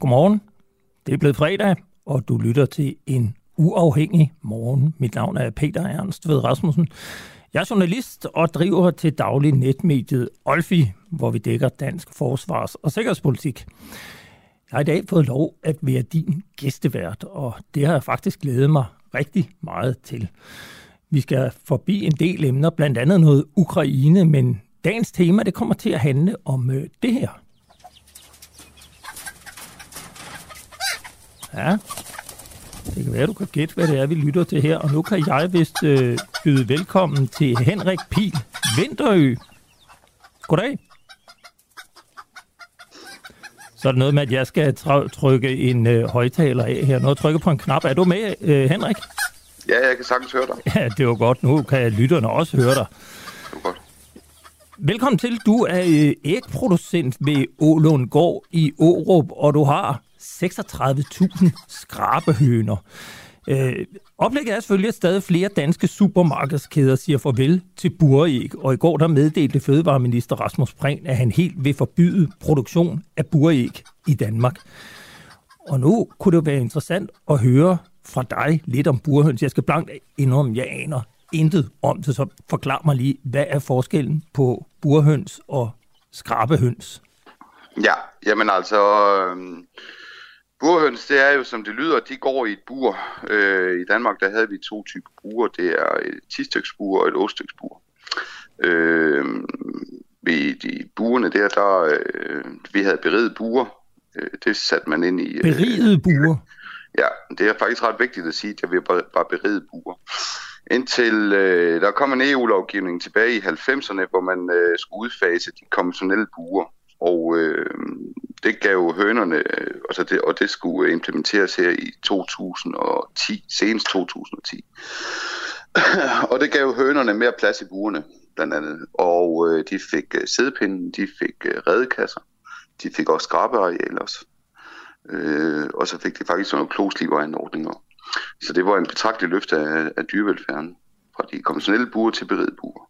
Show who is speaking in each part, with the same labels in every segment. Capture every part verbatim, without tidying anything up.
Speaker 1: Godmorgen. Det er blevet fredag, og du lytter til en uafhængig morgen. Mit navn er Peter Ernst Ved Rasmussen. Jeg er journalist og driver til daglig netmediet Olfi, hvor vi dækker dansk forsvars- og sikkerhedspolitik. Jeg har i dag fået lov at være din gæstevært, og det har jeg faktisk glædet mig rigtig meget til. Vi skal forbi en del emner, blandt andet noget Ukraine, men dagens tema det kommer til at handle om øh, det her. Ja, det kan være, du kan gætte, hvad det er, vi lytter til her. Og nu kan jeg vist øh, byde velkommen til Henrik Pihl Vinterø. Goddag. Så er det noget med, at jeg skal tr- trykke en øh, højtaler af her. Når jeg trykker på en knap. Er du med, øh, Henrik?
Speaker 2: Ja, jeg kan sagtens høre dig.
Speaker 1: Ja, det var godt. Nu kan lytterne også høre dig.
Speaker 2: Det var godt.
Speaker 1: Velkommen til. Du er øh, ægproducent ved Ålundgård i Aarup, og du har seksogtredive tusind skrabehøner. Øh, oplægget er selvfølgelig, at stadig flere danske supermarkedskæder siger farvel til buræg, og i går der meddelte fødevareminister Rasmus Prehn, at han helt vil forbyde produktion af buræg i Danmark. Og nu kunne det være interessant at høre fra dig lidt om burhøns. Jeg skal blankt indrømme, jeg aner intet om det, så forklar mig lige, hvad er forskellen på burhøns og skrabehøns?
Speaker 2: Ja, jamen altså... Øh... Burhøns, det er jo som det lyder, de går i et bur. Øh, I Danmark, der havde vi to typer buer. Det er et ti-styksbur og et otte-styksbur. Øh, ved de buerne der, der øh, vi havde beriget buer. Øh, det satte man ind i... Øh,
Speaker 1: beriget buer?
Speaker 2: Ja, det er faktisk ret vigtigt at sige, at vi bare, bare beriget buer. Indtil øh, der kom en E U-lovgivning tilbage i halvfemserne, hvor man øh, skulle udfase de konventionelle buer. Og øh, det gav hønerne, altså det, og det skulle implementeres her i to tusind og ti, senest to tusind og ti. Og det gav hønerne mere plads i burene, blandt andet. Og øh, de fik uh, sædepinde, de fik uh, redekasser, de fik også skrabeareal også. Øh, og så fik de faktisk sådan nogle klosliveanordninger. Så det var en betragtelig løft af, af dyrevelfærden, fra de konventionelle buer til beredte buer.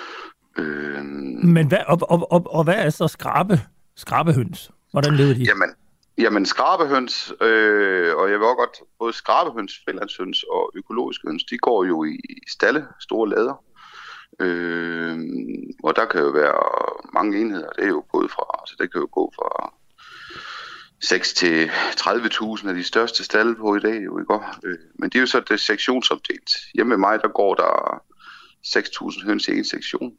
Speaker 1: Øh... Men hvad, og, og, og, og hvad er så skrabe, skrabehøns? Hvordan lever de?
Speaker 2: Jamen, jamen skrabehøns, øh, og jeg vil også godt, både skrabehøns, frilandshøns og økologiske høns, de går jo i stalle, store lader. Øh, og der kan jo være mange enheder, det er jo både fra, altså det kan jo gå fra seks til tredive tusind af de største stalle på i dag, jo ikke? Øh, men det er jo så det sektionsopdelt. Hjemme med mig, der går der seks tusind høns i en sektion.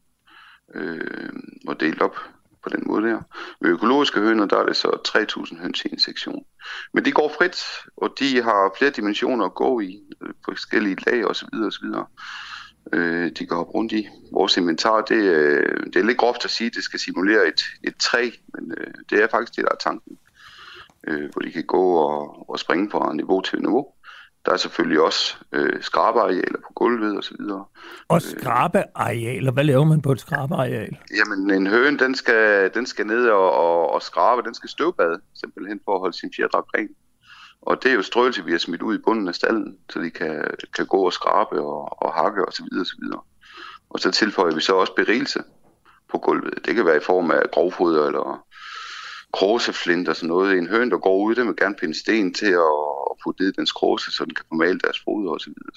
Speaker 2: Øh, og delt op på den måde der. Med økologiske høner, der er det så tre tusind høns i en sektion. Men de går frit, og de har flere dimensioner at gå i, på forskellige lag osv. osv. Øh, de kan hoppe rundt i. Vores inventar, det, øh, det er lidt groft at sige, at det skal simulere et, et træ, men øh, det er faktisk det, der er tanken. Øh, hvor de kan gå og, og springe fra niveau til niveau. Der er selvfølgelig også øh, skrabearealer på gulvet og så videre.
Speaker 1: Og skrabearealer? Hvad laver man på et skrabeareal?
Speaker 2: Jamen en høne, den skal, den skal ned og, og, og skrabe, den skal støvbade, simpelthen for at holde sin fjerdragt ren. Og det er jo strøelse, vi har smidt ud i bunden af stallen, så de kan, kan gå og skrabe og, og hakke og så videre og så videre. Og så tilføjer vi så også berigelse på gulvet. Det kan være i form af grovfoder eller kråseflint og sådan noget. En høne, der går ud, den vil gerne finde sten til at putte ned i dens kråse, så den kan formale deres foder og så videre.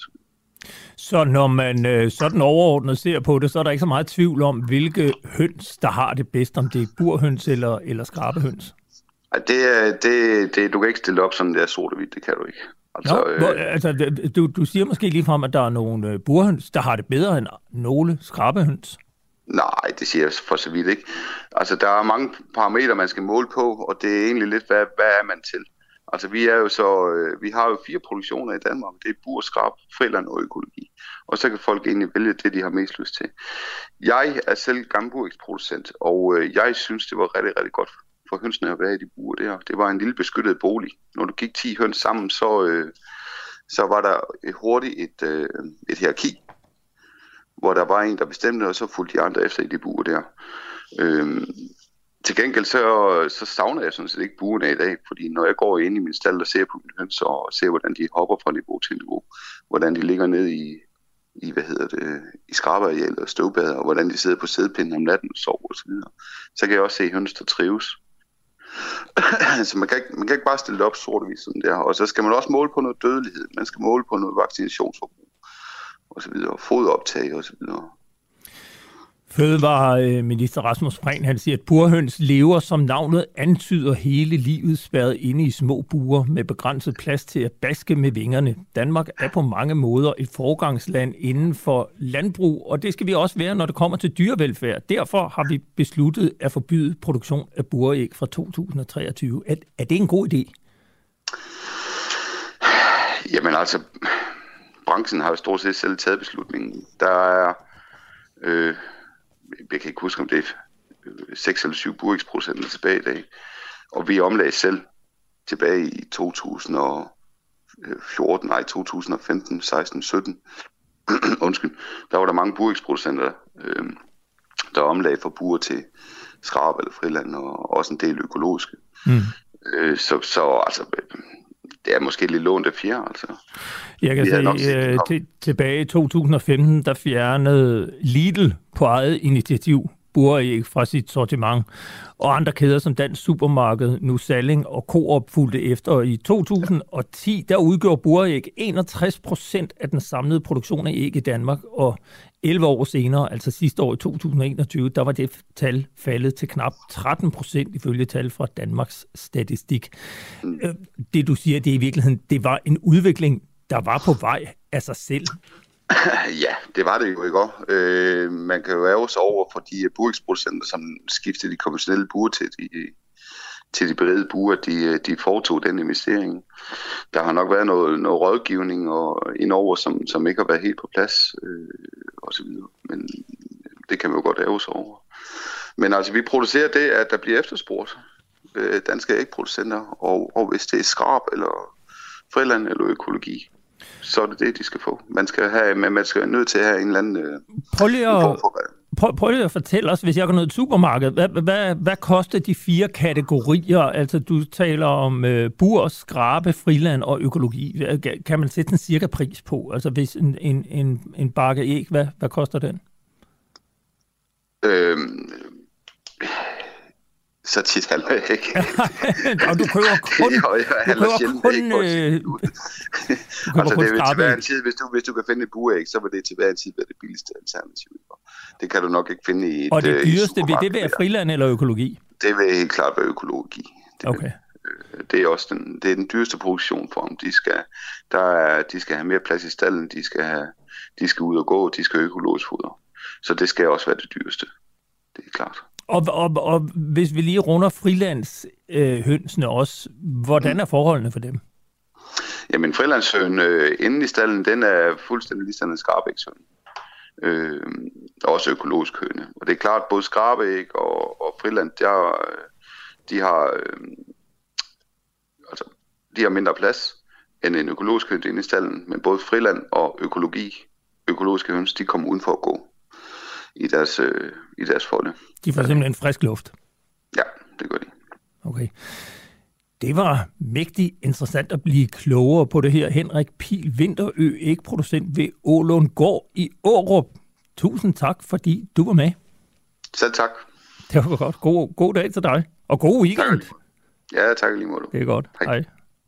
Speaker 1: Så når man øh, sådan overordnet ser på det, så er der ikke så meget tvivl om, hvilke høns, der har det bedst, om det er burhøns eller, eller skrabehøns?
Speaker 2: Ej, det, det, det, du kan ikke stille op sådan der sort og hvidt, det kan du ikke.
Speaker 1: Altså, Nå, hvor, øh, altså du, du siger måske ligefrem, at der er nogle burhøns, der har det bedre end nogle skrabehøns?
Speaker 2: Nej, det siger jeg for så vidt ikke. Altså, der er mange parametre, man skal måle på, og det er egentlig lidt, hvad, hvad er man til? Altså, vi er jo så, øh, vi har jo fire produktioner i Danmark. Det er bur, skrab, friland og økologi. Og så kan folk egentlig vælge det, de har mest lyst til. Jeg er selv gammelburægsproducent, og øh, jeg synes, det var rigtig, rigtig godt for hønsene at være i de buer der. Det var en lille beskyttet bolig. Når du gik ti høns sammen, så, øh, så var der hurtigt et, øh, et hierarki, hvor der var en, der bestemte, og så fulgte de andre efter i de buer der. Øhm, til gengæld så, så savner jeg sådan set ikke buerne i dag, fordi når jeg går ind i min stald og ser på mine høns og ser, hvordan de hopper fra niveau til niveau, hvordan de ligger ned i, i hvad hedder det, i skrabearealet og støvbader, og hvordan de sidder på sædepinden om natten og sover osv., så, så kan jeg også se høns, der trives. Så man kan, ikke, man kan ikke bare stille det op sort-hvidt sådan der. Og så skal man også måle på noget dødelighed. Man skal måle på noget vaccinationsforbrug og så videre, foderoptag og så videre.
Speaker 1: Fødevareminister Rasmus Prehn, han siger, at burhøns lever, som navnet antyder, hele livet spærret inde i små buer med begrænset plads til at baske med vingerne. Danmark er på mange måder et foregangsland inden for landbrug, og det skal vi også være, når det kommer til dyrevelfærd. Derfor har vi besluttet at forbyde produktion af buræg fra to tusind og treogtyve. Er, er det en god idé?
Speaker 2: Jamen altså, branchen har jo stort set selv taget beslutningen. Der er... Øh, jeg kan ikke huske, om det er seks eller syv burægsproducenter tilbage i dag. Og vi omlagde selv tilbage i to tusind og fjorten, nej, to tusind og femten, seksten, sytten. Undskyld. Der var der mange burægsproducenter, øh, der omlagde for buer til skrab eller friland, og også en del økologiske. Mm. Øh, så, så altså... Det er måske lidt lånt af fjerde, altså.
Speaker 1: Jeg kan sige, øh, til, tilbage i to tusind og femten, der fjernede Lidl på eget initiativ buræg fra sit sortiment, og andre kæder som Dansk Supermarked, Nu Salling og Coop fulgte efter. I to tusind og ti, der udgjorde buræg enogtres procent af den samlede produktion af æg i Danmark, og elleve år senere, altså sidste år i to tusind og enogtyve, der var det tal faldet til knap tretten procent ifølge tal fra Danmarks Statistik. Det du siger, det er i virkeligheden, det var en udvikling, der var på vej af sig selv.
Speaker 2: Ja, det var det jo ikke også. Øh, man kan jo ærge sig over for de burægsproducenter, som skiftede de konventionelle buer til de, til de beredte buer, de, de foretog den investering. Der har nok været noget, noget rådgivning og indover, som, som ikke har været helt på plads øh, og så videre. Men det kan man jo godt ærge sig over. Men altså, vi producerer det, at der bliver efterspurgt øh, danske ægproducenter, og, og hvis det er skrab eller friland eller økologi, så er det det, de skal få. Man skal have, men man skal være nødt til at have en eller anden... Øh,
Speaker 1: prøv, lige at, prøv, prøv lige at fortælle os, hvis jeg går ned i et supermarked, hvad, hvad, hvad koster de fire kategorier? Altså, du taler om øh, bur, skrabe, friland og økologi. Kan man sætte en cirka pris på? Altså, hvis en, en, en, en bakke æg, hvad, hvad koster den?
Speaker 2: Øhm... Så tit handler jeg ikke.
Speaker 1: Og du køber kun...
Speaker 2: jeg, jeg du køber kun... Øh, du altså, det er til hver en tid, hvis du, hvis du kan finde et buræg, så vil det til hver en tid være det billigste alternativ. Det kan du nok ikke finde i et...
Speaker 1: Og det dyreste, vil det være friland eller økologi?
Speaker 2: Det vil helt klart være økologi. Det,
Speaker 1: okay.
Speaker 2: Det er også den, det er den dyreste produktionsform. De skal, der er, de skal have mere plads i stallen, de skal, have, de skal ud og gå, de skal økologisk fodre. Så det skal også være det dyreste. Det er klart.
Speaker 1: Og, og, og hvis vi lige runder frilandshønsene øh, også, hvordan er forholdene for dem?
Speaker 2: Jamen frilandshøn øh, inden i stallen, den er fuldstændig ligesom en skrabægshøn. Øh, også økologisk høne. Og det er klart, både skrabæg og, og friland, der, de har øh, altså, de har mindre plads end en økologisk høn inde i stallen, men både friland og økologi, økologiske høns, de kommer udenfor at gå i deres, øh, i deres folde.
Speaker 1: De får simpelthen frisk luft?
Speaker 2: Ja, det gør de.
Speaker 1: Okay. Det var mægtigt interessant at blive klogere på det her. Henrik Pihl, Vinterø, ægproducent ved Ålundgård i Aarup. Tusind tak, fordi du var med.
Speaker 2: Selv tak.
Speaker 1: Det var godt. God, god dag til dig. Og god weekend.
Speaker 2: Tak. Ja, tak lige måde.
Speaker 1: Det er godt. Hej. Hej.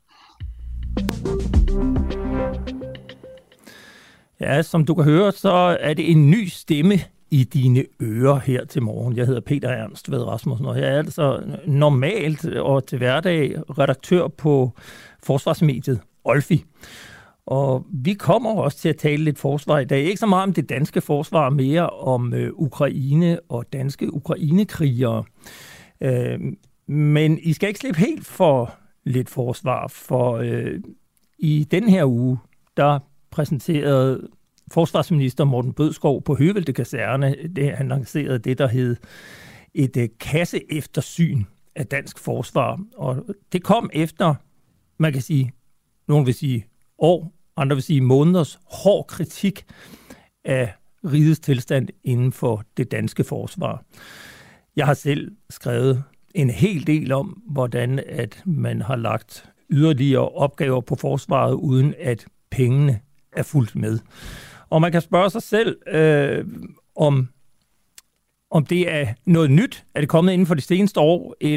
Speaker 1: Ja, som du kan høre, så er det en ny stemme i dine ører her til morgen. Jeg hedder Peter Ernst Ved Rasmussen, og jeg er altså normalt og til hverdag redaktør på forsvarsmediet Olfi. Og vi kommer også til at tale lidt forsvar i dag. Ikke så meget om det danske forsvar, mere om øh, Ukraine og danske ukrainekrigere. Øh, men I skal ikke slippe helt for lidt forsvar, for øh, i den her uge, der præsenterede forsvarsminister Morten Bødskov på Høvelte Kaserne, det, han lancerede det, der hed et uh, kasseeftersyn af dansk forsvar. Og det kom efter, man kan sige, nogen vil sige år, andre vil sige måneders hård kritik af rigets tilstand inden for det danske forsvar. Jeg har selv skrevet en hel del om, hvordan at man har lagt yderligere opgaver på forsvaret, uden at pengene er fulgt med. Og man kan spørge sig selv, øh, om, om det er noget nyt, er det kommet inden for de seneste år, eller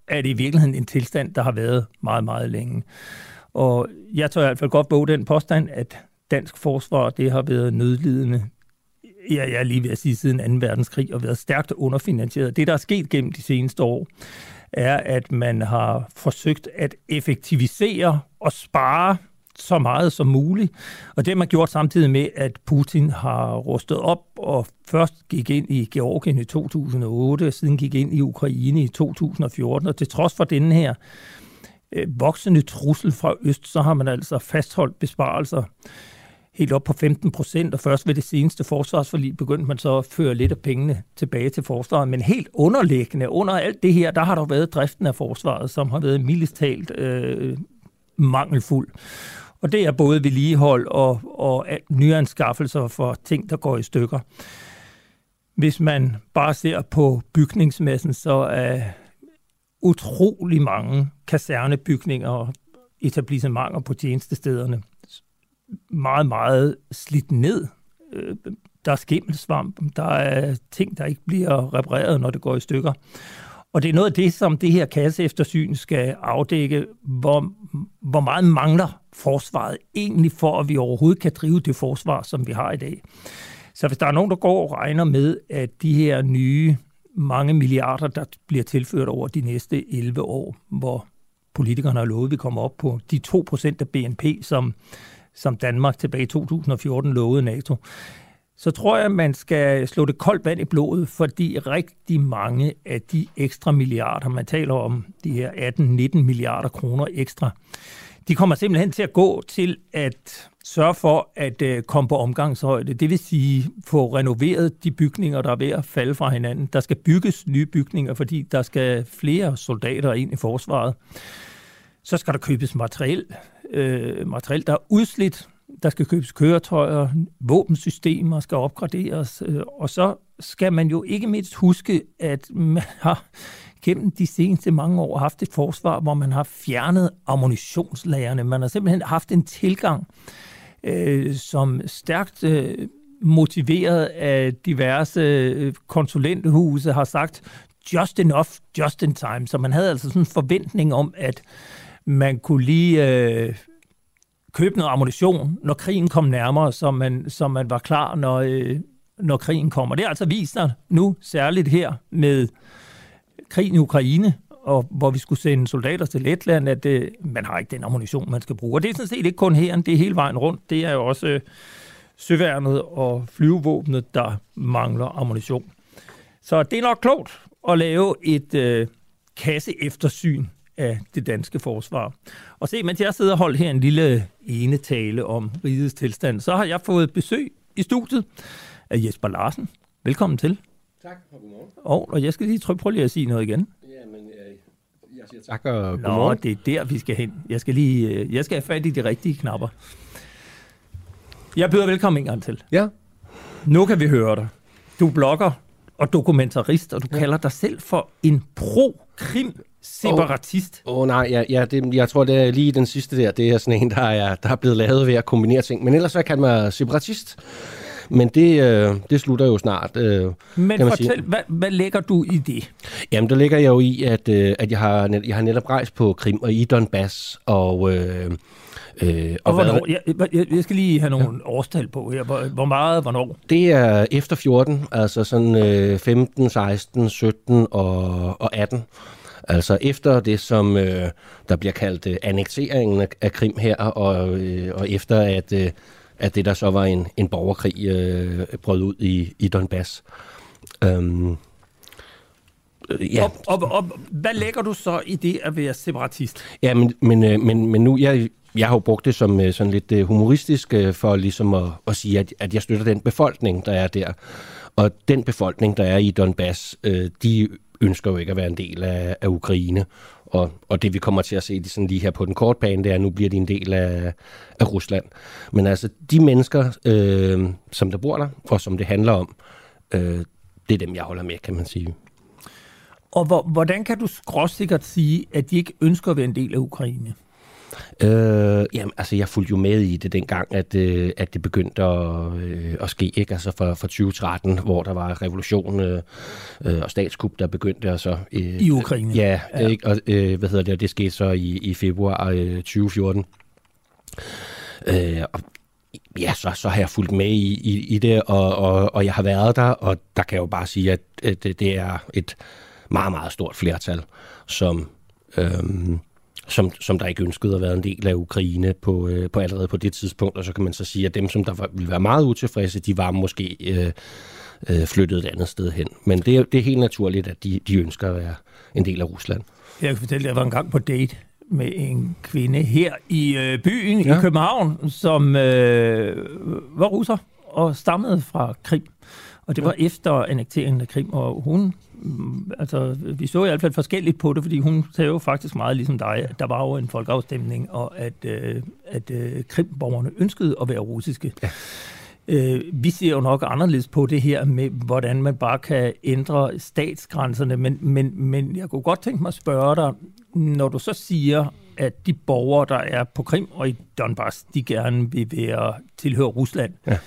Speaker 1: er det i virkeligheden en tilstand, der har været meget, meget længe. Og jeg tror i hvert fald godt våge den påstand, at dansk forsvar, det har været nødlidende, ja, jeg er lige ved at sige siden anden verdenskrig, og været stærkt underfinansieret. Det, der er sket gennem de seneste år, er, at man har forsøgt at effektivisere og spare så meget som muligt. Og det har man gjort samtidig med, at Putin har rustet op og først gik ind i Georgien i to tusind og otte, og siden gik ind i Ukraine i to tusind og fjorten. Og til trods for denne her øh, voksende trussel fra øst, så har man altså fastholdt besparelser helt op på femten procent, og først ved det seneste forsvarsforlig begyndte man så at føre lidt af pengene tilbage til forsvaret. Men helt underliggende under alt det her, der har der været driften af forsvaret, som har været mildest talt øh, mangelfuld. Og det er både vedligehold og, og nyanskaffelser for ting, der går i stykker. Hvis man bare ser på bygningsmassen, så er utrolig mange kasernebygninger og etablissementer på tjenestestederne meget, meget slidt ned. Der er skimmelsvamp, der er ting, der ikke bliver repareret, når det går i stykker. Og det er noget af det, som det her kasseeftersyn skal afdække, hvor, hvor meget mangler forsvaret egentlig for, at vi overhovedet kan drive det forsvar, som vi har i dag. Så hvis der er nogen, der går og regner med, at de her nye mange milliarder, der bliver tilført over de næste elleve år, hvor politikerne har lovet, at vi kommer op på de to procent af B N P, som, som Danmark tilbage i to tusind og fjorten lovede NATO, så tror jeg, at man skal slå det koldt vand i blodet, fordi rigtig mange af de ekstra milliarder, man taler om, de her atten nitten milliarder kroner ekstra, de kommer simpelthen til at gå til at sørge for at uh, komme på omgangshøjde. Det vil sige få renoveret de bygninger, der er ved at falde fra hinanden. Der skal bygges nye bygninger, fordi der skal flere soldater ind i forsvaret. Så skal der købes materiel, øh, materiel der er udslidt. Der skal købes køretøjer, våbensystemer skal opgraderes, øh, og så skal man jo ikke mindst huske, at man har gennem de seneste mange år haft et forsvar, hvor man har fjernet ammunitionslagerne. Man har simpelthen haft en tilgang, øh, som stærkt øh, motiveret af diverse øh, konsulenthuse har sagt, just enough, just in time. Så man havde altså sådan en forventning om, at man kunne lige øh, købe noget ammunition, når krigen kom nærmere, så man, så man var klar, når, øh, når krigen kommer. Det er altså vist sig nu, særligt her med krigen i Ukraine, og hvor vi skulle sende soldater til Letland, at øh, man har ikke den ammunition, man skal bruge. Og det er sådan set ikke kun her, det er hele vejen rundt. Det er jo også øh, søværnet og flyvevåbnet, der mangler ammunition. Så det er nok klogt at lave et øh, kasseeftersyn af det danske forsvar. Og se, mens jeg sidder og holder her en lille enetale om rigets tilstand, så har jeg fået besøg i studiet af Jesper Larsen. Velkommen til.
Speaker 3: Tak, og godmorgen.
Speaker 1: Og, og jeg skal lige trykke, prøv lige at sige noget igen.
Speaker 3: Jamen, jeg, jeg siger tak og
Speaker 1: Nå,
Speaker 3: godmorgen.
Speaker 1: det er der, vi skal hen. Jeg skal lige, jeg skal have fat i de rigtige knapper. Jeg byder velkommen en gang til.
Speaker 3: Ja.
Speaker 1: Nu kan vi høre dig. Du er blogger og dokumentarist, og du ja. kalder dig selv for en pro-krim separatist.
Speaker 3: Åh oh, oh, nej, ja, ja, det, jeg tror, det er lige den sidste der. Det er sådan en, der er, der er blevet lavet ved at kombinere ting. Men ellers så kan man separatist. Men det, øh, det slutter jo snart. Øh,
Speaker 1: Men fortæl, hvad, hvad lægger du i det?
Speaker 3: Jamen, der ligger jeg jo i, at, øh, at jeg, har, jeg har netop rejst på Krim og i Donbass. Og, øh, øh,
Speaker 1: og, og hvornår? Jeg, jeg, jeg skal lige have nogle ja. årstal på her. Hvor, hvor meget, hvornår?
Speaker 3: Det er efter fjorten, altså sådan øh, femten, seksten, sytten og, og atten. Altså efter det, som øh, der bliver kaldt øh, annekteringen af, af Krim her, og, øh, og efter at, øh, at det der så var en, en borgerkrig øh, brød ud i, i Donbass. Øhm,
Speaker 1: øh, ja. og, og, og hvad lægger du så i det at være separatist?
Speaker 3: Ja, men, men, men, men nu, jeg, jeg har jo brugt det som sådan lidt humoristisk for ligesom at, at sige, at, at jeg støtter den befolkning, der er der. Og den befolkning, der er i Donbass, øh, de ønsker jo ikke at være en del af, af Ukraine. Og, og det vi kommer til at se det sådan lige her på den korte bane, det er, at nu bliver de en del af, af Rusland. Men altså de mennesker, øh, som der bor der, og som det handler om, øh, det er dem, jeg holder med, kan man sige.
Speaker 1: Og hvor, hvordan kan du skråsikkert sige, at de ikke ønsker at være en del af Ukraine?
Speaker 3: Øh, jamen, altså, jeg fulgte jo med i det dengang, at, øh, at det begyndte at, øh, at ske, ikke? Altså fra, fra tyve tretten, hvor der var revolution øh, og statskup, der begyndte altså... Øh,
Speaker 1: I Ukraine.
Speaker 3: Ja,
Speaker 1: ja.
Speaker 3: Ikke? Og øh, hvad hedder det, og det skete så i, i februar øh, tyve fjorten. Øh, og ja, så, så har jeg fulgt med i, i, i det, og, og, og jeg har været der, og der kan jeg jo bare sige, at, at det er et meget, meget stort flertal, som... Øh, Som, som der ikke ønskede at være en del af Ukraine på, øh, på allerede på det tidspunkt, og så kan man så sige, at dem, som der var, ville være meget utilfredse, de var måske øh, øh, flyttet et andet sted hen. Men det er, det er helt naturligt, at de, de ønsker at være en del af Rusland.
Speaker 1: Jeg kan fortælle, at jeg var engang på date med en kvinde her i øh, byen ja. i København, som øh, var russer og stammede fra Krim. Og det var ja. efter annekteringen af Krim, og hun, altså vi så i hvert fald forskelligt på det, fordi hun sagde jo faktisk meget ligesom dig, at der var jo en folkeafstemning, og at, øh, at øh, Krimborgerne ønskede at være russiske. Ja. Øh, vi ser jo nok anderledes på det her med, hvordan man bare kan ændre statsgrænserne, men, men, men jeg kunne godt tænke mig at spørge dig, når du så siger, at de borgere, der er på Krim og i Donbass, de gerne vil være tilhøre Rusland, ja.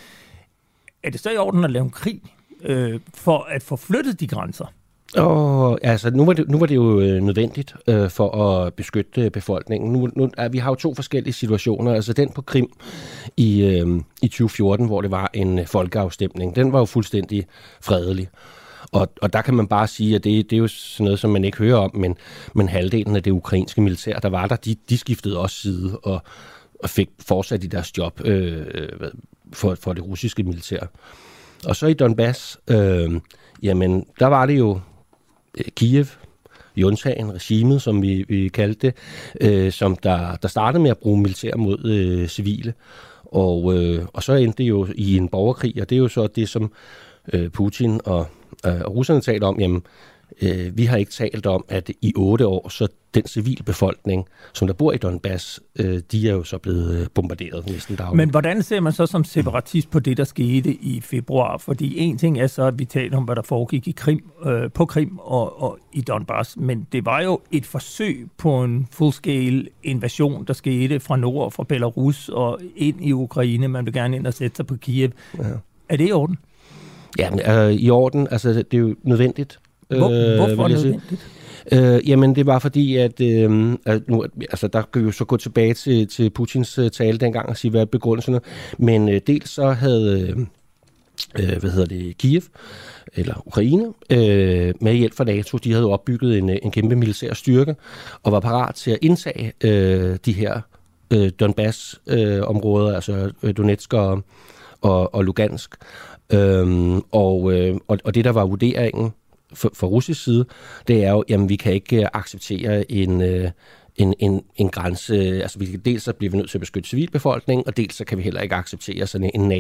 Speaker 1: er det så i orden at lave en krig øh, for at få flyttet de grænser?
Speaker 3: Og altså, nu var det, nu var det jo øh, nødvendigt øh, for at beskytte befolkningen. Nu, nu, er, vi har jo to forskellige situationer. Altså den på Krim i, øh, i tyve fjorten, hvor det var en folkeafstemning, den var jo fuldstændig fredelig. Og, og der kan man bare sige, at det, det er jo sådan noget, som man ikke hører om, men, men halvdelen af det ukrainske militær, der var der, de, de skiftede også side og, og fik fortsat i deres job øh, for, for det russiske militær. Og så i Donbass, øh, jamen, der var det jo Kiev, juntaen, regimet, som vi, vi kaldte det, øh, som der, der startede med at bruge militær mod øh, civile. Og, øh, og så endte det jo i en borgerkrig, og det er jo så det, som øh, Putin og, øh, og russerne taler om. Jamen, øh, vi har ikke talt om, at i otte år, så den civilbefolkning, som der bor i Donbass, øh, de er jo så blevet bombarderet næsten dagligt.
Speaker 1: Men hvordan ser man så som separatist på det, der skete i februar? Fordi en ting er så, at vi taler om, hvad der foregik i Krim, øh, på Krim og, og i Donbass, men det var jo et forsøg på en full-scale invasion, der skete fra nord, fra Belarus og ind i Ukraine. Man vil gerne ind og sætte sig på Kiev. Ja. Er det i orden?
Speaker 3: Ja, men, øh, i orden. Altså, det er jo nødvendigt.
Speaker 1: Hvor, hvorfor er det nødvendigt?
Speaker 3: Øh, jamen, det var fordi, at, øh, at nu, altså, der kan vi jo så gå tilbage til, til Putins uh, tale dengang og sige, hvad er begrundelserne. Men øh, dels så havde, øh, hvad hedder det, Kiev, eller Ukraine, øh, med hjælp fra NATO, de havde opbygget en, en kæmpe militær styrke, og var parat til at indtage øh, de her øh, Donbass-områder, øh, altså Donetsk og, og, og Lugansk. Øhm, og, øh, og, og det, der var vurderingen for, for russisk side, det er jo, jamen vi kan ikke acceptere en, øh, en, en, en grænse, altså vi, dels så bliver vi nødt til at beskytte civilbefolkningen, og dels så kan vi heller ikke acceptere sådan en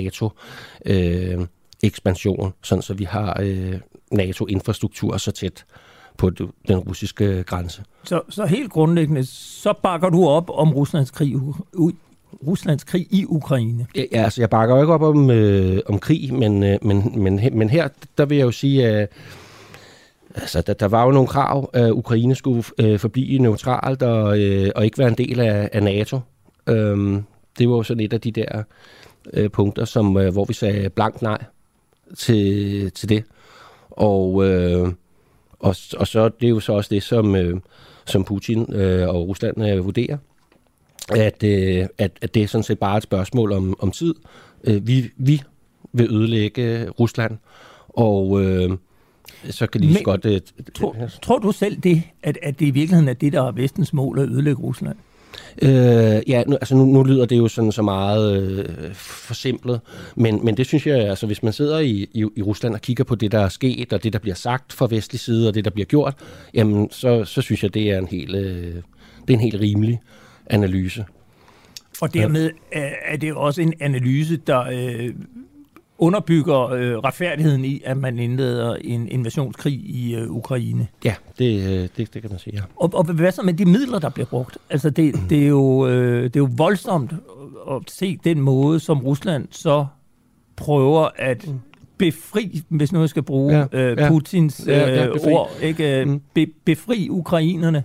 Speaker 3: NATO-ekspansion, øh, sådan så vi har øh, NATO-infrastruktur så tæt på den russiske grænse.
Speaker 1: Så, så helt grundlæggende, så bakker du op om Ruslands krig ud? Ruslands krig i Ukraine?
Speaker 3: Ja, altså jeg bakker jo ikke op om, øh, om krig, men, øh, men, men, men her, der vil jeg jo sige, at øh, altså, der, der var jo nogle krav, at Ukraine skulle øh, forblive neutralt og, øh, og ikke være en del af, af NATO. Øhm, det var jo sådan et af de der øh, punkter, som, øh, hvor vi sagde blankt nej til, til det. Og, øh, og, og så det er jo så også det, som, øh, som Putin øh, og Rusland øh, vurderer. At, øh, at, at det er sådan set bare et spørgsmål om, om tid. Øh, vi, vi vil ødelægge Rusland, og øh, så kan de lige så godt... Øh,
Speaker 1: tror, tror du selv det, at, at det i virkeligheden er det, der er vestens mål at ødelægge Rusland?
Speaker 3: Øh, ja, nu, altså nu, nu lyder det jo sådan så meget øh, forsimplet, men, men det synes jeg, altså hvis man sidder i, i, i Rusland og kigger på det, der er sket, og det, der bliver sagt fra vestlig side, og det, der bliver gjort, jamen så, så synes jeg, det er en helt, øh, det er en helt rimelig analyse.
Speaker 1: Og dermed er det også en analyse, der øh, underbygger øh, retfærdigheden i, at man indleder en invasionskrig i øh, Ukraine.
Speaker 3: Ja, det, det, det kan man sige, ja.
Speaker 1: Og, og hvad så med de midler, der bliver brugt? Altså det, det, er, jo, øh, det er jo voldsomt at se den måde, som Rusland så prøver at befri, hvis nu jeg skal bruge ja, øh, Putins ja, ja, ja, ord, ikke? Be, befri ukrainerne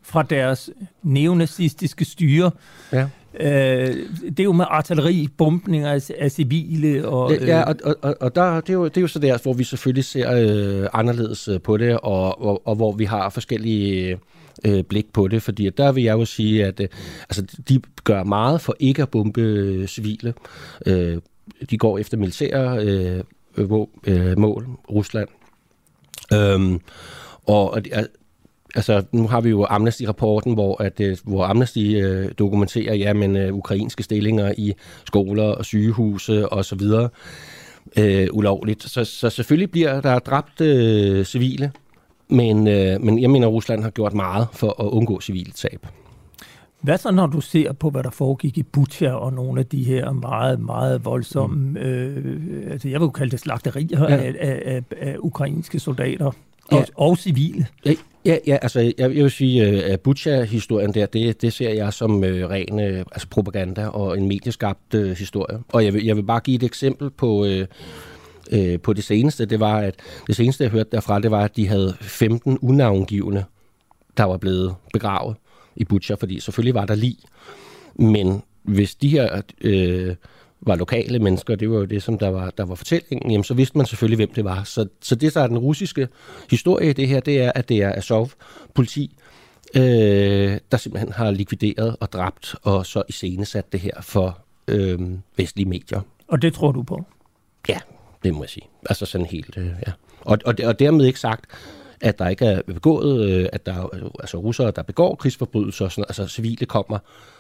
Speaker 1: fra deres neonazistiske styre.
Speaker 3: Ja.
Speaker 1: Øh, det er jo med artilleri, bombninger af, af civile. Og,
Speaker 3: øh... Ja, og, og, og der, det, er jo, det er jo så der, hvor vi selvfølgelig ser øh, anderledes på det, og, og, og hvor vi har forskellige øh, blik på det, fordi der vil jeg jo sige, at øh, altså, de gør meget for ikke at bombe civile. Øh, de går efter militære øh, øh, mål, Rusland. Øhm, og altså, nu har vi jo Amnesty-rapporten, hvor, at, hvor Amnesty øh, dokumenterer, ja, men øh, ukrainske stillinger i skoler og sygehuse og så videre øh, ulovligt. Så, så selvfølgelig bliver der dræbt øh, civile, men, øh, men jeg mener, at Rusland har gjort meget for at undgå civile tab. Hvad
Speaker 1: så, når du ser på, hvad der foregik i Bucha og nogle af de her meget, meget voldsomme, mm. øh, altså jeg vil jo kalde det slagterier ja. af, af, af ukrainske soldater ja. og, og civile?
Speaker 3: Ja, ja, ja altså jeg, jeg vil sige, at Bucha-historien der, det, det ser jeg som øh, ren øh, altså propaganda og en medieskabt øh, historie. Og jeg vil, jeg vil bare give et eksempel på... Øh, øh, på det seneste. Det var, at det seneste, jeg hørte derfra, det var, at de havde femten unavngivne, der var blevet begravet i Bucha, fordi selvfølgelig var der lig. Men hvis de her øh, var lokale mennesker, det var jo det, som der var, der var fortællingen, jamen, så vidste man selvfølgelig, hvem det var. Så, så det, der er den russiske historie i det her, det er, at det er Azov-politi, øh, der simpelthen har likvideret og dræbt, og så iscenesat det her for øh, vestlige medier.
Speaker 1: Og det tror du på?
Speaker 3: Ja, det må jeg sige. Altså sådan helt, øh, ja. Og, og, og dermed ikke sagt, at der ikke er begået, øh, at der er altså russere, der begår krigsforbrydelser, sådan, altså civile kommer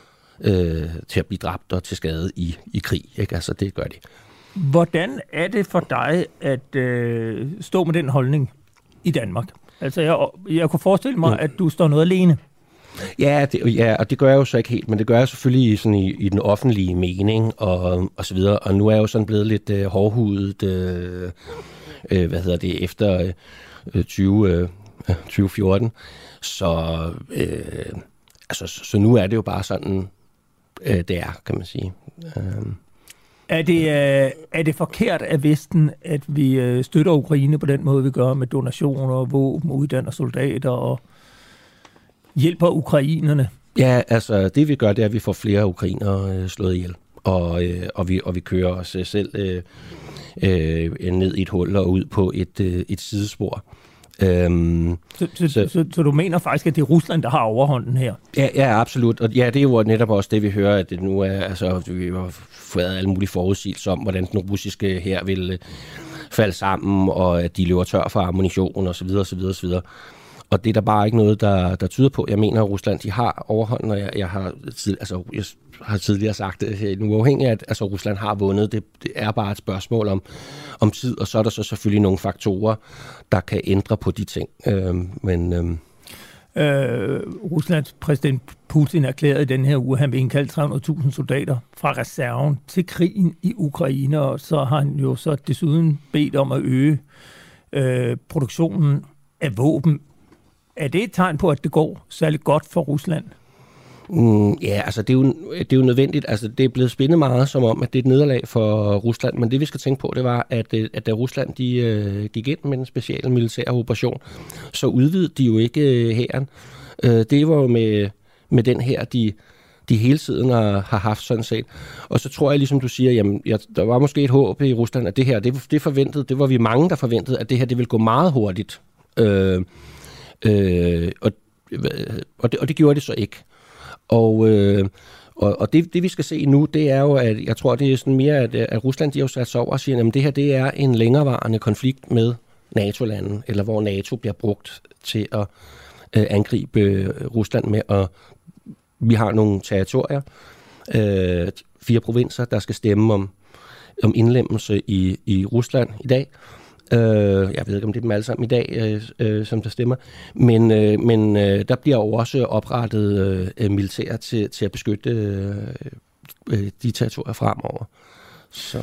Speaker 3: øh, til at blive dræbt og til skade i, i krig. Ikke? Altså det gør de.
Speaker 1: Hvordan er det for dig at øh, stå med den holdning i Danmark? Altså jeg, jeg kunne forestille mig, mm. at du står noget alene.
Speaker 3: Ja, det, ja, og det gør jeg jo så ikke helt, men det gør jeg selvfølgelig sådan i, i den offentlige mening og, og så videre. Og nu er jeg jo sådan blevet lidt øh, hårdhudet, øh, øh, hvad hedder det, efter øh, tyve fjorten. Så, øh, altså, så nu er det jo bare sådan, øh, det er, kan man sige. Øh.
Speaker 1: Er det, øh, er det forkert af Vesten, at vi øh, støtter Ukraine på den måde, vi gør med donationer, våben, uddanner soldater og hjælper ukrainerne?
Speaker 3: Ja, altså det vi gør, det er, at vi får flere ukrainere øh, slået ihjel, og, øh, og, vi, og vi kører os selv øh, øh, ned i et hul og ud på et, øh, et sidespor. Øhm,
Speaker 1: så, så, så, så, så du mener faktisk, at det er Rusland, der har overhånden her?
Speaker 3: Ja, ja, absolut. Og ja, det er jo netop også det, vi hører, at det nu er, altså, vi har fået alle mulige forudsigelser om, hvordan den russiske her vil falde sammen, og at de løber tør for ammunition, og så videre, så videre, så videre. Og det er der bare ikke noget, der, der tyder på. Jeg mener, at Rusland, de har overhånden, og jeg, jeg, har, tid, altså, jeg har tidligere sagt det nu uafhængigt, at altså, Rusland har vundet. Det, det er bare et spørgsmål om, om tid, og så er der så selvfølgelig nogle faktorer, der kan ændre på de ting. Øh, men, øh...
Speaker 1: Øh, Ruslands præsident Putin erklærede i den her uge, at han vil indkalde tre hundrede tusind soldater fra reserven til krigen i Ukraine, og så har han jo så desuden bedt om at øge øh, produktionen af våben. Er det et tegn på, at det går særlig godt for Rusland?
Speaker 3: Mm, ja, altså det er, jo, det er jo nødvendigt. Altså det er blevet spændet meget som om, at det er et nederlag for Rusland. Men det vi skal tænke på, det var, at, at da Rusland de, øh, gik ind med den specielle militære operation, så udvidede de jo ikke hæren. Øh, det var jo med, med den her, de, de hele tiden har, har haft sådan set. Og så tror jeg, ligesom du siger, jamen, ja, der var måske et håb i Rusland, at det her, det, det forventede, det var vi mange, der forventede, at det her, det ville gå meget hurtigt. Øh, Øh, og, og, det, og det gjorde det så ikke. Og, øh, og, og det, det vi skal se nu, det er jo, at jeg tror, det er sådan mere, at, at Rusland de har jo sat sig over og siger, at det her det er en længerevarende konflikt med NATO-landen, eller hvor NATO bliver brugt til at øh, angribe øh, Rusland med. Og vi har nogle territorier, øh, fire provinser, der skal stemme om, om indlemmelse i, i Rusland i dag. Jeg ved ikke, om det er dem alle sammen i dag, øh, øh, som der stemmer, men, øh, men øh, der bliver jo også oprettet øh, militær til, til at beskytte øh, de territorier fremover. Så.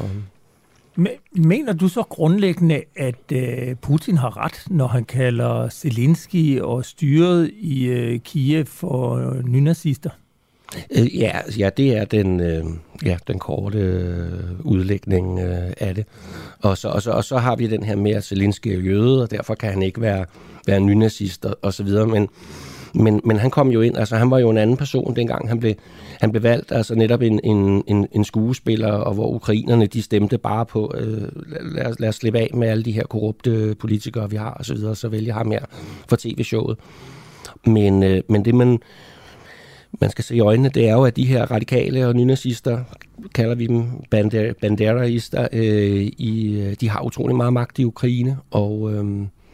Speaker 1: Mener du så grundlæggende, at øh, Putin har ret, når han kalder Zelensky og styret i øh, Kiev for øh, nynazister?
Speaker 3: Ja, ja, det er den, øh, ja, den korte øh, udlægning øh, af det. Og så, og, så, og så har vi den her med, at Zelensky er jøde, og derfor kan han ikke være, være nynazist og, og så videre. Men, Men, men han kom jo ind, altså han var jo en anden person, dengang han blev, han blev valgt, altså netop en, en, en, en skuespiller, og hvor ukrainerne, de stemte bare på, øh, lad, os, lad os slippe af med alle de her korrupte politikere, vi har, og så videre, så vælger ham her for tv-showet. Men, øh, men det, man, man skal se i øjnene, det er jo, at de her radikale og nynazister, kalder vi dem bander, banderaister, øh, i, de har utrolig meget magt i Ukraine, og øh,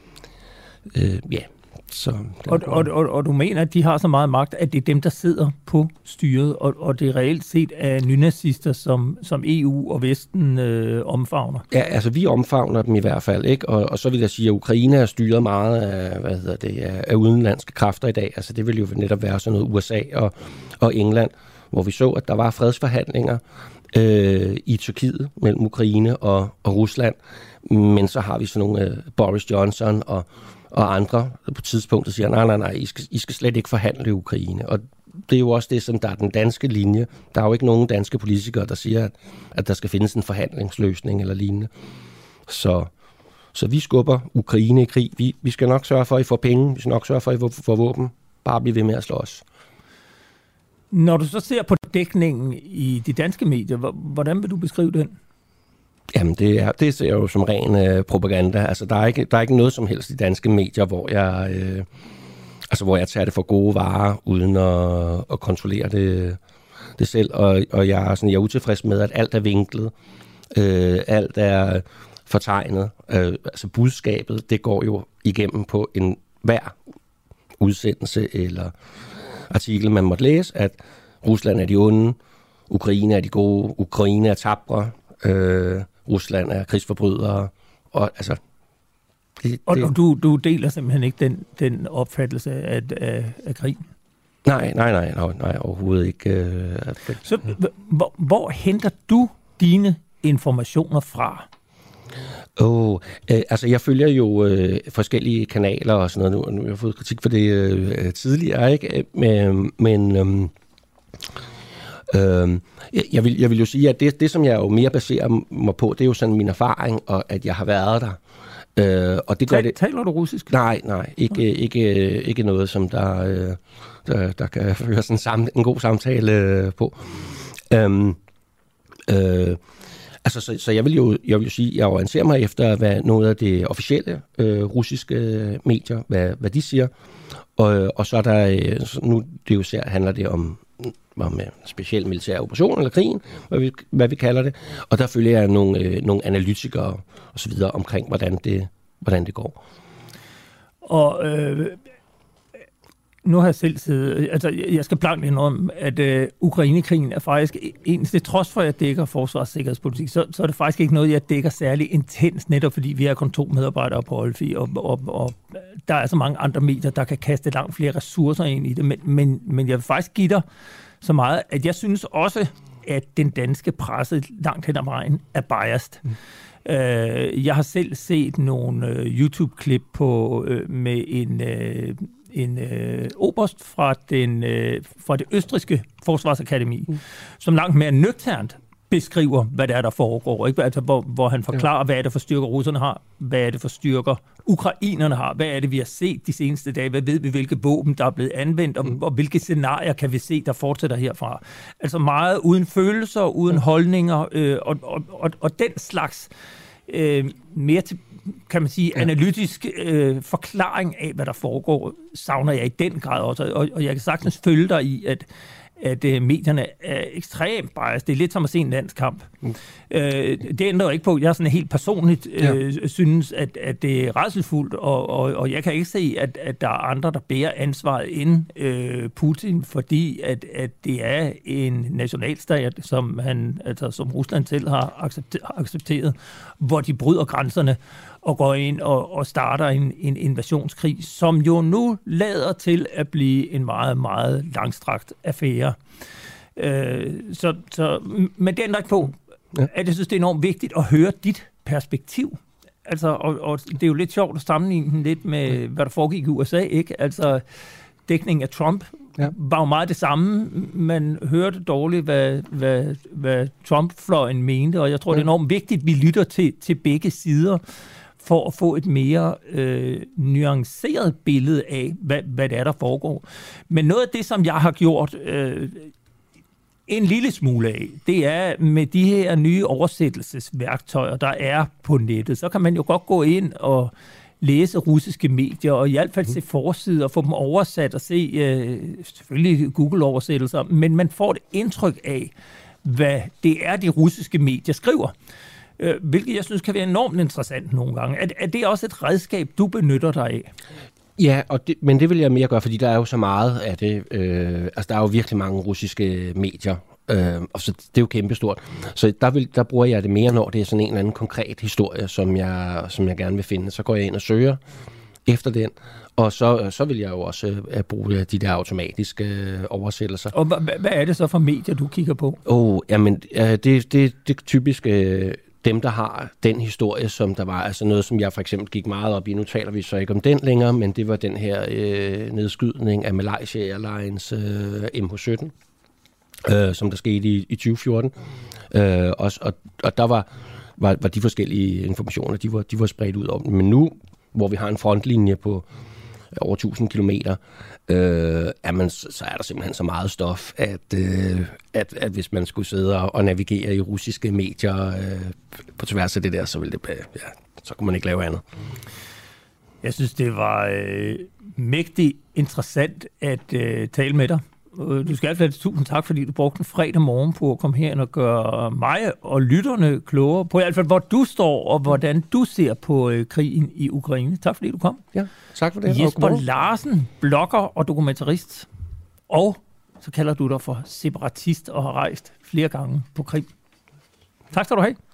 Speaker 3: øh, ja, så...
Speaker 1: Og, og, og, og du mener, at de har så meget magt, at det er dem, der sidder på styret, og, og det er reelt set af nynazister, som, som E U og Vesten øh, omfavner?
Speaker 3: Ja, altså vi omfavner dem i hvert fald, ikke? Og, og så vil jeg sige, at Ukraine er styret meget af, hvad hedder det, af udenlandske kræfter i dag. Altså det vil jo netop være sådan noget U S A og, og England, hvor vi så, at der var fredsforhandlinger øh, i Tyrkiet mellem Ukraine og, og Rusland. Men så har vi sådan nogle øh, Boris Johnson og og andre på tidspunktet siger, nej, nej, nej, I skal, I skal slet ikke forhandle i Ukraine. Og det er jo også det, som der er den danske linje. Der er jo ikke nogen danske politikere, der siger, at, at der skal findes en forhandlingsløsning eller lignende. Så, så vi skubber Ukraine i krig. Vi, vi skal nok sørge for, at I får penge. Vi skal nok sørge for, at I får våben. Bare blive ved med at slås.
Speaker 1: Når du så ser på dækningen i de danske medier, hvordan vil du beskrive den?
Speaker 3: Jamen, det, er, det ser jeg jo som ren øh, propaganda. Altså, der er, ikke, der er ikke noget som helst i danske medier, hvor jeg, øh, altså, hvor jeg tager det for gode varer, uden at, at kontrollere det, det selv. Og, og jeg, er sådan, jeg er utilfreds med, at alt er vinklet. Øh, alt er fortegnet. Øh, altså, budskabet, det går jo igennem på en hver udsendelse eller artikel, man måtte læse, at Rusland er de onde, Ukraine er de gode, Ukraine er tabre, øh, Rusland er krigsforbrydere, og altså... Det,
Speaker 1: og
Speaker 3: det...
Speaker 1: du, du deler simpelthen ikke den, den opfattelse af, af, af krigen?
Speaker 3: Nej, nej, nej, nej, nej overhovedet ikke. Øh, at...
Speaker 1: Så hvor, hvor henter du dine informationer fra?
Speaker 3: Oh, øh, altså jeg følger jo øh, forskellige kanaler og sådan noget nu, nu har jeg fået kritik for det øh, tidligere, ikke? Men, men øh, øh, jeg, vil, jeg vil jo sige, at det, det som jeg jo mere baserer mig på, det er jo sådan min erfaring, og at jeg har været der. Øh, og det gør
Speaker 1: Tal,
Speaker 3: det...
Speaker 1: Taler du russisk?
Speaker 3: Nej, nej, ikke, okay. ikke, ikke noget, som der, øh, der, der kan føre sådan en, sam, en god samtale øh, på. Øh, øh, Altså, så, så jeg vil jo jeg vil jo sige, jeg orienterer mig efter, hvad noget af det officielle øh, russiske medier, hvad, hvad de siger. Og, og så er der, øh, nu det jo ser, handler det om, om speciel militær operation eller krigen, hvad vi, hvad vi kalder det. Og der følger jeg nogle, øh, nogle analytikere og så videre omkring, hvordan det, hvordan det går.
Speaker 1: Og øh, nu har jeg selv siddet, altså jeg skal blankt indrømme, at øh, Ukraine-krigen er faktisk eneste, trods for at jeg dækker forsvars- og sikkerhedspolitik, så, så er det faktisk ikke noget, jeg dækker særlig intens, netop fordi vi er kun to medarbejdere på Olfi, og, og, og der er så mange andre medier, der kan kaste langt flere ressourcer ind i det, men, men, men jeg vil faktisk give dig så meget, at jeg synes også, at den danske presse langt hen ad vejen er biased. Mm. Øh, jeg har selv set nogle øh, YouTube-klip på øh, med en... Øh, en øh, oberst fra, den, øh, fra det østrigske forsvarsakademi, mm. som langt mere nøgternt beskriver, hvad det er, der foregår. Ikke? Altså, hvor, hvor han forklarer, ja. hvad er det for styrker russerne har, hvad er det for styrker ukrainerne har, hvad er det, vi har set de seneste dage, hvad ved vi, hvilke våben, der er blevet anvendt, og, mm. og hvilke scenarier kan vi se, der fortsætter herfra. Altså meget uden følelser, uden mm. holdninger, øh, og, og, og, og den slags øh, mere til kan man sige, ja. analytisk øh, forklaring af, hvad der foregår, savner jeg i den grad også. Og, og jeg kan sagtens følge dig i, at, at øh, medierne er ekstremt biased. Det er lidt som at se en landskamp. Mm. Øh, det ændrer jo ikke på, jeg er sådan helt personligt øh, ja. synes, at, at det er rædselsfuldt, og, og, og jeg kan ikke se, at, at der er andre, der bærer ansvaret end øh, Putin, fordi at, at det er en nationalstat, som, han, altså, som Rusland selv har accepteret, hvor de bryder grænserne og går ind og, og starter en, en invasionskrig, som jo nu lader til at blive en meget, meget langstrakt affære. Øh, så, så, men det ændrer ikke på, ja. at jeg synes, det er enormt vigtigt at høre dit perspektiv. Altså, og, og det er jo lidt sjovt at sammenligne den lidt med, hvad der foregik i U S A, ikke? Altså, dækningen af Trump ja. var jo meget det samme. Man hørte dårligt, hvad, hvad, hvad Trump-fløjen mente, og jeg tror, ja. det er enormt vigtigt, at vi lytter til, til begge sider, for at få et mere øh, nuanceret billede af, hvad, hvad det er, der foregår. Men noget af det, som jeg har gjort øh, en lille smule af, det er med de her nye oversættelsesværktøjer, der er på nettet, så kan man jo godt gå ind og læse russiske medier, og i hvert fald se forsider og få dem oversat og se øh, selvfølgelig Google-oversættelser, men man får et indtryk af, hvad det er, de russiske medier skriver. Øh, hvilket jeg synes kan være enormt interessant nogle gange. Er, er det også et redskab, du benytter dig af?
Speaker 3: Ja, og det, men det vil jeg mere gøre, fordi der er jo så meget af det. Øh, altså, der er jo virkelig mange russiske medier, øh, og så det er jo kæmpestort. Så der, vil, der bruger jeg det mere, når det er sådan en eller anden konkret historie, som jeg, som jeg gerne vil finde. Så går jeg ind og søger efter den, og så, så vil jeg jo også uh, bruge de der automatiske uh, oversættelser.
Speaker 1: Og h- hvad er det så for medier, du kigger på?
Speaker 3: Åh, oh, jamen, uh, det, det, det er typisk uh, dem, der har den historie, som der var, altså noget, som jeg for eksempel gik meget op i. Nu taler vi så ikke om den længere, men det var den her uh, nedskydning af Malaysia Airlines uh, M H sytten, uh, som der skete i, i tyve fjorten. Uh, og, og, og der var, var, var de forskellige informationer, de var, de var spredt ud om. Men nu, hvor vi har en frontlinje på over tusind kilometer, øh, jamen, så er der simpelthen så meget stof, at, øh, at, at hvis man skulle sidde og, og navigere i russiske medier øh, på tværs af det der, så ville det, ja, så kunne man ikke lave andet.
Speaker 1: Jeg synes, det var øh, mægtigt interessant at øh, tale med dig. Du skal i hvert fald tusind tak, fordi du brugte en fredag morgen på at komme herind og gøre mig og lytterne klogere på i hvert fald, hvor du står og hvordan du ser på øh, krigen i Ukraine. Tak fordi du kom.
Speaker 3: Ja, tak for det.
Speaker 1: Jesper Larsen, blogger og dokumentarist. Og så kalder du dig for separatist og har rejst flere gange på krig. Tak skal du have.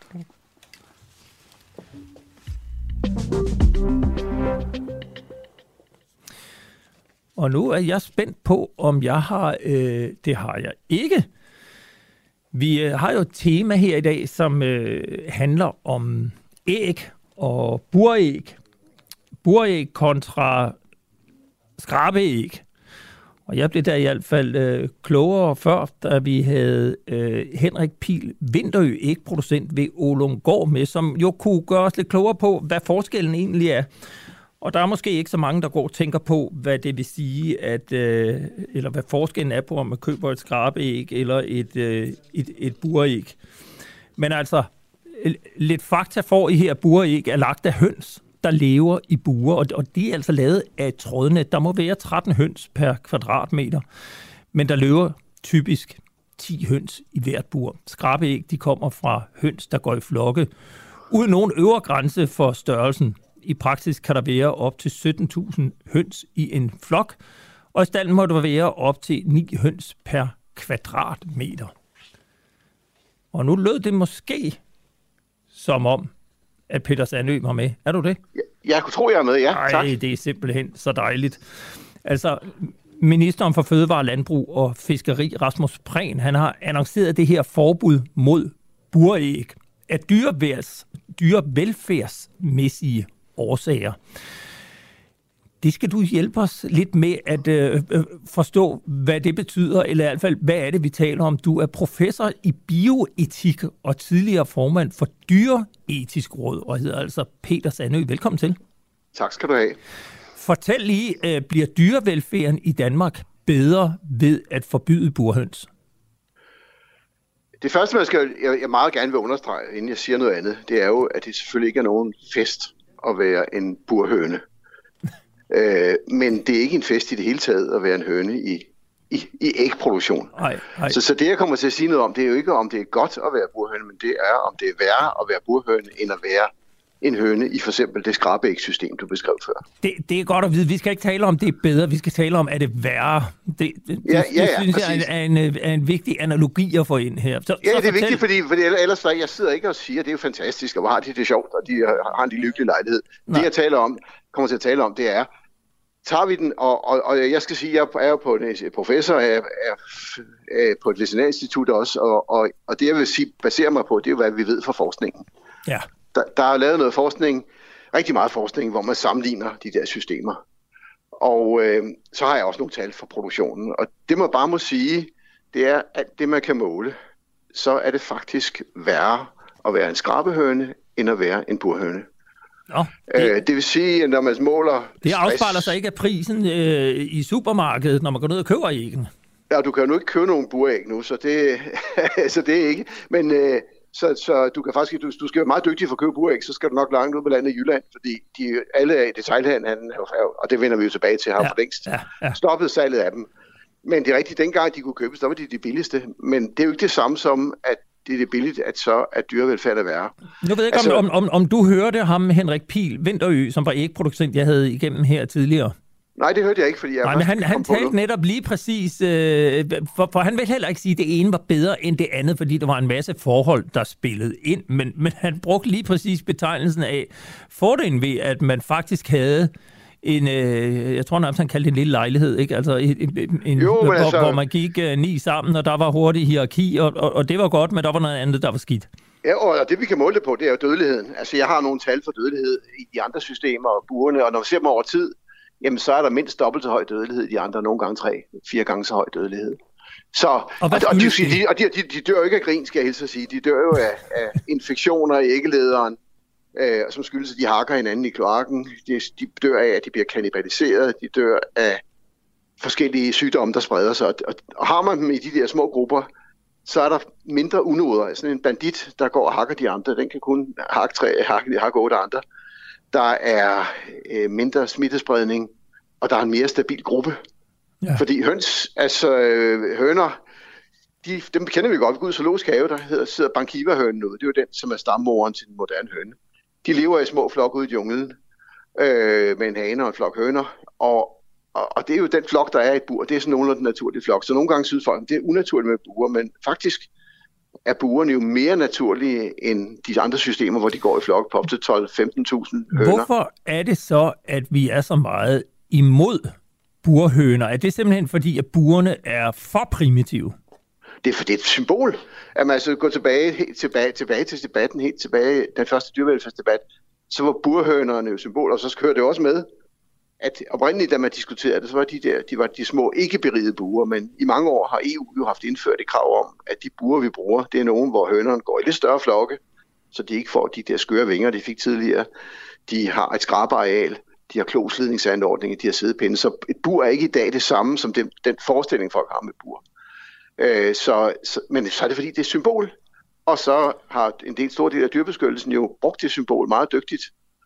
Speaker 1: Og nu er jeg spændt på, om jeg har... Øh, det har jeg ikke. Vi øh, har jo et tema her i dag, som øh, handler om æg og buræg. Buræg kontra skrabeæg. Og jeg blev der i hvert fald øh, klogere før, da vi havde øh, Henrik Pihl Vinterø, ægproducent ved Ålundgård med, som jo kunne gøre os lidt klogere på, hvad forskellen egentlig er. Og der er måske ikke så mange, der går og tænker på, hvad det vil sige, at, øh, eller hvad forskellen er på, om man køber et skrabeæg eller et, øh, et, et buræg. Men altså, lidt fakta for I her, buræg er lagt af høns, der lever i buer, og, og de er altså lavet af et trådnet. Der må være tretten høns per kvadratmeter, men der lever typisk ti høns i hvert bur. Skrabeæg, de kommer fra høns, der går i flokke, uden nogen øvre grænse for størrelsen. I praksis kan der være op til sytten tusind høns i en flok, og i stalden må der være op til ni høns per kvadratmeter. Og nu lød det måske som om, at Peter Sandø var med. Er du det?
Speaker 2: Jeg, jeg kunne tro, jeg er med, ja.
Speaker 1: Ej,
Speaker 2: tak.
Speaker 1: Det er simpelthen så dejligt. Altså, ministeren for Fødevare, Landbrug og Fiskeri, Rasmus Prehn, han har annonceret det her forbud mod buræg af dyreværs, dyrevelfærdsmæssige årsager. Det skal du hjælpe os lidt med at øh, forstå, hvad det betyder, eller i hvert fald, hvad er det, vi taler om. Du er professor i bioetik og tidligere formand for Dyreetisk Råd, og hedder altså Peter Sandø. Velkommen til.
Speaker 2: Tak skal du have.
Speaker 1: Fortæl lige, øh, bliver dyrevelfærden i Danmark bedre ved at forbyde burhøns?
Speaker 2: Det første, man skal, jeg meget gerne vil understrege, inden jeg siger noget andet, det er jo, at det selvfølgelig ikke er nogen fest at være en burhøne. øh, men det er ikke en fest i det hele taget at være en høne i, i, i ægproduktion.
Speaker 1: Ej, ej.
Speaker 2: Så, så det, jeg kommer til at sige noget om, det er jo ikke, om det er godt at være burhøne, men det er, om det er værre at være burhøne, end at være en høne i for eksempel det skrabeægsystem, du beskrev før.
Speaker 1: Det, det er godt at vide. Vi skal ikke tale om, det er bedre. Vi skal tale om, er det værre? Det, det,
Speaker 2: Ja,
Speaker 1: det,
Speaker 2: ja, ja,
Speaker 1: det synes
Speaker 2: præcis.
Speaker 1: jeg er en, er, en, er en vigtig analogi at få ind her. Så,
Speaker 2: Ja,
Speaker 1: så
Speaker 2: det er
Speaker 1: fortæl.
Speaker 2: vigtigt, fordi, fordi ellers jeg sidder ikke og siger, at det er jo fantastisk, og hvor har de det sjovt, og de har en lykkelig lejlighed.
Speaker 1: Nej.
Speaker 2: Det, jeg taler om, kommer til at tale om, det er, tager vi den, og, og, og jeg skal sige, jeg er jo på en professor, er, er, er på et veterinærinstitut også, og, og, og det, jeg vil sige, baserer mig på, det er jo, hvad vi ved fra forskningen.
Speaker 1: Ja.
Speaker 2: Der, der er lavet noget forskning, rigtig meget forskning, hvor man sammenligner de der systemer. Og øh, så har jeg også nogle tal for produktionen. Og det man bare må sige, det er, at det man kan måle, så er det faktisk værre at være en skrabehøne, end at være en burhøne. Nå, det... Øh, det vil sige, når man måler...
Speaker 1: Det afspejler sig ikke af prisen øh, i supermarkedet, når man går ned og køber æggen.
Speaker 2: Ja, du kan jo nu ikke købe nogen buræg nu, så det, så det er ikke. Men øh, så, så du kan faktisk, du, du skal være meget dygtig for at købe buræg, så skal du nok langt ud på landet i Jylland, fordi de, alle af detailhandlen, og det vender vi jo tilbage til, har ja, for længst ja, ja. stoppet salget af dem. Men det er rigtigt, dengang de kunne købes, der var de de billigste. Men det er jo ikke det samme som, at det er det billigt, at så at dyrevelfærd er værre.
Speaker 1: Nu ved jeg ikke, altså, om, om, om du hørte ham, Henrik Pihl Vinterø, som var ægproducent, jeg havde igennem her tidligere.
Speaker 2: Nej, det hørte jeg ikke, fordi jeg...
Speaker 1: Nej, men han, han talte netop lige præcis, øh, for, for han vil heller ikke sige, at det ene var bedre end det andet, fordi der var en masse forhold, der spillede ind, men, men han brugte lige præcis betegnelsen af fordelen ved, at man faktisk havde en, øh, jeg tror nærmest, han kaldte det en lille lejlighed, ikke? Altså en, en, jo, hvor, altså... hvor man gik øh, ni sammen, og der var hurtig hierarki, og, og, og det var godt, men der var noget andet, der var skidt.
Speaker 2: Ja, og det vi kan måle det på, det er jo dødeligheden. Altså jeg har nogle tal for dødelighed i de andre systemer og burene, og når vi ser dem over tid, jamen så er der mindst dobbelt så høj dødelighed i de andre, nogle gange tre, fire gange så høj dødelighed. Så, og, og, og, de, de, og de, de, de dør jo ikke af grin, skal jeg hilse at sige. De dør jo af, af infektioner i æggelederen, øh, som skyldes, at de hakker hinanden i kloakken. De, de dør af, at de bliver kannibaliseret. De dør af forskellige sygdomme, der spreder sig. Og, og, og har man dem i de der små grupper, så er der mindre unoder. Sådan en bandit, der går og hakker de andre, den kan kun hakke, tre, hakke, hakke otte andre. Der er øh, mindre smittespredning, og der er en mere stabil gruppe. Ja. Fordi høns, altså øh, høner, de, dem kender vi godt. Vi går ud i zoologisk have, der hedder, sidder Bankiva-hønen ude. Det er jo den, som er stammoren til den moderne høne. De lever i små flokke ude i junglen, øh, med en hane og en flok høner. Og, og, og det er jo den flok, der er i et bur. Det er sådan nogenlunde naturlig flok. Så nogle gange synes folk, det er unaturligt med buer, men faktisk er buerne jo mere naturlige end de andre systemer, hvor de går i flok på op til tolv til femten tusind høner.
Speaker 1: Hvorfor er det så, at vi er så meget imod burhøner? Er det simpelthen fordi, at burene er for primitive?
Speaker 2: Det er fordi det er et symbol. At man altså går tilbage, helt tilbage, tilbage til debatten, helt tilbage den første dyrevelfærdsdebat, så var burhønerne jo symbol, og så hører det også med, at oprindeligt, da man diskuterede det, så var de der, de var de små ikke-berigede buer, men i mange år har E U jo haft indført et krav om, at de buer, vi bruger, det er nogen, hvor hønerne går i lidt større flokke, så de ikke får de der skøre vinger, de fik tidligere. De har et skrabeareal, de har kloslidningsanordninger, de har siddepinde, så et bur er ikke i dag det samme som den, den forestilling, folk har med bur. Øh, så, så, men så er det fordi, det er symbol, og så har en del store del af dyrebeskyttelsen jo brugt det symbol meget dygtigt,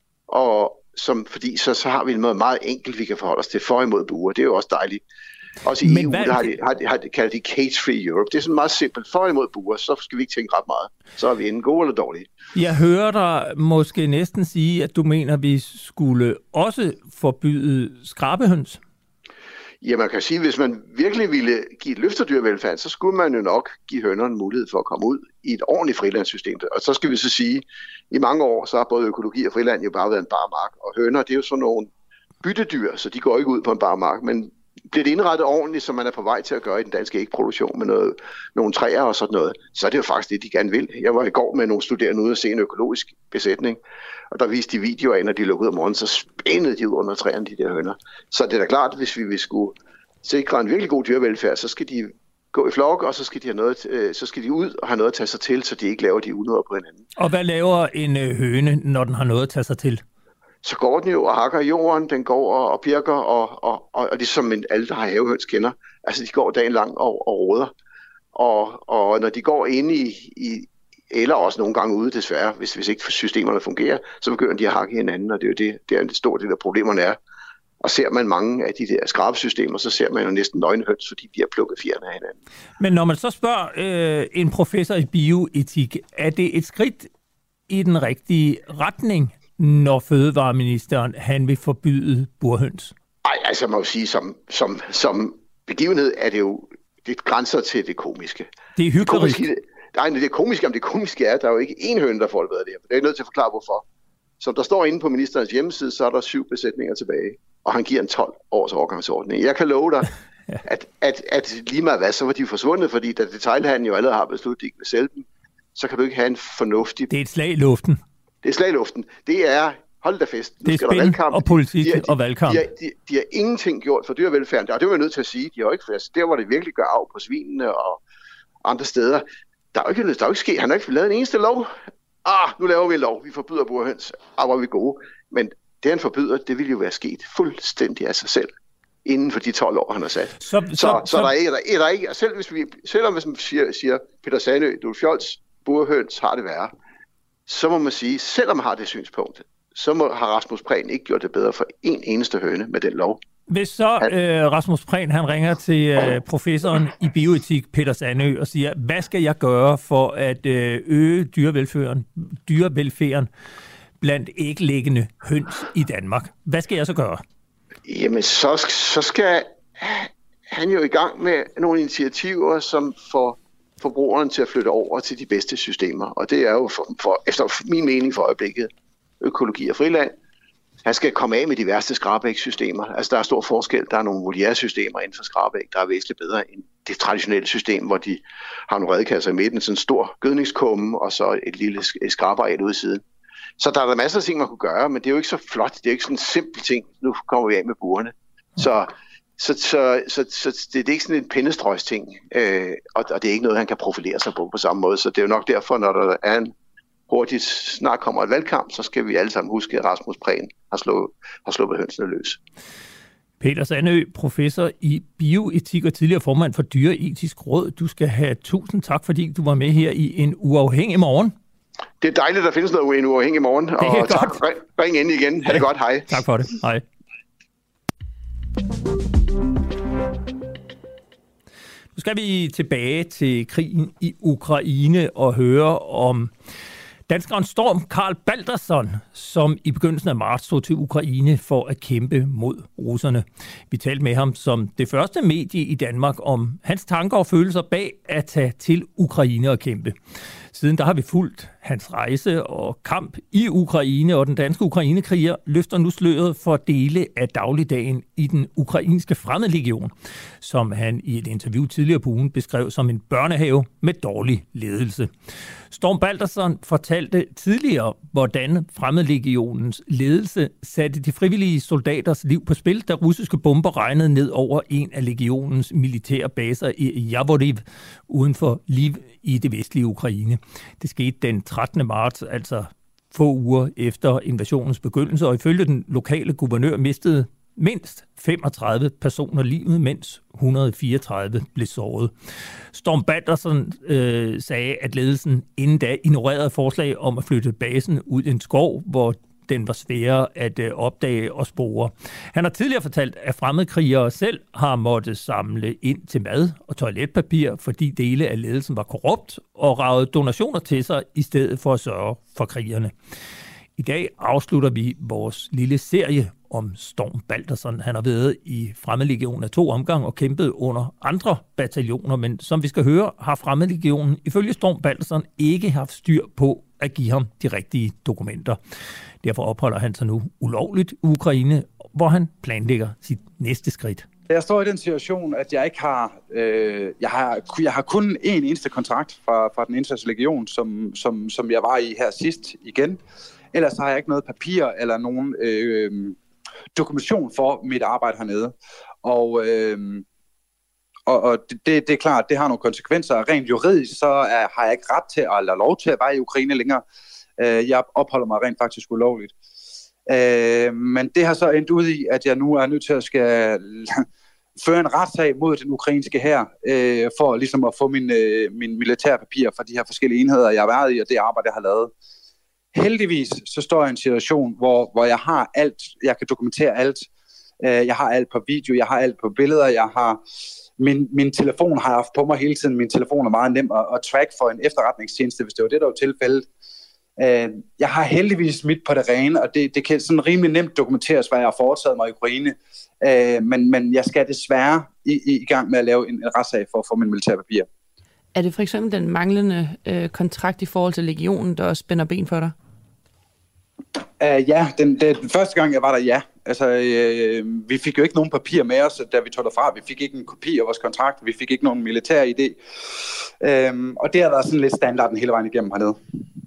Speaker 2: og som, fordi så, så har vi noget meget enkelt, vi kan forholde os til for imod buer. Det er jo også dejligt. Også i Men E U hvad... har de, har de, har de kaldt de cage-free Europe. Det er sådan meget simpelt. For imod buer, så skal vi ikke tænke ret meget. Så er vi enten gode eller dårlige.
Speaker 1: Jeg hører dig måske næsten sige, at du mener, at vi skulle også forbyde skrabehøns.
Speaker 2: Ja, man kan sige, at hvis man virkelig ville give et løft af dyrevelfærd, så skulle man jo nok give hønerne mulighed for at komme ud i et ordentligt frilandssystem. Og så skal vi så sige, at i mange år, så har både økologi og friland jo bare været en bar mark. Og høner, det er jo sådan nogle byttedyr, så de går ikke ud på en bar mark. Men bliver det indrettet ordentligt, som man er på vej til at gøre i den danske ægproduktion med noget, nogle træer og sådan noget, så er det jo faktisk det, de gerne vil. Jeg var i går med nogle studerende ude og se en økologisk besætning, og der viste de videoer af, når de lukkede om morgenen, så spændede de ud under træerne, de der høner. Så det er da klart, at hvis vi vil skulle sikre en virkelig god dyrevelfærd, så skal de gå i flok, og så skal de have noget, øh, så skal de ud og have noget at tage sig til, så de ikke laver de unødder på hinanden.
Speaker 1: Og hvad laver en øh, høne, når den har noget at tage sig til?
Speaker 2: Så går den jo og hakker i jorden, den går og, og pirker, og, og, og, og det er som en, alle, der har havehøns kender. Altså, de går dagen lang og, og råder. Og, og når de går inde i, i, eller også nogle gange ude desværre, hvis, hvis ikke systemerne fungerer, så begynder de at hakke hinanden, og det er jo det, det er en stor del af problemerne er. Og ser man mange af de der skrabesystemer, så ser man jo næsten nøgenhøns, fordi de har plukket fjerne af hinanden.
Speaker 1: Men når man så spørger øh, en professor i bioetik, er det et skridt i den rigtige retning, når fødevareministeren han vil forbyde burhøns?
Speaker 2: Nej, altså man må sige, som, som, som begivenhed er det jo, det grænser til det komiske.
Speaker 1: Det er hyggeligt.
Speaker 2: Nej, det komiske, om det komiske er, der er jo ikke én høne, der får det der. Det er nødt til at forklare, hvorfor. Som der står inde på ministerens hjemmeside, så er der syv besætninger tilbage, og han giver en tolv års overgangsordning. Jeg kan love dig, ja. at, at, at lige meget hvad, så var de forsvundet, fordi da detailhandlen jo allerede har besluttet, at de ikke vil sælge dem, så kan du ikke have en fornuftig...
Speaker 1: Det er et slag i luften.
Speaker 2: Det er slag i luften. Det er, hold da fest.
Speaker 1: Det er spil og politik de, de, og valgkamp.
Speaker 2: De, de, de, de har ingenting gjort for dyrevelfærden, og det var jeg nødt til at sige. De har ikke fast. Der, hvor det virkelig gør af på svinene og andre steder, der er jo ikke, der er jo ikke sket. Han har ikke lavet en eneste lov
Speaker 4: ah, nu laver vi en lov, vi forbyder burhøns, ah, hvor er vi gode. Men det, han forbyder, det ville jo være sket fuldstændig af sig selv, inden for de tolv år, han har sat. Så, så, så, så der er ikke, der er, der er ikke selv hvis vi, selvom hvis man siger, siger Peter Sandø, du fjols, burhøns har det værre, så må man sige, selvom man har det synspunkt, så må, har Rasmus Prehn ikke gjort det bedre for en eneste høne med den lov.
Speaker 1: Hvis så øh, Rasmus Prehn, han ringer til øh, professoren i bioetik, Peter Sandø, og siger, hvad skal jeg gøre for at øh, øge dyrevelfærden, dyrevelfærden blandt æglæggende høns i Danmark? Hvad skal jeg så gøre?
Speaker 4: Jamen, så, så skal han jo i gang med nogle initiativer, som får forbrugeren til at flytte over til de bedste systemer. Og det er jo for, for, efter min mening for øjeblikket økologi og friland. Han skal komme af med de værste skrabægsystemer. Altså, der er stor forskel. Der er nogle voliere-systemer inden for skrabæg, der er væsentligt bedre end det traditionelle system, hvor de har nogle redekasser i midten, sådan en stor gødningskumme, og så et lille skrabeareal ude i siden. Så der er der masser af ting, man kunne gøre, men det er jo ikke så flot. Det er ikke sådan en simpel ting. Nu kommer vi af med burene. Så, så, så, så, så det er ikke sådan en pindestrøjs ting, øh, og, og det er ikke noget, han kan profilere sig på på samme måde. Så det er jo nok derfor, når der er en hurtigt snart kommer et valgkamp, så skal vi alle sammen huske, at Rasmus Prehn har, slået, har sluppet hønsene løs.
Speaker 1: Peter Sandø, professor i bioetik og tidligere formand for Dyreetisk Råd. Du skal have tusind tak, fordi du var med her i En Uafhængig Morgen.
Speaker 4: Det er dejligt, at der findes noget En Uafhængig Morgen.
Speaker 1: Det er
Speaker 4: og
Speaker 1: godt.
Speaker 4: Tak. Ring ind igen. Ha' det godt. Hej.
Speaker 1: Tak for det. Hej. Nu skal vi tilbage til krigen i Ukraine og høre om danskeren Storm Karl Baldersson, som i begyndelsen af marts tog til Ukraine for at kæmpe mod russerne. Vi talte med ham som det første medie i Danmark om hans tanker og følelser bag at tage til Ukraine og kæmpe. Siden der har vi fulgt hans rejse og kamp i Ukraine, og den danske ukrainekriger løfter nu sløret for dele af dagligdagen i den ukrainske fremmedlegion, som han i et interview tidligere på ugen beskrev som en børnehave med dårlig ledelse. Storm Baldersson fortalte tidligere, hvordan fremmedlegionens ledelse satte de frivillige soldaters liv på spil, da russiske bomber regnede ned over en af legionens militære baser i Javoriv uden for Lviv i det vestlige Ukraine. Det skete den trettende marts, altså få uger efter invasionens begyndelse, og ifølge den lokale guvernør mistede mindst femogtredive personer livet, mens et hundrede og fireogtredive blev såret. Storm Baldersson øh, sagde, at ledelsen inden da ignorerede forslag om at flytte basen ud i en skov, hvor den var sværere at øh, opdage og spore. Han har tidligere fortalt, at fremmedkrigere selv har måttet samle ind til mad og toiletpapir, fordi dele af ledelsen var korrupt og ragede donationer til sig i stedet for at sørge for krigerne. I dag afslutter vi vores lille serie om Storm Baldersson. Han har været i Fremmedlegionen af to omgange og kæmpet under andre bataljoner, men som vi skal høre, har Fremmedlegionen ifølge Storm Baldersson ikke haft styr på at give ham de rigtige dokumenter. Derfor opholder han sig nu ulovligt i Ukraine, hvor han planlægger sit næste skridt.
Speaker 5: Jeg står i den situation, at jeg ikke har, øh, jeg har, jeg har kun én eneste kontrakt fra, fra den internationale legion, som, som, som jeg var i her sidst igen. Ellers har jeg ikke noget papir eller nogen øh, dokumentation for mit arbejde hernede. Og, øh, og, og det, det er klart, det har nogle konsekvenser. Rent juridisk, så er, har jeg ikke ret til at eller lov til at være i Ukraine længere. Øh, jeg opholder mig rent faktisk ulovligt. Øh, men det har så endt ud i, at jeg nu er nødt til at skal føre en retssag mod den ukrainske hær, øh, for ligesom at få min, øh, min militære papir fra de her forskellige enheder, jeg har været i, og det arbejde, jeg har lavet. Heldigvis så står jeg i en situation, hvor, hvor jeg har alt, jeg kan dokumentere alt. Øh, jeg har alt på video, jeg har alt på billeder, jeg har min, min telefon har jeg haft på mig hele tiden. Min telefon er meget nem at, at track for en efterretningstjeneste, hvis det var det, der var tilfældet. Øh, jeg har heldigvis smidt på det rene, og det, det kan sådan rimelig nemt dokumenteres, hvad jeg har foretaget mig i Ukraine. Øh, men, men jeg skal desværre i, i, i gang med at lave en, en retssag for at få min militærpapir.
Speaker 6: Er det for eksempel den manglende øh, kontrakt i forhold til legionen, der spænder ben for dig?
Speaker 5: Uh, ja, den, den, den første gang jeg var der, ja. Altså, øh, vi fik jo ikke nogen papir med os, da vi tog derfra. Vi fik ikke en kopi af vores kontrakt. Vi fik ikke nogen militær idé. Uh, og det har været sådan lidt standarden hele vejen igennem hernede.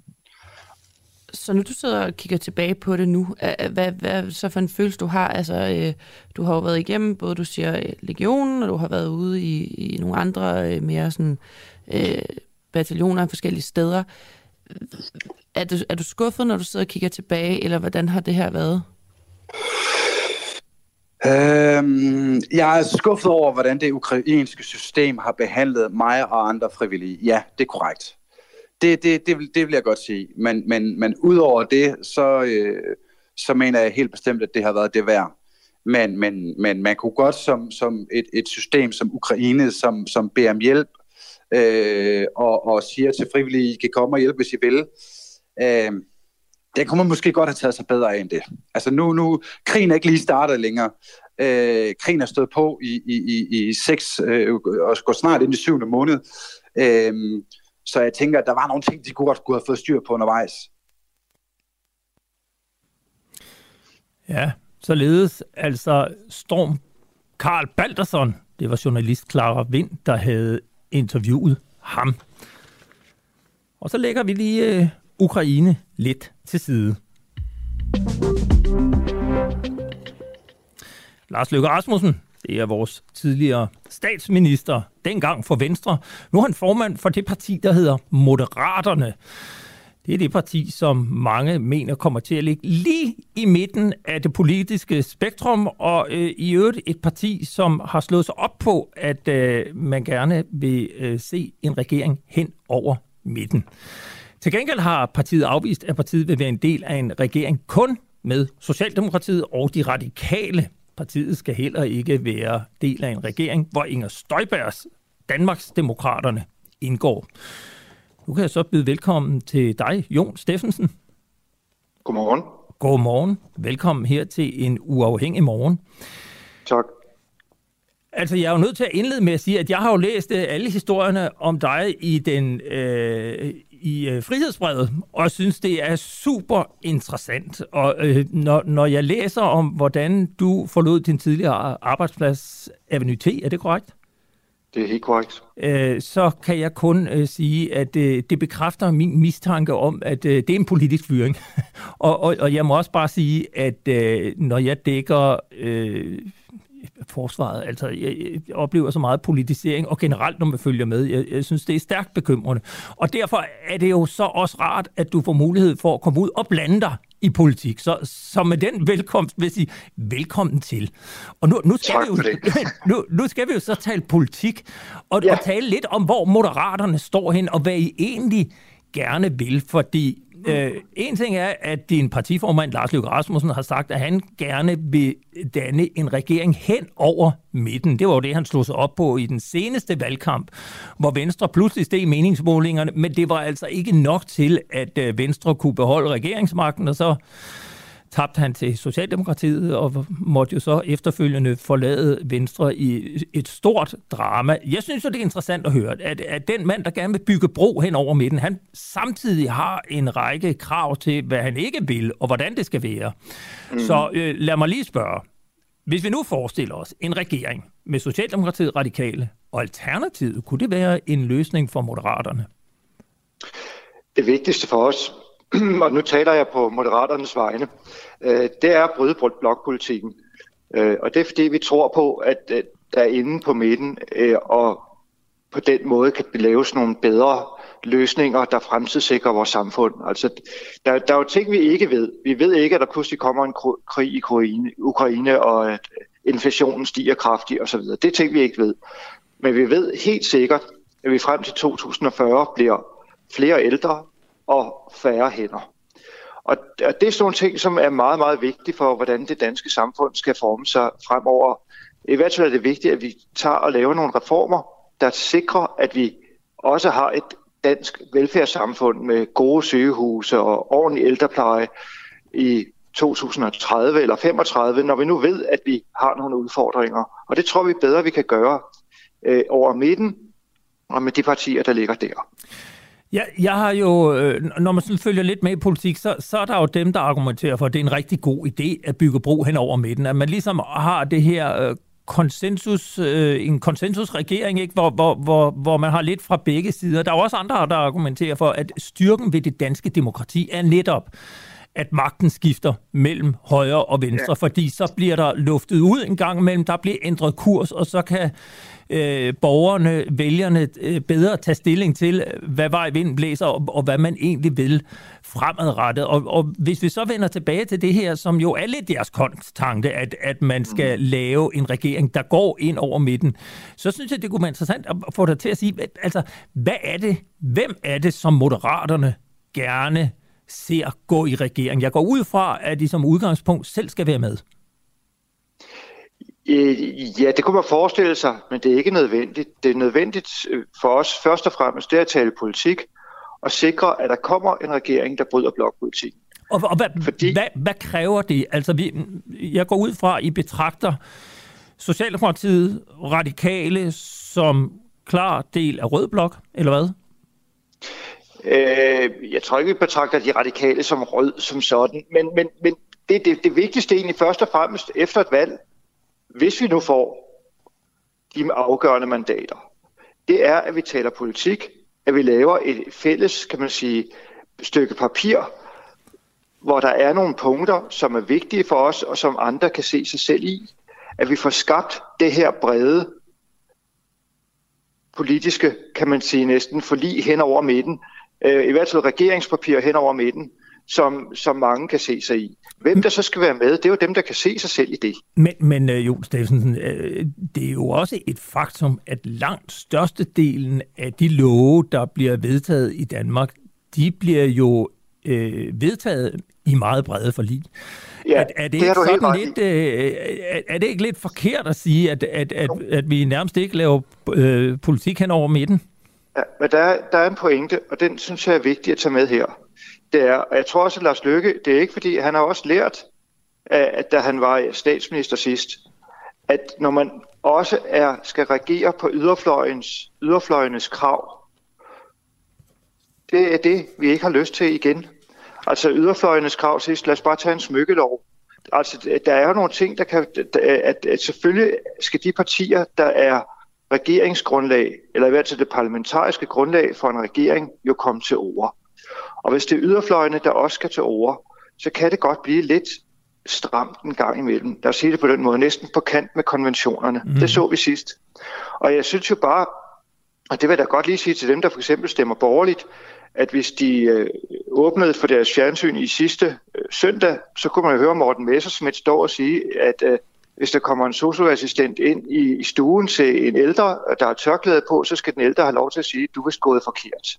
Speaker 6: Så når du sidder og kigger tilbage på det nu, hvad, hvad så for en følelse du har? Altså, øh, du har jo været igennem, både du siger legionen, og du har været ude i, i nogle andre øh, mere sådan, øh, bataljoner forskellige steder. er, du, er du skuffet, når du sidder og kigger tilbage, eller hvordan har det her været?
Speaker 5: Øhm, jeg er skuffet over, hvordan det ukrainske system har behandlet mig og andre frivillige. Ja, det er korrekt. Det, det, det, det vil jeg godt sige. Men, men, men udover det, så, øh, så mener jeg helt bestemt, at det har været det værd. Men, men, men man kunne godt som, som et, et system som Ukraine, som, som beder om hjælp, øh, og, og siger til frivillige, I kan komme og hjælpe, hvis I vil. Øh, det kunne man måske godt have taget sig bedre af end det. Altså nu, nu krigen er ikke lige startet længere. Øh, krigen er stået på i, i, i, i seks, øh, og går snart ind i syvende måned. Øh, så jeg tænker, at der var nogle ting, de kunne godt kunne have fået styr på undervejs.
Speaker 1: Ja, således altså Storm Karl Baldersson, det var journalist Clara Vind, der havde interviewet ham. Og så lægger vi lige øh, Ukraine lidt til side. Lars Løkke Rasmussen, det er vores tidligere statsminister, dengang for Venstre. Nu er han formand for det parti, der hedder Moderaterne. Det er det parti, som mange mener kommer til at ligge lige i midten af det politiske spektrum, og øh, i øvrigt et parti, som har slået sig op på, at øh, man gerne vil øh, se en regering hen over midten. Til gengæld har partiet afvist, at partiet vil være en del af en regering kun med Socialdemokratiet og de radikale. Partiet skal heller ikke være del af en regering, hvor Inger Støjbergs Danmarksdemokraterne indgår. Nu kan jeg så byde velkommen til dig, Jon Steffensen.
Speaker 7: Godmorgen.
Speaker 1: Godmorgen. Velkommen her til en uafhængig morgen.
Speaker 7: Tak.
Speaker 1: Altså, jeg er jo nødt til at indlede med at sige, at jeg har jo læst alle historierne om dig i den øh, i øh, Frihedsbrevet, og jeg synes, det er super interessant. Og øh, når, når jeg læser om, hvordan du forlod din tidligere arbejdsplads Avenue T, er det korrekt?
Speaker 7: Det er helt korrekt.
Speaker 1: Øh, så kan jeg kun øh, sige, at øh, det bekræfter min mistanke om, at øh, det er en politisk fyring. og, og, og jeg må også bare sige, at øh, når jeg dækker øh, forsvaret, altså jeg, jeg oplever så meget politisering, og generelt når man følger med, jeg, jeg synes, det er stærkt bekymrende. Og derfor er det jo så også rart, at du får mulighed for at komme ud og blande dig i politik. Så, så med den velkomst vil jeg sige, velkommen til. Og nu, nu, skal vi jo, nu, nu skal vi jo så tale politik, og, ja. og tale lidt om, hvor Moderaterne står hen, og hvad I egentlig gerne vil, fordi øh, en ting er, at din partiformand Lars Løkke Rasmussen har sagt, at han gerne vil danne en regering hen over midten. Det var jo det, han slog sig op på i den seneste valgkamp, hvor Venstre pludselig steg i meningsmålingerne, men det var altså ikke nok til, at øh, Venstre kunne beholde regeringsmagten, og så tabte han til Socialdemokratiet og måtte jo så efterfølgende forlade Venstre i et stort drama. Jeg synes jo, det er interessant at høre, at, at den mand, der gerne vil bygge bro hen over midten, han samtidig har en række krav til, hvad han ikke vil, og hvordan det skal være. Mm. Så øh, lad mig lige spørge. Hvis vi nu forestiller os en regering med Socialdemokratiet, Radikale og Alternativet, kunne det være en løsning for Moderaterne?
Speaker 7: Det vigtigste for os, og nu taler jeg på Moderaternes vegne, det er at bryde blokpolitikken. Og det er fordi, vi tror på, at der er inde på midten, og på den måde kan laves nogle bedre løsninger, der fremtidssikrer vores samfund. Altså, der, der er jo ting, vi ikke ved. Vi ved ikke, at der pludselig kommer en krig i Ukraine, Ukraine og at inflationen stiger kraftigt osv. Det er ting, vi ikke ved. Men vi ved helt sikkert, at vi frem til to tusind og fyrre bliver flere ældre og færre hænder. Og det er sådan nogle ting, som er meget, meget vigtige for, hvordan det danske samfund skal forme sig fremover. I hvert fald er det vigtigt, at vi tager og laver nogle reformer, der sikrer, at vi også har et dansk velfærdssamfund med gode sygehuse og ordentlig ældrepleje i to tusind og tredive eller femogtredive, når vi nu ved, at vi har nogle udfordringer. Og det tror vi bedre, vi kan gøre øh, over midten og med de partier, der ligger der.
Speaker 1: Ja, jeg har jo, når man sådan følger lidt med i politik, så, så er der jo dem, der argumenterer for, at det er en rigtig god idé at bygge bro hen over midten. At man ligesom har det her konsensus, en konsensusregering, ikke? Hvor, hvor, hvor, hvor man har lidt fra begge sider. Der er også andre, der argumenterer for, at styrken ved det danske demokrati er netop, at magten skifter mellem højre og venstre, ja. fordi så bliver der luftet ud en gang imellem, der bliver ændret kurs, og så kan øh, borgerne, vælgerne øh, bedre tage stilling til, hvad vej vinden blæser, og, og hvad man egentlig vil fremadrettet. Og, og hvis vi så vender tilbage til det her, som jo er lidt jeres kongstanke, at, at man skal mm. lave en regering, der går ind over midten, så synes jeg, det kunne være interessant at få dig til at sige, altså, hvad er det, hvem er det, som Moderaterne gerne ser gå i regering? Jeg går ud fra, at de som udgangspunkt selv skal være med.
Speaker 7: Ja, det kunne man forestille sig, men det er ikke nødvendigt. Det er nødvendigt for os først og fremmest, det er at tale politik og sikre, at der kommer en regering, der bryder blokpolitikken.
Speaker 1: Og, og hvad, Fordi... hvad, hvad kræver det? Altså, vi, jeg går ud fra, at I betragter Socialdemokratiet, Radikale som klar del af rød blok, eller hvad?
Speaker 7: Øh, jeg tror ikke, vi betragter de radikale som rød som sådan, men, men, men det, det, det vigtigste egentlig først og fremmest efter et valg, hvis vi nu får de afgørende mandater, det er, at vi taler politik, at vi laver et fælles, kan man sige, stykke papir, hvor der er nogle punkter, som er vigtige for os, og som andre kan se sig selv i. At vi får skabt det her brede politiske, kan man sige, næsten forlig hen over midten, i hvert fald regeringspapir hen over midten, som, som mange kan se sig i. Hvem der så skal være med, det er jo dem, der kan se sig selv i det.
Speaker 1: Men, men Jon Steffensen, det er jo også et faktum, at langt størstedelen af de love, der bliver vedtaget i Danmark, de bliver jo øh, vedtaget i meget brede forlig.
Speaker 7: Ja,
Speaker 1: er, er, det
Speaker 7: det
Speaker 1: ikke sådan lidt,
Speaker 7: øh,
Speaker 1: er, er det ikke lidt forkert at sige, at, at, at, at vi nærmest ikke laver øh, politik hen over midten?
Speaker 7: Ja, men der er, der er en pointe, og den synes jeg er vigtig at tage med her. Det er, og jeg tror også, at Lars Løkke, det er ikke fordi, han har også lært, at da han var statsminister sidst, at når man også er, skal regere på yderfløjens, yderfløjenes krav, det er det, vi ikke har lyst til igen. Altså yderfløjenes krav sidst, lad os bare tage en smykkelov. Altså, der er jo nogle ting, der kan, at, at selvfølgelig skal de partier, der er regeringsgrundlag, eller i hvert fald det parlamentariske grundlag for en regering, jo komme til ord. Og hvis det er yderfløjene, der også skal til ord, så kan det godt blive lidt stramt en gang imellem. Lad os sige det på den måde, næsten på kant med konventionerne. Mm. Det så vi sidst. Og jeg synes jo bare, og det vil jeg da godt lige sige til dem, der for eksempel stemmer borgerligt, at hvis de øh, åbnede for deres fjernsyn i sidste øh, søndag, så kunne man jo høre Morten Messerschmidt stå og sige, at øh, hvis der kommer en sosu-assistent ind i, i stuen til en ældre, der har tørklæde på, så skal den ældre have lov til at sige, at du er gået forkert.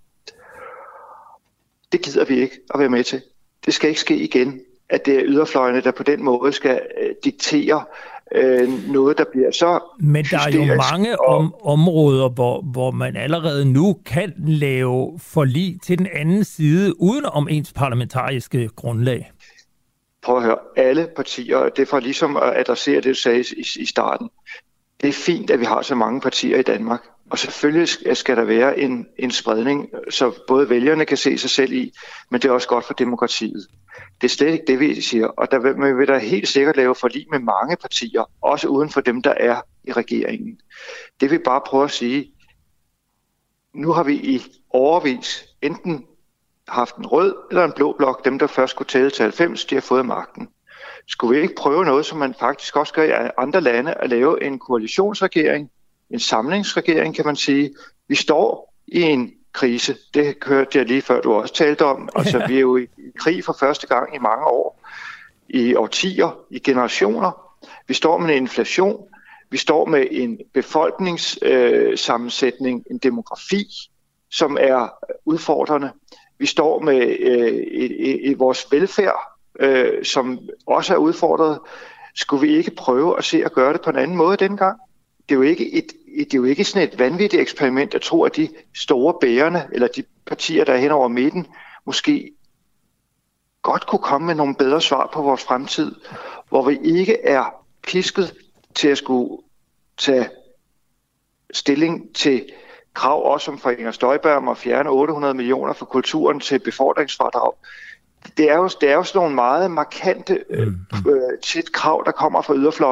Speaker 7: Det gider vi ikke at være med til. Det skal ikke ske igen, at det er yderfløjene, der på den måde skal øh, diktere øh, noget, der bliver så
Speaker 1: Men der er jo mange om, områder, hvor, hvor man allerede nu kan lave forlig til den anden side, uden om ens parlamentariske grundlag.
Speaker 7: Prøv at høre, alle partier, det er for ligesom at adressere det, du sagde i, i starten. Det er fint, at vi har så mange partier i Danmark. Og selvfølgelig skal der være en, en spredning, så både vælgerne kan se sig selv i, men det er også godt for demokratiet. Det er slet ikke det, vi siger. Og der vil, vil der helt sikkert lave forlig med mange partier, også uden for dem, der er i regeringen. Det vil bare prøve at sige, nu har vi i årevis enten haft en rød eller en blå blok. Dem, der først skulle tælle til halvfems, de har fået magten. Skulle vi ikke prøve noget, som man faktisk også gør i andre lande, at lave en koalitionsregering, en samlingsregering, kan man sige. Vi står i en krise. Det hørte jeg lige før, du også talte om. Altså, vi er jo i krig for første gang i mange år, i årtier, i generationer. Vi står med en inflation. Vi står med en befolkningssammensætning, øh, en demografi, som er udfordrende. Vi står med øh, i, i vores velfærd, øh, som også er udfordret. Skulle vi ikke prøve at se at gøre det på en anden måde dengang? Det er jo ikke, et, det er jo ikke sådan et vanvittigt eksperiment at tro, at de store bærerne, eller de partier, der er hen over midten, måske godt kunne komme med nogle bedre svar på vores fremtid, hvor vi ikke er pisket til at skulle tage stilling til krav, også som for Inger Støjberg, om at fjerne otte hundrede millioner for kulturen til befordringsfradrag. Det er jo, det er jo sådan nogle meget markante øh, tit krav, der kommer fra yderfløjene,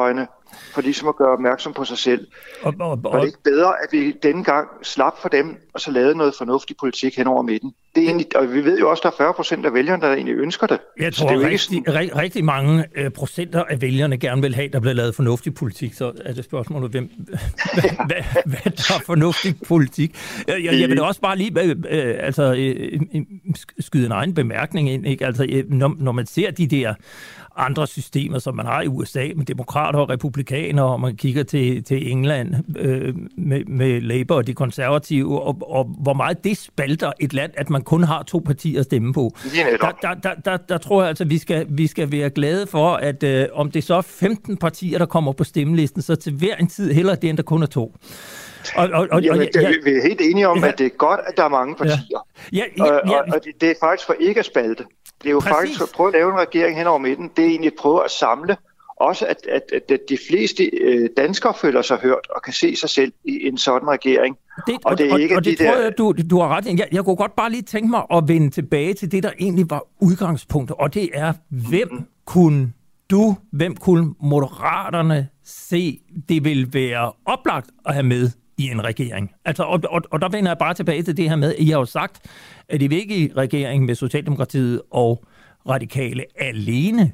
Speaker 7: for ligesom at gøre opmærksom på sig selv.
Speaker 1: Og, og, og,
Speaker 7: og det er ikke bedre, at vi denne gang slap for dem, og så lavede noget fornuftig politik hen over midten. Det er egentlig, og vi ved jo også, at der er fyrre procent af vælgerne, der egentlig ønsker det.
Speaker 1: Jeg tror, det rigtig, sådan... rigtig, rigtig mange øh, procenter af vælgerne gerne vil have, der bliver lavet fornuftig politik. Så er det spørgsmålet, hvem, hvad, hvad, hvad der er fornuftig politik. Jeg, jeg, jeg vil også bare lige øh, øh, altså, øh, skyde en egen bemærkning ind. Ikke? Altså, øh, når, når man ser de der andre systemer, som man har i U S A med demokrater og republikanere, og man kigger til, til England øh, med, med Labour og de konservative, og, og hvor meget det spalter et land, at man kun har to partier at stemme på. Der, der, der, der, der tror jeg altså, at vi skal, vi skal være glade for, at øh, om det så er femten partier, der kommer på stemmelisten, så til hver en tid hellere det, end der kun er to.
Speaker 7: Og, og, og, Jamen, ja, vi er helt enige om, ja, at det er godt, at der er mange partier.
Speaker 1: Ja, ja, ja, ja,
Speaker 7: og og det, det er faktisk for ikke at spalte. Det er jo Præcis. faktisk at prøve at lave en regering hen over midten. Det er egentlig at prøve at samle. Også at, at, at, at de fleste øh, danskere føler sig hørt og kan se sig selv i en sådan regering. Det, og, og det er
Speaker 1: og,
Speaker 7: ikke
Speaker 1: og det
Speaker 7: de
Speaker 1: tror
Speaker 7: der...
Speaker 1: jeg, du, du har ret i. Jeg, jeg kunne godt bare lige tænke mig at vende tilbage til det, der egentlig var udgangspunktet. Og det er, hvem mm. kunne du, hvem kunne Moderaterne se, det vil være oplagt at have med i en regering? Altså, og, og, og der vender jeg bare tilbage til det her med, at I har jo sagt, at I vil ikke i regering med Socialdemokratiet og Radikale alene.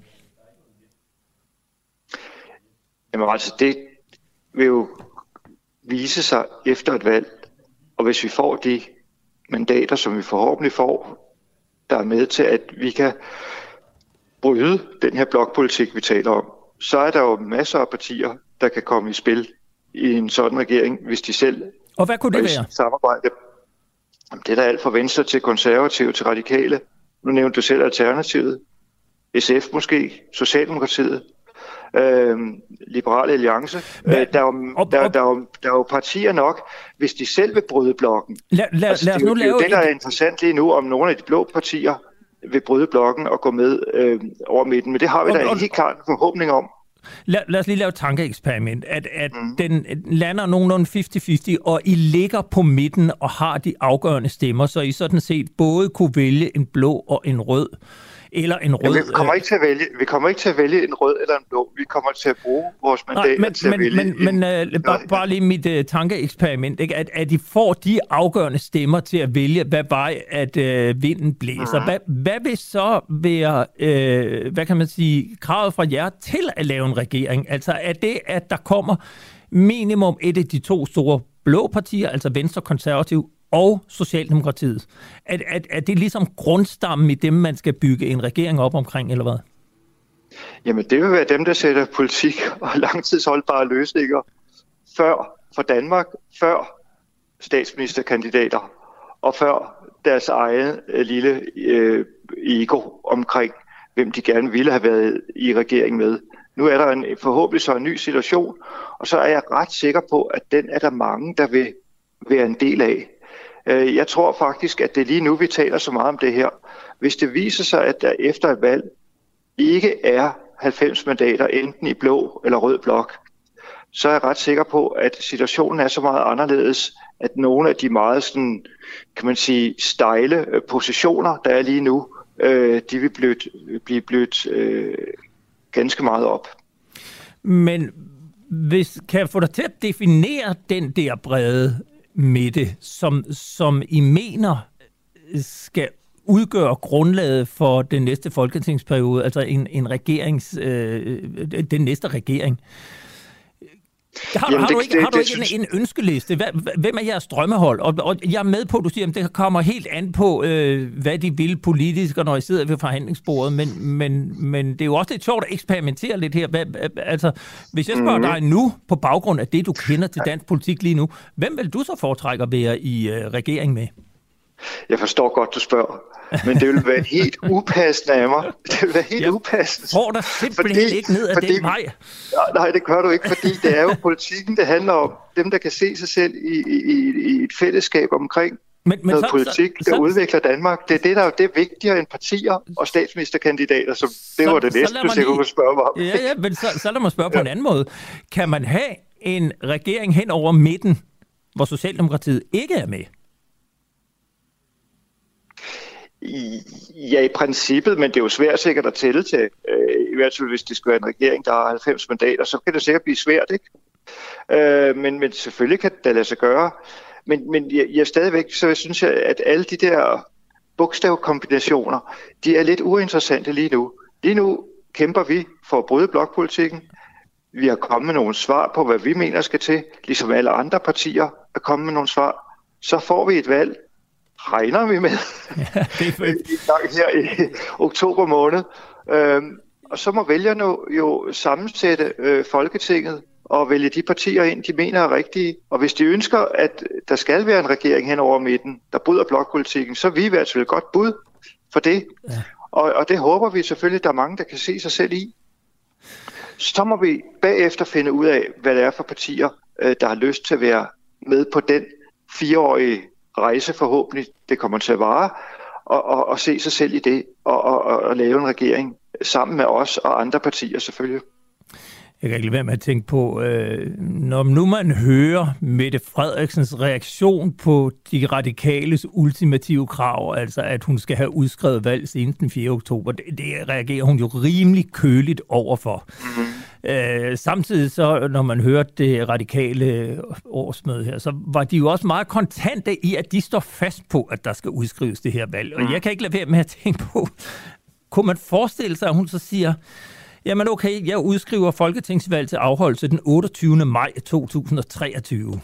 Speaker 7: Jamen altså, det vil jo vise sig efter et valg, og hvis vi får de mandater, som vi forhåbentlig får, der er med til, at vi kan bryde den her blokpolitik, vi taler om, så er der jo masser af partier, der kan komme i spil i en sådan regering, hvis de selv...
Speaker 1: Og hvad kunne det være?
Speaker 7: Samarbejde. Det er der alt fra Venstre til Konservative til Radikale. Nu nævnte du selv Alternativet. S F måske. Socialdemokratiet. Øh, Liberale Alliance. Øh, der, er jo, op, der, op. Der, er jo, der er jo partier nok, hvis de selv vil bryde blokken.
Speaker 1: La, la, altså, lad os
Speaker 7: det,
Speaker 1: nu
Speaker 7: det,
Speaker 1: lave...
Speaker 7: Det, der er interessant lige nu, om nogle af de blå partier vil bryde blokken og gå med øh, over midten. Men det har vi og, da og, helt klart en forhåbning om.
Speaker 1: Lad, lad os lige lave et tankeeksperiment, at, at mm. den lander nogenlunde halvtreds halvtreds, og I ligger på midten og har de afgørende stemmer, så I sådan set både kunne vælge en blå og en rød, eller en rød...
Speaker 7: Ja, vi, kommer ikke til at vælge, vi kommer ikke til at vælge en rød eller en blå. Vi kommer til at bruge vores mandater
Speaker 1: men,
Speaker 7: til
Speaker 1: men,
Speaker 7: at vælge...
Speaker 1: Men, men, men uh, bare, bare lige mit uh, tankeeksperiment, ikke? At, at I får de afgørende stemmer til at vælge, hvad vej at uh, vinden blæser. Mm. Hvad, hvad vil så være, uh, hvad kan man sige, kravet fra jer til at lave en regering? Altså er det, at der kommer minimum et af de to store blå partier, altså Venstre, Konservative og Socialdemokratiet. Er, er, er det ligesom grundstammen i dem, man skal bygge en regering op omkring, eller hvad?
Speaker 7: Jamen, det vil være dem, der sætter politik og langtidsholdbare løsninger før for Danmark, før statsministerkandidater og før deres egen øh, lille øh, ego omkring, hvem de gerne ville have været i regering med. Nu er der en, forhåbentlig så en ny situation, og så er jeg ret sikker på, at den er der mange, der vil være en del af. Jeg tror faktisk, at det er lige nu, vi taler så meget om det her. Hvis det viser sig, at der efter et valg ikke er halvfems mandater, enten i blå eller rød blok, så er jeg ret sikker på, at situationen er så meget anderledes, at nogle af de meget sådan, kan man sige, stejle positioner, der er lige nu, de vil blødt, blive blødt øh, ganske meget op.
Speaker 1: Men hvis, kan jeg få dig til at definere den der brede midte, som, som I mener skal udgøre grundlaget for den næste folketingsperiode, altså en, en regerings, øh, den næste regering? Har, Jamen, har du ikke, det, har du ikke det, en, en ønskeliste? Hvem er jeres drømmehold? Og, og jeg er med på, at du siger, at det kommer helt an på, øh, hvad de vil politisk, og når I sidder ved forhandlingsbordet, men, men, men det er jo også lidt sjovt at eksperimentere lidt her. Hvad, altså, hvis jeg spørger mm-hmm. dig nu, på baggrund af det, du kender til dansk politik lige nu, hvem vil du så foretrække at være i øh, regering med?
Speaker 7: Jeg forstår godt, du spørger. Men det vil være helt upassende af mig. Det vil være helt jeg upassende.
Speaker 1: Får der simpelthen fordi, ikke ned af fordi, den vej?
Speaker 7: Nej, det gør du ikke, fordi det er jo politikken, det handler om. Dem, der kan se sig selv i, i, i et fællesskab omkring men, men noget så, politik, så, der så, udvikler Danmark. Det er det, der er det er vigtigere end partier og statsministerkandidater, som det så, var det næste, du sikkert kunne spørge mig om.
Speaker 1: Ja, ja, men så, så lad mig spørge på ja. en anden måde. Kan man have en regering hen over midten, hvor Socialdemokratiet ikke er med?
Speaker 7: Ja, i princippet, men det er jo svært sikkert at tælle til. I hvert fald, hvis det skal være en regering, der har halvfems mandater, så kan det sikkert blive svært, ikke? Men, men selvfølgelig kan det lade sig gøre. Men, men jeg, jeg stadigvæk, så synes jeg, at alle de der bogstavkombinationer, de er lidt uinteressante lige nu. Lige nu kæmper vi for at bryde blokpolitikken. Vi har kommet med nogle svar på, hvad vi mener skal til, ligesom alle andre partier er kommet med nogle svar. Så får vi et valg, regner vi med, ja, det er her i oktober måned. Øhm, og så må vælgerne jo sammensætte øh, Folketinget og vælge de partier ind, de mener er rigtige. Og hvis de ønsker, at der skal være en regering hen over midten, der bryder blokpolitikken, så er vi i hvert fald et godt bud for det. Ja. Og, og det håber vi selvfølgelig, at der er mange, der kan se sig selv i. Så må vi bagefter finde ud af, hvad det er for partier, øh, der har lyst til at være med på den fireårige rejse forhåbentlig, det kommer til at vare, og, og, og se sig selv i det, og, og, og lave en regering sammen med os og andre partier selvfølgelig.
Speaker 1: Jeg kan ikke lade være med at tænke på, øh, når nu man hører Mette Frederiksens reaktion på de radikales ultimative krav, altså at hun skal have udskrevet valg senest den fjerde oktober, det, det reagerer hun jo rimelig køligt overfor. Mm-hmm. Øh, samtidig så, når man hørte det radikale årsmøde her, så var de jo også meget kontante i, at de står fast på, at der skal udskrives det her valg. Og jeg kan ikke lade være med at tænke på, kunne man forestille sig, at hun så siger, jamen okay, jeg udskriver folketingsvalg til afholdelse den otteogtyvende maj to tusind og treogtyve.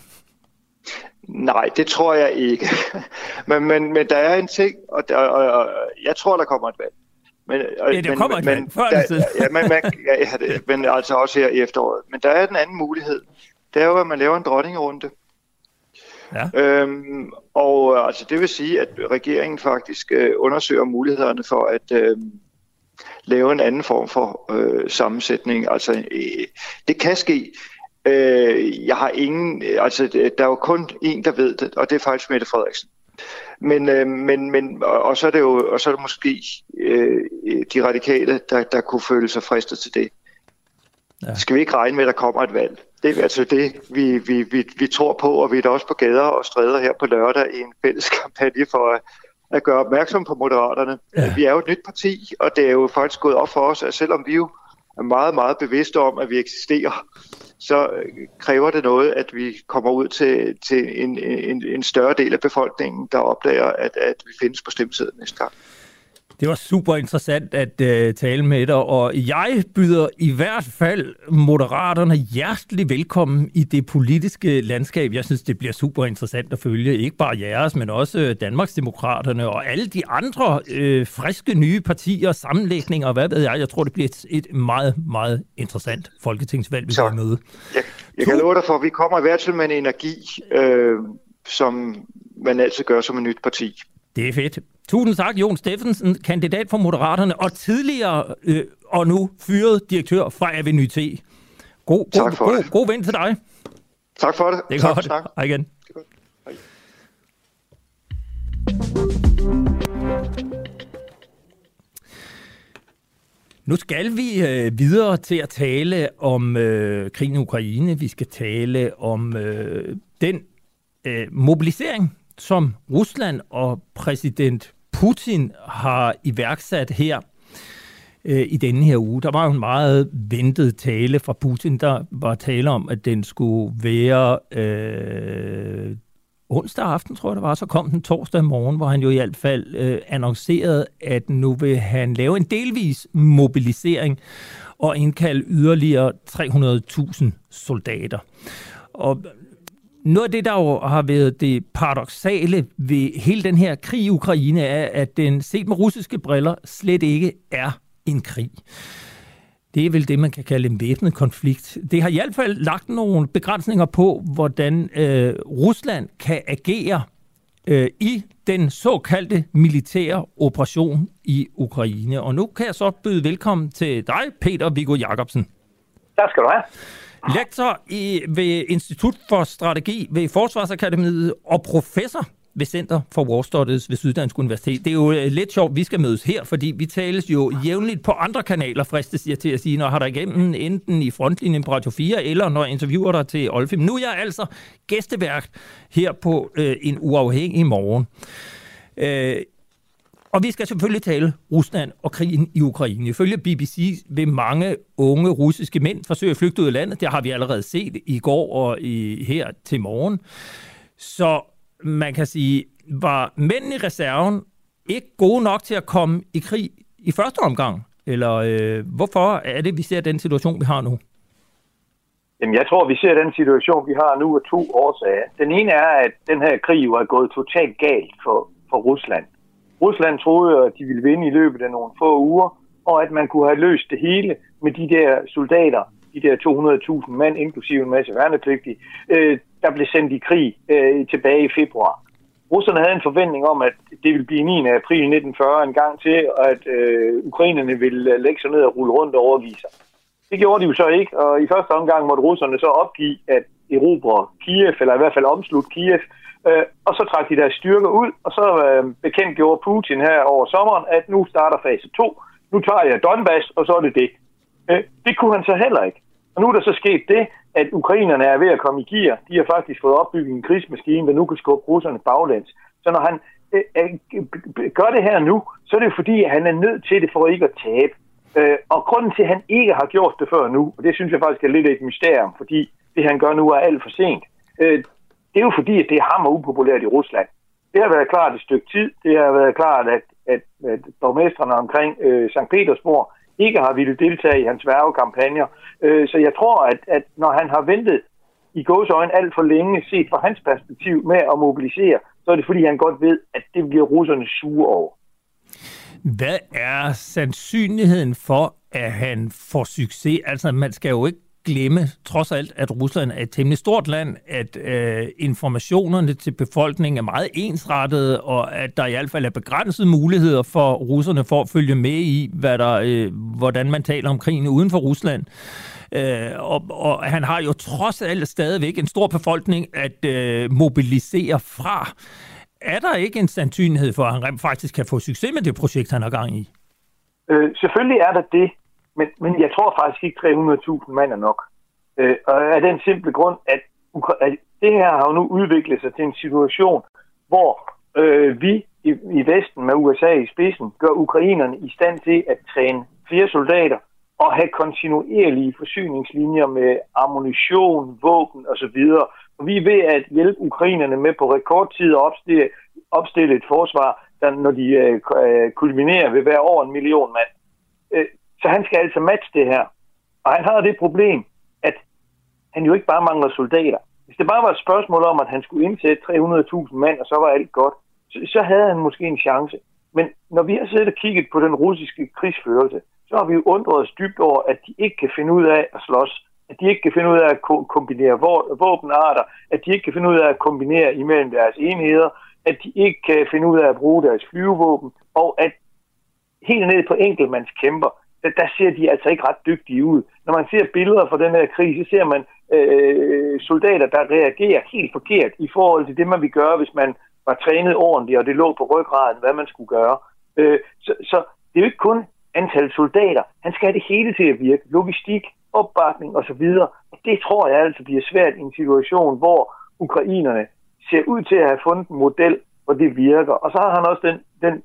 Speaker 7: Nej, det tror jeg ikke. men, men, men der er en ting, og, der, og, og jeg tror, der kommer et valg. Men,
Speaker 1: ja, der kommer et valg,
Speaker 7: men,
Speaker 1: før
Speaker 7: der,
Speaker 1: det
Speaker 7: ja, men, man, ja, det, men altså også her i efteråret. Men der er den anden mulighed. Det er jo, at man laver en dronningerunde. Ja. Øhm, og altså, det vil sige, at regeringen faktisk øh, undersøger mulighederne for at øh, lave en anden form for øh, sammensætning. Altså, øh, det kan ske. Øh, jeg har ingen, altså, der er jo kun en, der ved det, og det er faktisk Mette Frederiksen. Men, øh, men, men og så er det jo, og så er det måske øh, de radikale, der, der kunne føle sig fristet til det. Ja. Skal vi ikke regne med, at der kommer et valg? Det er altså det, vi, vi, vi, vi tror på, og vi er da også på gader og stræder her på lørdag i en fælles kampagne for at, at gøre opmærksom på Moderaterne. Ja. Vi er jo et nyt parti, og det er jo faktisk gået op for os, at selvom vi jo er meget, meget bevidste om, at vi eksisterer, så kræver det noget, at vi kommer ud til, til en, en, en større del af befolkningen, der opdager, at, at vi findes på stemmesedlen næste gang.
Speaker 1: Det var super interessant at uh, tale med dig, og jeg byder i hvert fald Moderaterne hjertelig velkommen i det politiske landskab. Jeg synes, det bliver super interessant at følge, ikke bare jeres, men også Danmarksdemokraterne og alle de andre uh, friske nye partier, sammenlægninger og hvad ved jeg. Jeg tror, det bliver et, et meget, meget interessant folketingsvalg, vi skal møde.
Speaker 7: Jeg, jeg kan love dig for, at vi kommer i hvert fald med en energi, øh, som man altid gør som et nyt parti.
Speaker 1: Det er fedt. Tusind tak, Jon Steffensen, kandidat for Moderaterne og tidligere øh, og nu fyret direktør fra Avenue T. God, god, god, god vind til dig.
Speaker 7: Tak for det.
Speaker 1: Det er
Speaker 7: tak
Speaker 1: godt.
Speaker 7: For
Speaker 1: Hej igen.
Speaker 7: Det er godt. Hej.
Speaker 1: Nu skal vi øh, videre til at tale om øh, krigen i Ukraine. Vi skal tale om øh, den øh, mobilisering, som Rusland og præsident Putin har iværksat her øh, i denne her uge. Der var jo en meget ventet tale fra Putin. Der var tale om, at den skulle være øh, onsdag aften, tror jeg det var. Så kom den torsdag morgen, hvor han jo i hvert fald øh, annoncerede, at nu vil han lave en delvis mobilisering og indkalde yderligere tre hundrede tusind soldater. Og noget af det, der jo har været det paradoksale ved hele den her krig i Ukraine, er, at den set med russiske briller slet ikke er en krig. Det er vel det, man kan kalde en væbnet konflikt. Det har i hvert fald lagt nogle begrænsninger på, hvordan øh, Rusland kan agere øh, i den såkaldte militære operation i Ukraine. Og nu kan jeg så byde velkommen til dig, Peter Viggo Jacobsen.
Speaker 8: Tak skal du have.
Speaker 1: Lektor i, ved Institut for Strategi ved Forsvarsakademiet og professor ved Center for War Studies ved Syddansk Universitet. Det er jo lidt sjovt, vi skal mødes her, fordi vi tales jo jævnligt på andre kanaler, fristes jeg til at sige, når jeg har dig igennem, enten i frontlinjen på Radio fire, eller når jeg interviewer dig til Olfim. Nu er jeg altså gæstevært her på øh, en uafhængig morgen. Øh, Og vi skal selvfølgelig tale Rusland og krigen i Ukraine. Ifølge B B C vil mange unge russiske mænd forsøge at flygte ud af landet. Det har vi allerede set i går og i, her til morgen. Så man kan sige, var mændene i reserven ikke gode nok til at komme i krig i første omgang? Eller øh, hvorfor er det, vi ser den situation, vi har nu?
Speaker 8: Jamen, jeg tror, vi ser den situation, vi har nu af to årsager. Den ene er, at den her krig jo er gået totalt galt for, for Rusland. Rusland troede, at de ville vinde i løbet af nogle få uger, og at man kunne have løst det hele med de der soldater, de der to hundrede tusind mand, inklusive en masse værnepligtige, øh, der blev sendt i krig øh, tilbage i februar. Russerne havde en forventning om, at det ville blive niende april nitten fyrre en gang til, og at øh, ukrainerne ville lægge sig ned og rulle rundt og overgive sig. Det gjorde de jo så ikke, og i første omgang måtte russerne så opgive at erobre Kiev, eller i hvert fald omslutte Kiev, øh, og så trak de deres styrker ud, og så øh, bekendtgjorde Putin her over sommeren, at nu starter fase to. Nu tager jeg Donbass, og så er det det. Øh, det kunne han så heller ikke. Og nu er der så sket det, at ukrainerne er ved at komme i gear. De har faktisk fået opbygget en krigsmaskine, der nu kan skubbe russerne baglæns. Så når han øh, øh, gør det her nu, så er det jo fordi, at han er nødt til det for ikke at tabe. Øh, og grunden til, at han ikke har gjort det før nu, og det synes jeg faktisk er lidt et mysterium, fordi det han gør nu er alt for sent, øh, det er jo fordi, at det er hammer upopulært i Rusland. Det har været klart et stykke tid. Det har været klart, at, at, at borgmestrene omkring øh, Sankt Petersborg ikke har ville deltage i hans værvekampagner. Øh, så jeg tror, at, at når han har ventet i gåseøjne alt for længe, set fra hans perspektiv med at mobilisere, så er det fordi, han godt ved, at det bliver russerne sure over.
Speaker 1: Hvad er sandsynligheden for, at han får succes? Altså, man skal jo ikke glemme, trods alt, at Rusland er et temmelig stort land, at øh, informationerne til befolkningen er meget ensrettede, og at der i hvert fald er begrænsede muligheder for russerne for at følge med i, hvad der, øh, hvordan man taler om krigen uden for Rusland. Øh, og, og han har jo trods alt stadigvæk en stor befolkning at øh, mobilisere fra. Er der ikke en sandsynlighed for, at han faktisk kan få succes med det projekt, han har gang i?
Speaker 8: Øh, selvfølgelig er der det, men, men jeg tror faktisk ikke tre hundrede tusind mand er nok. Øh, og af den simple grund, at, at det her har jo nu udviklet sig til en situation, hvor øh, vi i, i Vesten med U S A i spidsen gør ukrainerne i stand til at træne flere soldater og have kontinuerlige forsyningslinjer med ammunition, våben osv. Og vi er ved at hjælpe ukrainerne med på rekordtid at opstille, opstille et forsvar, der når de øh, kulminerer vil være over en million mand. Øh, så han skal altså matche det her. Og han har det problem, at han jo ikke bare mangler soldater. Hvis det bare var et spørgsmål om, at han skulle indsætte tre hundrede tusind mand, og så var alt godt, så, så havde han måske en chance. Men når vi har siddet og kigget på den russiske krigsførelse, så har vi jo undret os dybt over, at de ikke kan finde ud af at slåss, at de ikke kan finde ud af at ko- kombinere våbenarter, at de ikke kan finde ud af at kombinere imellem deres enheder, at de ikke kan finde ud af at bruge deres flyvevåben, og at helt ned på enkeltmandskæmper, der, der ser de altså ikke ret dygtige ud. Når man ser billeder fra den her krig, så ser man øh, soldater, der reagerer helt forkert i forhold til det, man ville gøre, hvis man var trænet ordentligt, og det lå på ryggraden, hvad man skulle gøre. Øh, så, så det er jo ikke kun antal soldater. Han skal have det hele til at virke. Logistik, opbakning osv. Og det tror jeg altså bliver svært i en situation, hvor ukrainerne ser ud til at have fundet en model, hvor det virker. Og så har han også den, den,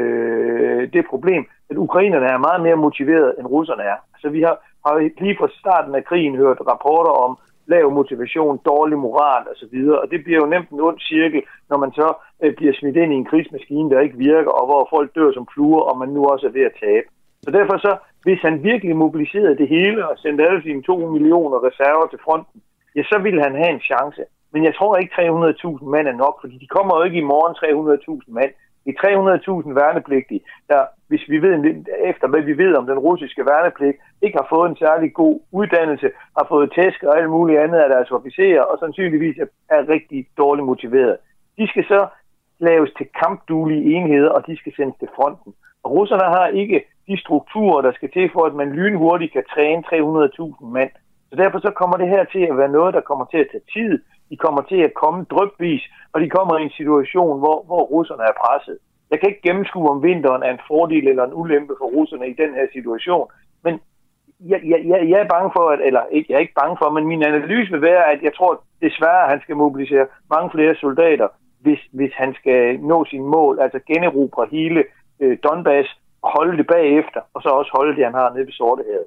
Speaker 8: øh, det problem, at ukrainerne er meget mere motiverede, end russerne er. Altså vi har, har lige fra starten af krigen hørt rapporter om lav motivation, dårlig moral osv. Og det bliver jo nemt en ond cirkel, når man så øh, bliver smidt ind i en krigsmaskine, der ikke virker, og hvor folk dør som fluer, og man nu også er ved at tabe. Så derfor så, hvis han virkelig mobiliserede det hele og sendte alle sine to millioner reserver til fronten, ja, så ville han have en chance. Men jeg tror ikke tre hundrede tusind mand er nok, fordi de kommer jo ikke i morgen tre hundrede tusind mand. Det er tre hundrede tusind værnepligtige, der, hvis vi ved, efter hvad vi ved om den russiske værnepligt, ikke har fået en særlig god uddannelse, har fået tæsk og alt muligt andet af deres officerer, og sandsynligvis er, er rigtig dårligt motiveret. De skal så laves til kampduelige enheder, og de skal sendes til fronten. Og russerne har ikke de strukturer, der skal til for, at man lynhurtigt kan træne tre hundrede tusind mand. Så derfor så kommer det her til at være noget, der kommer til at tage tid. De kommer til at komme drypvis, og de kommer i en situation, hvor, hvor russerne er presset. Jeg kan ikke gennemskue, om vinteren er en fordel eller en ulempe for russerne i den her situation. Men jeg, jeg, jeg er bange for, at, eller ikke, jeg er ikke bange for, men min analyse vil være, at jeg tror desværre, at han skal mobilisere mange flere soldater, hvis, hvis han skal nå sine mål, altså generobre hele øh, Donbass og holde det bagefter, og så også holde det, han har nede ved Sortehavet.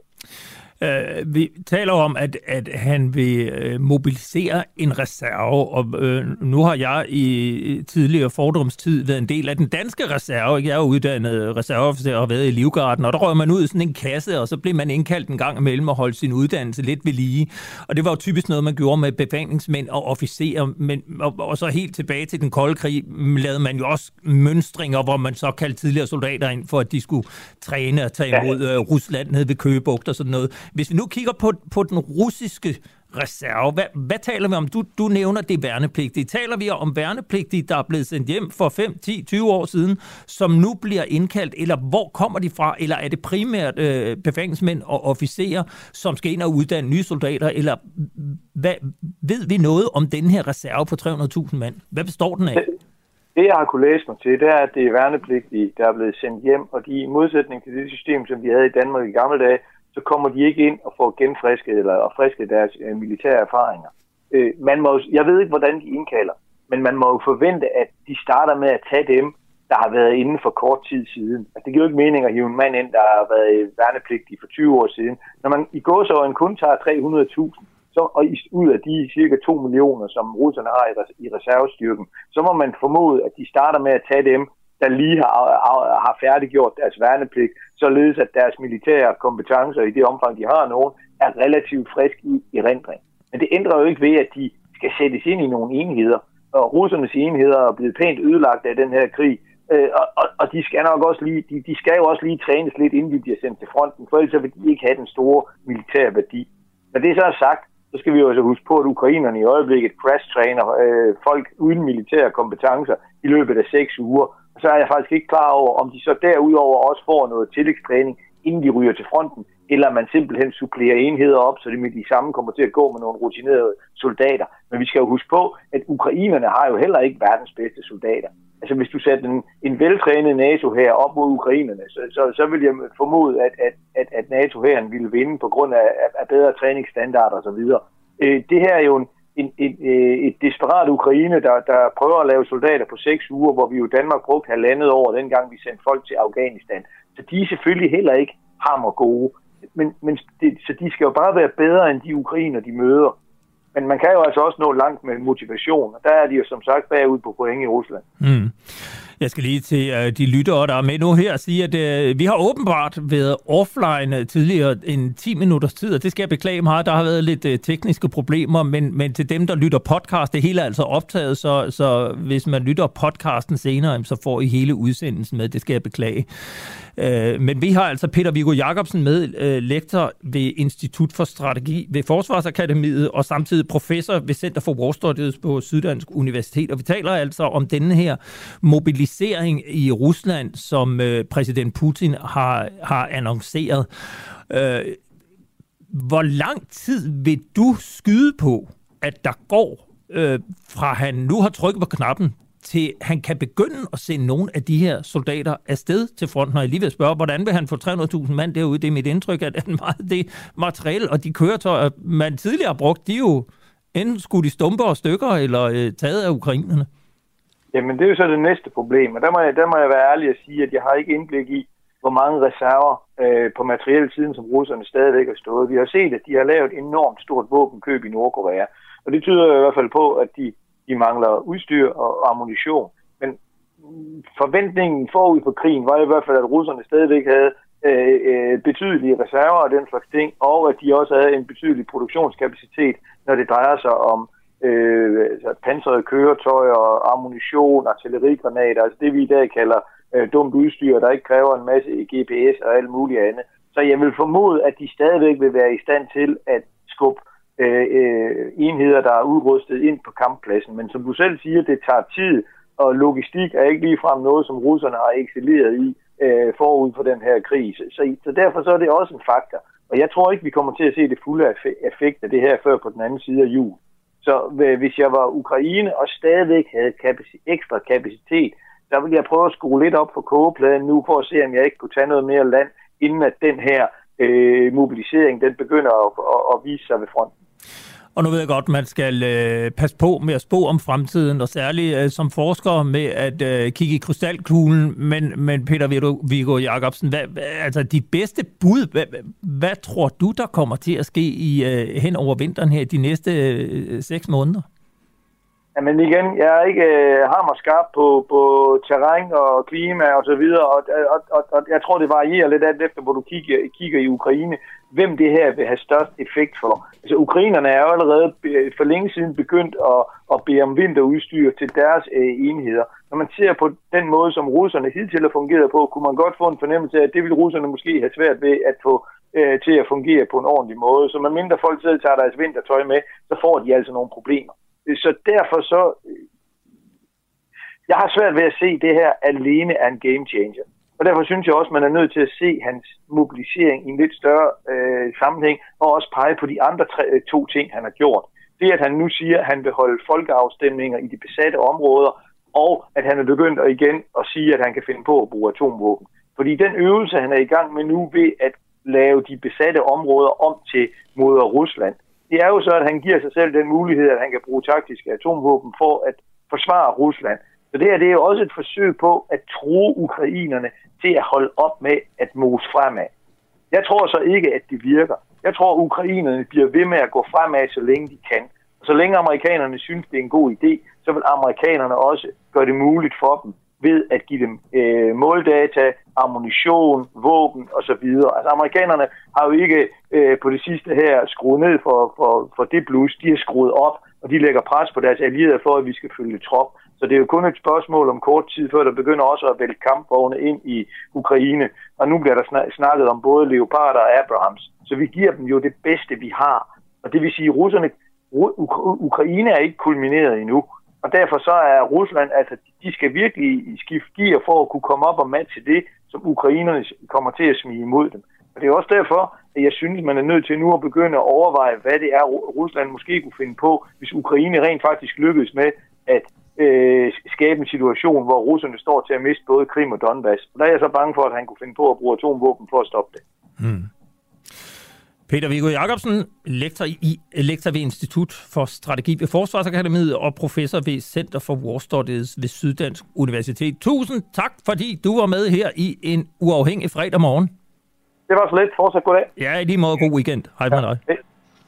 Speaker 1: Uh, vi taler om, at, at han vil uh, mobilisere en reserve, og uh, nu har jeg i tidligere fordrumstid været en del af den danske reserve. Jeg er jo uddannet reserveofficer og har været i Livgarden, og der røg man ud i sådan en kasse, og så blev man indkaldt en gang imellem og holdt sin uddannelse lidt ved lige. Og det var jo typisk noget, man gjorde med befalingsmænd og officerer, men, og, og så helt tilbage til den kolde krig lavede man jo også mønstringer, hvor man så kaldte tidligere soldater ind for, at de skulle træne og tage imod uh, Rusland nede ved Køge Bugt og sådan noget. Hvis vi nu kigger på, på den russiske reserve, hvad, hvad taler vi om? Du, du nævner det værnepligtige. Taler vi om værnepligtige, der er blevet sendt hjem for fem, ti, tyve år siden, som nu bliver indkaldt, eller hvor kommer de fra? Eller er det primært øh, befalingsmænd og officerer, som skal ind og uddanne nye soldater? Eller hvad, ved vi noget om den her reserve på tre hundrede tusind mand? Hvad består den af?
Speaker 8: Det, jeg har kunne læse mig til, det er, at det er værnepligtige, der er blevet sendt hjem, og de i modsætning til det system, som vi havde i Danmark i gamle dage, så kommer de ikke ind og får genfrisket eller og frisket deres øh, militære erfaringer. Øh, man må, jeg ved ikke, hvordan de indkalder, men man må jo forvente, at de starter med at tage dem, der har været inden for kort tid siden. Altså, det giver jo ikke mening at hive en mand ind, der har været værnepligtig for tyve år siden. Når man i gåseøjne kun tager tre hundrede tusind, så, og ud af de cirka to millioner, som russerne har i, i reservestyrken, så må man formode, at de starter med at tage dem, der lige har, har færdiggjort deres værnepligt, således at deres militære kompetencer i det omfang, de har nogen, er relativt frisk i erindring. Men det ændrer jo ikke ved, at de skal sættes ind i nogle enheder, og russernes enheder er blevet pænt ødelagt af den her krig, og, og, og de skal nok også lige, de, de skal jo også lige trænes lidt, inden de bliver sendt til fronten, for ellers vil de ikke have den store militære værdi. Når det så er sagt, så skal vi jo altså huske på, at ukrainerne i øjeblikket crash-træner øh, folk uden militære kompetencer i løbet af seks uger. Og så er jeg faktisk ikke klar over, om de så derudover også får noget tillægstræning, inden de ryger til fronten, eller man simpelthen supplerer enheder op, så det med de samme kommer til at gå med nogle rutinerede soldater. Men vi skal jo huske på, at ukrainerne har jo heller ikke verdens bedste soldater. Altså hvis du sætter en, en veltrænet NATO her op mod ukrainerne, så, så, så vil jeg formode, at, at, at, at NATO-hæren ville vinde på grund af, af bedre træningsstandarder osv. Øh, det her er jo en, en, en, et desperat Ukraine, der, der prøver at lave soldater på seks uger, hvor vi jo i Danmark brugte halvandet år, dengang vi sendte folk til Afghanistan. Så de er selvfølgelig heller ikke hammer gode. Men, men det, så de skal jo bare være bedre end de ukrainer, de møder. Men man kan jo altså også nå langt med motivation, og der er de jo som sagt bagud på point i Rusland.
Speaker 1: Mm. Jeg skal lige til uh, de lyttere, der er med nu her, sige, at uh, vi har åbenbart været offline tidligere en ti minutters tid, og det skal jeg beklage meget. Der har været lidt uh, tekniske problemer, men, men til dem, der lytter podcast, det hele er altså optaget, så, så hvis man lytter podcasten senere, så får I hele udsendelsen med. Det skal jeg beklage. Uh, men vi har altså Peter Viggo Jacobsen med, uh, lektor ved Institut for Strategi ved Forsvarsakademiet, og samtidig professor ved Center for War Studies på Syddansk Universitet. Og vi taler altså om denne her mobilisering i Rusland, som øh, præsident Putin har, har annonceret. Øh, hvor lang tid vil du skyde på, at der går øh, fra han nu har trykket på knappen, til han kan begynde at sende nogle af de her soldater afsted til fronten? Og jeg lige vil spørge, hvordan vil han få tre hundrede tusind mand derude? Det er mit indtryk, at meget det materiel og de køretøjer, man tidligere har brugt, de er jo enten skudt i stumper og stykker, eller øh, taget af ukrainerne.
Speaker 8: Jamen, det er jo så det næste problem, og der må jeg, der må jeg være ærlig at sige, at jeg har ikke indblik i, hvor mange reserver øh, på materielle siden, som russerne stadigvæk har stået. Vi har set, at de har lavet et enormt stort våbenkøb i Nordkorea, og det tyder i hvert fald på, at de, de mangler udstyr og ammunition. Men forventningen forud for krigen var i hvert fald, at russerne stadigvæk havde øh, øh, betydelige reserver og den slags ting, og at de også havde en betydelig produktionskapacitet, når det drejer sig om Øh, altså pansrede køretøjer, ammunition, artillerigranater, altså det vi i dag kalder øh, dumt udstyr, der ikke kræver en masse G P S og alt muligt andet. Så jeg vil formode, at de stadigvæk vil være i stand til at skubbe øh, øh, enheder, der er udrustet ind på kamppladsen. Men som du selv siger, det tager tid, og logistik er ikke ligefrem noget, som russerne har excelleret i øh, forud for den her krise. Så, så derfor så er det også en faktor. Og jeg tror ikke, vi kommer til at se det fulde effekt af det her før på den anden side af jul. Så hvis jeg var Ukraine og stadigvæk havde kapacitet, ekstra kapacitet, så ville jeg prøve at skrue lidt op for kogepladen nu, for at se, om jeg ikke kunne tage noget mere land, inden at den her øh, mobilisering den begynder at, at, at vise sig ved fronten.
Speaker 1: Og nu ved jeg godt, man skal øh, passe på med at spå om fremtiden, og særligt øh, som forsker med at øh, kigge i krystalkuglen. Men, men Peter Viggo Jacobsen, hvad, hvad, altså de bedste bud, hvad, hvad tror du, der kommer til at ske i øh, hen over vinteren her de næste øh, seks måneder?
Speaker 8: Jamen igen, jeg er ikke øh, hammerskarp på, på terræn og klima og så videre, og, og, og, og jeg tror, det varierer lidt alt efter, hvor du kigger, kigger i Ukraine, hvem det her vil have størst effekt for. Altså ukrainerne er jo allerede for længe siden begyndt at, at bede om vinterudstyr til deres øh, enheder. Når man ser på den måde, som russerne hidtil har fungeret på, kunne man godt få en fornemmelse af, at det vil russerne måske have svært ved at få øh, til at fungere på en ordentlig måde. Så medmindre folk selv tager deres vintertøj med, så får de altså nogle problemer. Så derfor så, jeg har svært ved at se, at det her alene er en game changer. Og derfor synes jeg også, at man er nødt til at se hans mobilisering i en lidt større øh, sammenhæng, og også pege på de andre tre, to ting, han har gjort. Det, at han nu siger, at han vil holde folkeafstemninger i de besatte områder, og at han er begyndt at igen at sige, at han kan finde på at bruge atomvåben. Fordi den øvelse, han er i gang med nu ved at lave de besatte områder om til moder Rusland, det er jo så, at han giver sig selv den mulighed, at han kan bruge taktiske atomvåben for at forsvare Rusland. Så det her det er jo også et forsøg på at true ukrainerne til at holde op med at mose fremad. Jeg tror så ikke, at det virker. Jeg tror, at ukrainerne bliver ved med at gå fremad, så længe de kan. Og så længe amerikanerne synes, det er en god idé, så vil amerikanerne også gøre det muligt for dem ved at give dem øh, måldata, ammunition, våben osv. Altså amerikanerne har jo ikke øh, på det sidste her skruet ned for, for, for det blus. De har skruet op, og de lægger pres på deres allierede for, at vi skal følge trop. Så det er jo kun et spørgsmål om kort tid, før der begynder også at vælge kampvogne ind i Ukraine. Og nu bliver der snakket om både Leoparder og Abrams. Så vi giver dem jo det bedste, vi har. Og det vil sige, at russerne, Ukraine er ikke kulmineret endnu. Og derfor så er Rusland, altså de skal virkelig skifte gear for at kunne komme op og matche det, som ukrainerne kommer til at smige imod dem. Og det er også derfor, at jeg synes, man er nødt til nu at begynde at overveje, hvad det er, Rusland måske kunne finde på, hvis Ukraine rent faktisk lykkedes med at øh, skabe en situation, hvor russerne står til at miste både Krim og Donbass. Og der er jeg så bange for, at han kunne finde på at bruge atomvåben for at stoppe det.
Speaker 1: Hmm. Peter Viggo Jacobsen, lektor, i, lektor ved Institut for Strategi ved Forsvarsakademiet og professor ved Center for War Studies ved Syddansk Universitet. Tusind tak, fordi du var med her i en uafhængig fredag morgen.
Speaker 8: Det var så lidt. Fortsat god dag.
Speaker 1: Ja, i lige måde god weekend. Hej med dig.
Speaker 8: Ja.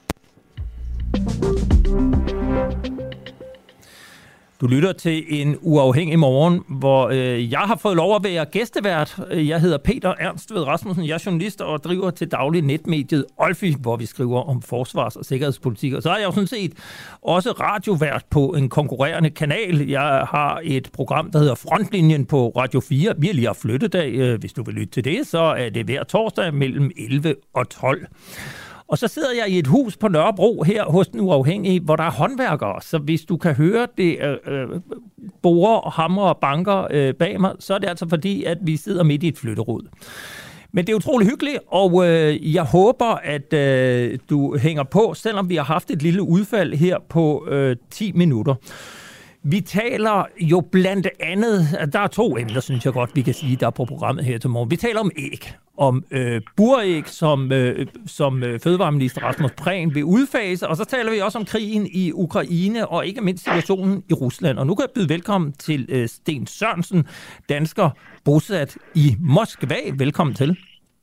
Speaker 1: Du lytter til en uafhængig morgen, hvor øh, jeg har fået lov at være gæstevært. Jeg hedder Peter Ernst Ved Rasmussen. Jeg er journalist og driver til daglig netmediet Olfi, hvor vi skriver om forsvars- og sikkerhedspolitik. Og så er jeg jo sådan set også radiovært på en konkurrerende kanal. Jeg har et program, der hedder Frontlinjen på Radio fire. Vi har lige haft flyttedag. Hvis du vil lytte til det, så er det hver torsdag mellem elleve og tolv. Og så sidder jeg i et hus på Nørrebro her hos den uafhængige, hvor der er håndværkere. Så hvis du kan høre det øh, borer, hamrer og banker øh, bag mig, så er det altså fordi, at vi sidder midt i et flytterod. Men det er utrolig hyggeligt, og øh, jeg håber, at øh, du hænger på, selvom vi har haft et lille udfald her på øh, ti minutter. Vi taler jo blandt andet, der er to emner, synes jeg godt, vi kan sige, der er på programmet her til morgen. Vi taler om æg, om øh, buræg, som, øh, som øh, fødevareminister Rasmus Prehn vil udfase, og så taler vi også om krigen i Ukraine, og ikke mindst situationen i Rusland. Og nu kan jeg byde velkommen til øh, Sten Sørensen, dansker bosat i Moskva. Velkommen til.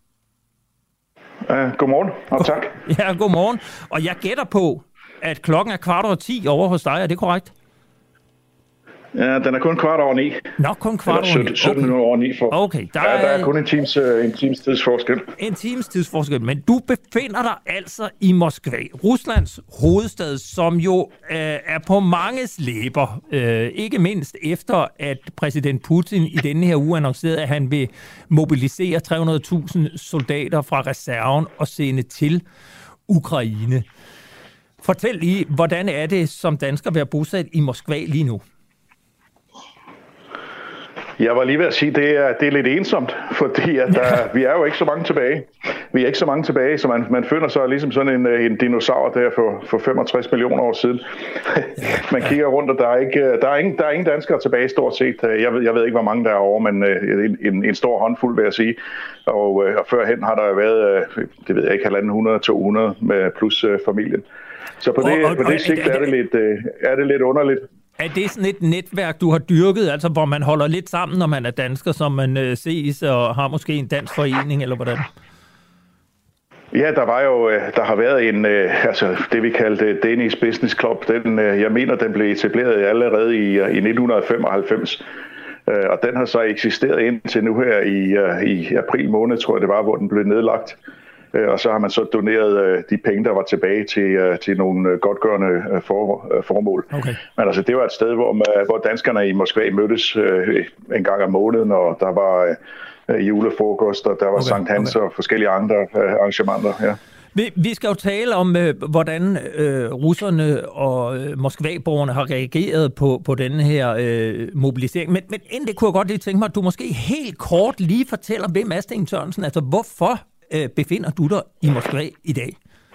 Speaker 9: Uh, godmorgen, og tak.
Speaker 1: Ja, godmorgen. Og jeg gætter på, at klokken er kvart over ti over hos dig, er det korrekt?
Speaker 9: Ja, den er kun kvart over ni.
Speaker 1: Nå, kun kvart over ni.
Speaker 9: sytten minutter over ni. For.
Speaker 1: Okay, der,
Speaker 9: ja, der er kun en times, en times tidsforskel.
Speaker 1: En times tidsforskel, men du befinder dig altså i Moskva, Ruslands hovedstad, som jo øh, er på manges læber. Øh, ikke mindst efter, at præsident Putin i denne her uge annoncerede, at han vil mobilisere tre hundrede tusind soldater fra reserven og sende til Ukraine. Fortæl lige, hvordan er det som dansker at være bosat i Moskva lige nu?
Speaker 9: Jeg var lige ved at sige, at det er, det er lidt ensomt, fordi at der, vi er jo ikke så mange tilbage. Vi er ikke så mange tilbage, så man, man føler sig ligesom sådan en, en dinosaur der for, for femogtres millioner år siden. Man kigger rundt, og der er, ikke, der, er ingen, der er ingen danskere tilbage stort set. Jeg ved, jeg ved ikke, hvor mange der er over, men en, en, en stor håndfuld, vil jeg sige. Og, og førhen har der været, det ved jeg ikke, halvanden hundrede, to hundrede med plus familien. Så på det, og, og, på det sigt er det, lidt, er det lidt underligt.
Speaker 1: Er det sådan et netværk, du har dyrket, altså hvor man holder lidt sammen, når man er dansker, som man øh, ses og har måske en dansk forening, eller hvordan?
Speaker 9: Ja, der var jo, der har været en, øh, altså det vi kaldte Danish Business Club. Den, øh, jeg mener, den blev etableret allerede i, i nitten femoghalvfems, øh, og den har så eksisteret indtil nu her i, øh, i april måned, tror jeg det var, hvor den blev nedlagt. Og så har man så doneret de penge, der var tilbage til, til nogle godtgørende for, formål. Okay. Men altså, det var et sted, hvor, hvor danskerne i Moskva mødtes en gang om måneden, og der var julefrokost, og der var okay. Sankt Hans okay. og forskellige andre arrangementer. Ja.
Speaker 1: Vi, vi skal jo tale om, hvordan øh, russerne og Moskva-borgerne har reageret på, på denne her øh, mobilisering. Men, men inden det kunne jeg godt lige tænke mig, at du måske helt kort lige fortæller, hvem er Steen Sørensen? Altså, hvorfor befinder du dig i Moskva i dag?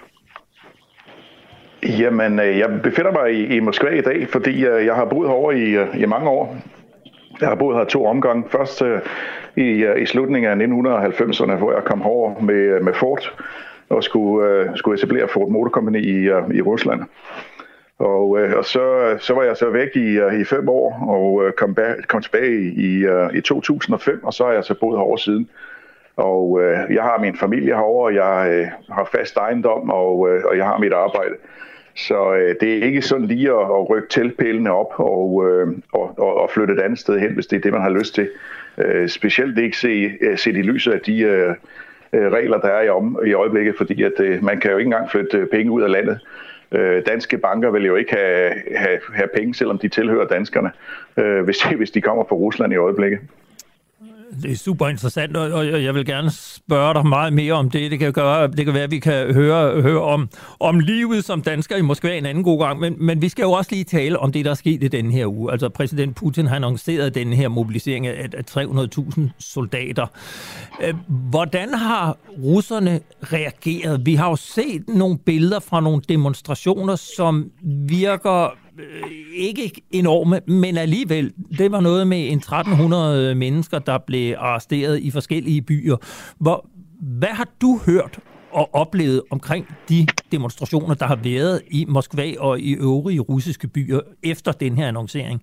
Speaker 9: Jamen, jeg befinder mig i, i Moskva i dag, fordi jeg har boet herovre i, i mange år. Jeg har boet her to omgange. Først i, i slutningen af nitten halvfemserne, hvor jeg kom herover med, med Ford og skulle, skulle etablere Ford Motor Company i, i Rusland. Og, og så, så var jeg så væk i, i fem år og kom, bag, kom tilbage i, i to tusind og fem, og så har jeg så boet herovre siden. Og øh, jeg har min familie herovre, og jeg øh, har fast ejendom, og, øh, og jeg har mit arbejde. Så øh, det er ikke sådan lige at, at rykke teltpælene op og, øh, og, og, og flytte et andet sted hen, hvis det er det, man har lyst til. Øh, specielt ikke se, set i lyset af de øh, regler, der er i, om, i øjeblikket, fordi at, øh, man kan jo ikke engang flytte penge ud af landet. Øh, danske banker vil jo ikke have, have, have penge, selvom de tilhører danskerne, øh, hvis, hvis de kommer fra Rusland i øjeblikket.
Speaker 1: Det er super interessant, og jeg vil gerne spørge dig meget mere om det. Det kan gøre, det kan være, at vi kan høre, høre om, om livet som dansker i Moskva en anden god gang, men, men vi skal jo også lige tale om det, der er sket i denne her uge. Altså præsident Putin har annonceret den her mobilisering af, af tre hundrede tusind soldater. Hvordan har russerne reageret? Vi har jo set nogle billeder fra nogle demonstrationer, som virker ikke enorme, men alligevel, det var noget med en tretten hundrede mennesker, der blev arresteret i forskellige byer. Hvor, hvad har du hørt og oplevet omkring de demonstrationer, der har været i Moskva og i øvrige russiske byer efter den her annoncering?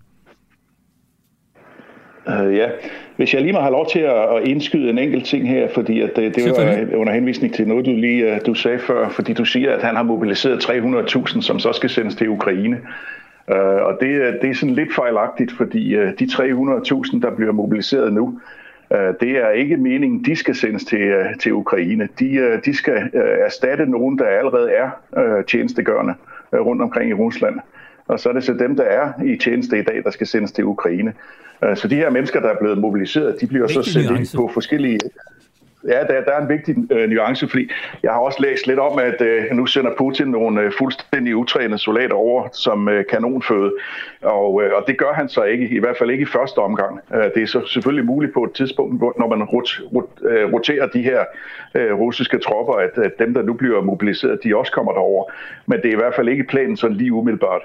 Speaker 9: Uh, ja, hvis jeg lige må have lov til at, at indskyde en enkelt ting her, fordi at det, det var under henvisning til noget, du lige du sagde før, fordi du siger, at han har mobiliseret tre hundrede tusind, som så skal sendes til Ukraine. Uh, og det, det er sådan lidt fejlagtigt, fordi uh, de tre hundrede tusind, der bliver mobiliseret nu, uh, det er ikke meningen, de skal sendes til, uh, til Ukraine. De, uh, de skal uh, erstatte nogen, der allerede er uh, tjenestegørende uh, rundt omkring i Rusland. Og så er det så dem, der er i tjeneste i dag, der skal sendes til Ukraine. Så de her mennesker, der er blevet mobiliseret, de bliver så sendt ind på forskellige... Ja, der, der er en vigtig øh, nuance, fordi jeg har også læst lidt om, at øh, nu sender Putin nogle øh, fuldstændig utrænede soldater over som øh, kanonføde. Og, øh, og det gør han så ikke, i hvert fald ikke i første omgang. Øh, det er så selvfølgelig muligt på et tidspunkt, når man rot, rot, øh, roterer de her øh, russiske tropper, at, at dem, der nu bliver mobiliseret, de også kommer derover. Men det er i hvert fald ikke planen sådan lige umiddelbart.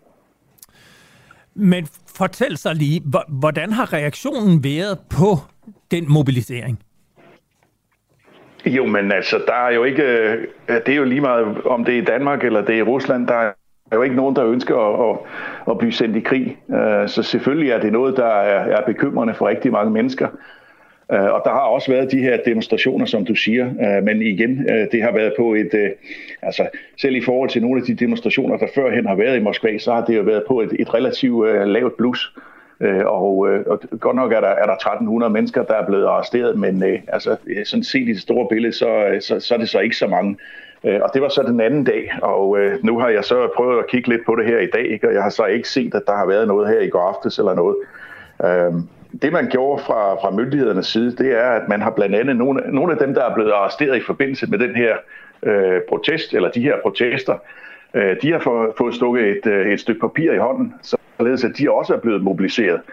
Speaker 1: Men fortæl så lige, hvordan har reaktionen været på den mobilisering?
Speaker 9: Jo, men altså, der er jo ikke, det er jo lige meget, om det er i Danmark eller det er i Rusland, der er jo ikke nogen, der ønsker at, at, at blive sendt i krig. Så selvfølgelig er det noget, der er bekymrende for rigtig mange mennesker. Og der har også været de her demonstrationer, som du siger, men igen, det har været på et, altså selv i forhold til nogle af de demonstrationer, der førhen har været i Moskva, så har det jo været på et, et relativt lavt blus. Og, og godt nok er der, er der tretten hundrede mennesker, der er blevet arresteret, men altså sådan set i det store billede, så, så, så er det så ikke så mange. Og det var så den anden dag, og nu har jeg så prøvet at kigge lidt på det her i dag, ikke? Og jeg har så ikke set, at der har været noget her i går aftes eller noget. Det, man gjorde fra, fra myndighedernes side, det er, at man har blandt andet nogle, nogle af dem, der er blevet arresteret i forbindelse med den her øh, protest, eller de her protester, øh, de har fået, fået stukket et, et stykke papir i hånden, således at de også er blevet mobiliseret.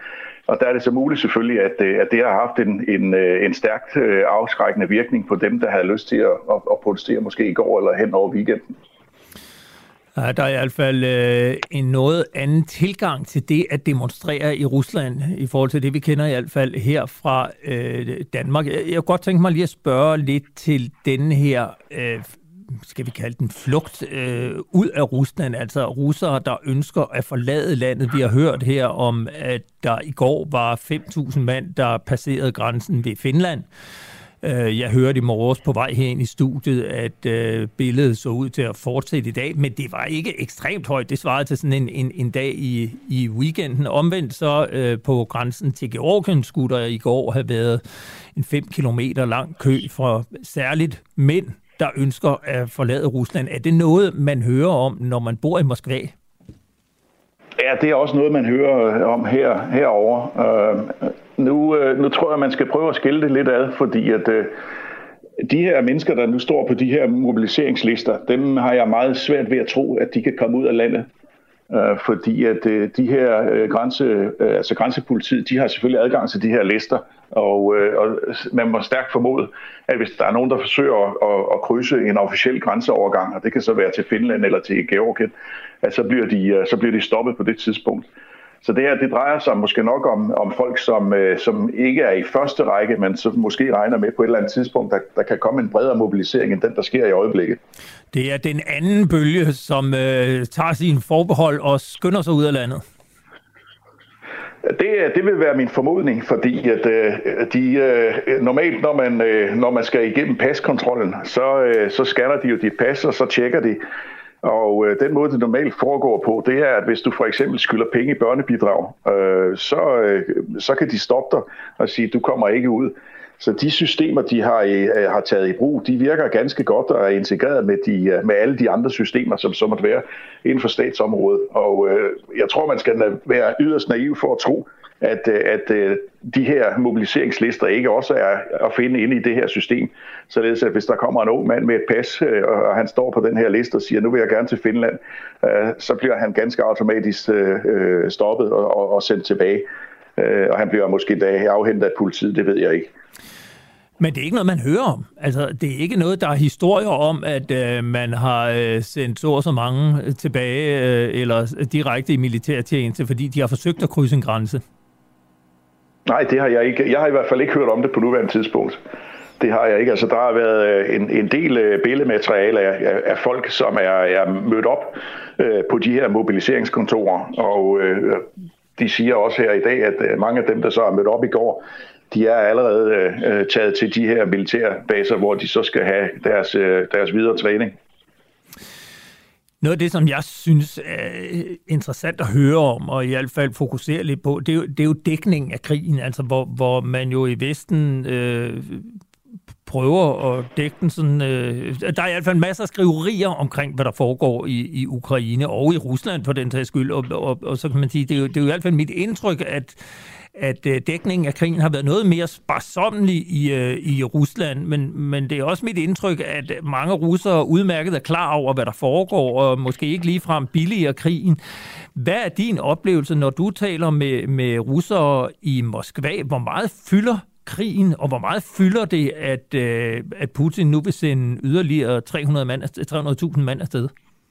Speaker 9: Og der er det så muligt selvfølgelig, at, at det har haft en, en, en stærkt afskrækkende virkning på dem, der havde lyst til at, at protestere måske i går eller hen over weekenden.
Speaker 1: Ja, der er i hvert fald øh, en noget anden tilgang til det at demonstrere i Rusland, i forhold til det, vi kender i hvert fald her fra øh, Danmark. Jeg, jeg kunne godt tænke mig lige at spørge lidt til denne her, øh, skal vi kalde den flugt, øh, ud af Rusland. Altså russere, der ønsker at forlade landet. Vi har hørt her om, at der i går var fem tusind mand, der passerede grænsen ved Finland. Jeg hørte i morges på vej herind i studiet, at øh, billedet så ud til at fortsætte i dag, men det var ikke ekstremt højt. Det svarede til sådan en, en, en dag i, i weekenden. Omvendt så øh, på grænsen til Georgien skulle der i går have været en fem kilometer lang kø for særligt mænd, der ønsker at forlade Rusland. Er det noget, man hører om, når man bor i Moskva?
Speaker 9: Ja, det er også noget, man hører om her herover. Uh, nu, uh, nu tror jeg, man skal prøve at skille det lidt ad, fordi at uh, de her mennesker, der nu står på de her mobiliseringslister, dem har jeg meget svært ved at tro, at de kan komme ud af landet. Uh, fordi at uh, de her uh, grænse, uh, altså grænsepolitiet, de har selvfølgelig adgang til de her lister, og, uh, og man må stærkt formode, at hvis der er nogen, der forsøger at, at, at krydse en officiel grænseovergang, og det kan så være til Finland eller til Georgien, at så bliver de, så bliver de stoppet på det tidspunkt. Så det her, det drejer sig måske nok om, om folk, som, som ikke er i første række, men som måske regner med på et eller andet tidspunkt, der, der kan komme en bredere mobilisering end den, der sker i øjeblikket.
Speaker 1: Det er den anden bølge, som øh, tager sin forbehold og skynder sig ud af landet.
Speaker 9: Det, det vil være min formodning, fordi at øh, de øh, normalt, når man, øh, når man skal igennem paskontrollen, så, øh, så scanner de jo dit pas, og så tjekker de. Og øh, den måde, det normalt foregår på, det er, at hvis du for eksempel skylder penge i børnebidrag, øh, så, øh, så kan de stoppe dig og sige, du kommer ikke ud. Så de systemer, de har, i, har taget i brug, de virker ganske godt og er integreret med, de, med alle de andre systemer, som så måtte være inden for statsområdet. Og øh, jeg tror, man skal være yderst naiv for at tro, at, at de her mobiliseringslister ikke også er at finde inde i det her system. Således at hvis der kommer en ung mand med et pas, og han står på den her liste og siger, nu vil jeg gerne til Finland, så bliver han ganske automatisk stoppet og sendt tilbage. Og han bliver måske da afhentet af politiet, det ved jeg ikke.
Speaker 1: Men det er ikke noget, man hører om. Altså, det er ikke noget, der er historier om, at øh, man har øh, sendt så og så mange tilbage øh, eller direkte i militærtjeneste, fordi de har forsøgt at krydse en grænse.
Speaker 9: Nej, det har jeg ikke. Jeg har i hvert fald ikke hørt om det på nuværende tidspunkt. Det har jeg ikke. Altså, der har været en, en del billedmateriale af, af, af folk, som er, er mødt op øh, på de her mobiliseringskontorer, og øh, de siger også her i dag, at mange af dem, der så er mødt op i går, de er allerede øh, taget til de her militærbaser, hvor de så skal have deres, øh, deres videre træning.
Speaker 1: Noget af det, som jeg synes er interessant at høre om, og i hvert fald fokusere lidt på, det er jo, det er jo dækningen af krigen, altså hvor, hvor man jo i Vesten øh, prøver at dække den sådan... Øh, der er i hvert fald masser af skriverier omkring, hvad der foregår i, i Ukraine og i Rusland for den tages skyld, og, og, og så kan man sige, det er, jo, det er jo i hvert fald mit indtryk, at at dækningen af krigen har været noget mere sparsommelig i, i Rusland, men, men det er også mit indtryk, at mange russere udmærket er klar over, hvad der foregår, og måske ikke ligefrem billiger krigen. Hvad er din oplevelse, når du taler med, med russere i Moskva? Hvor meget fylder krigen, og hvor meget fylder det, at, at Putin nu vil sende yderligere tre hundrede tusind mand afsted?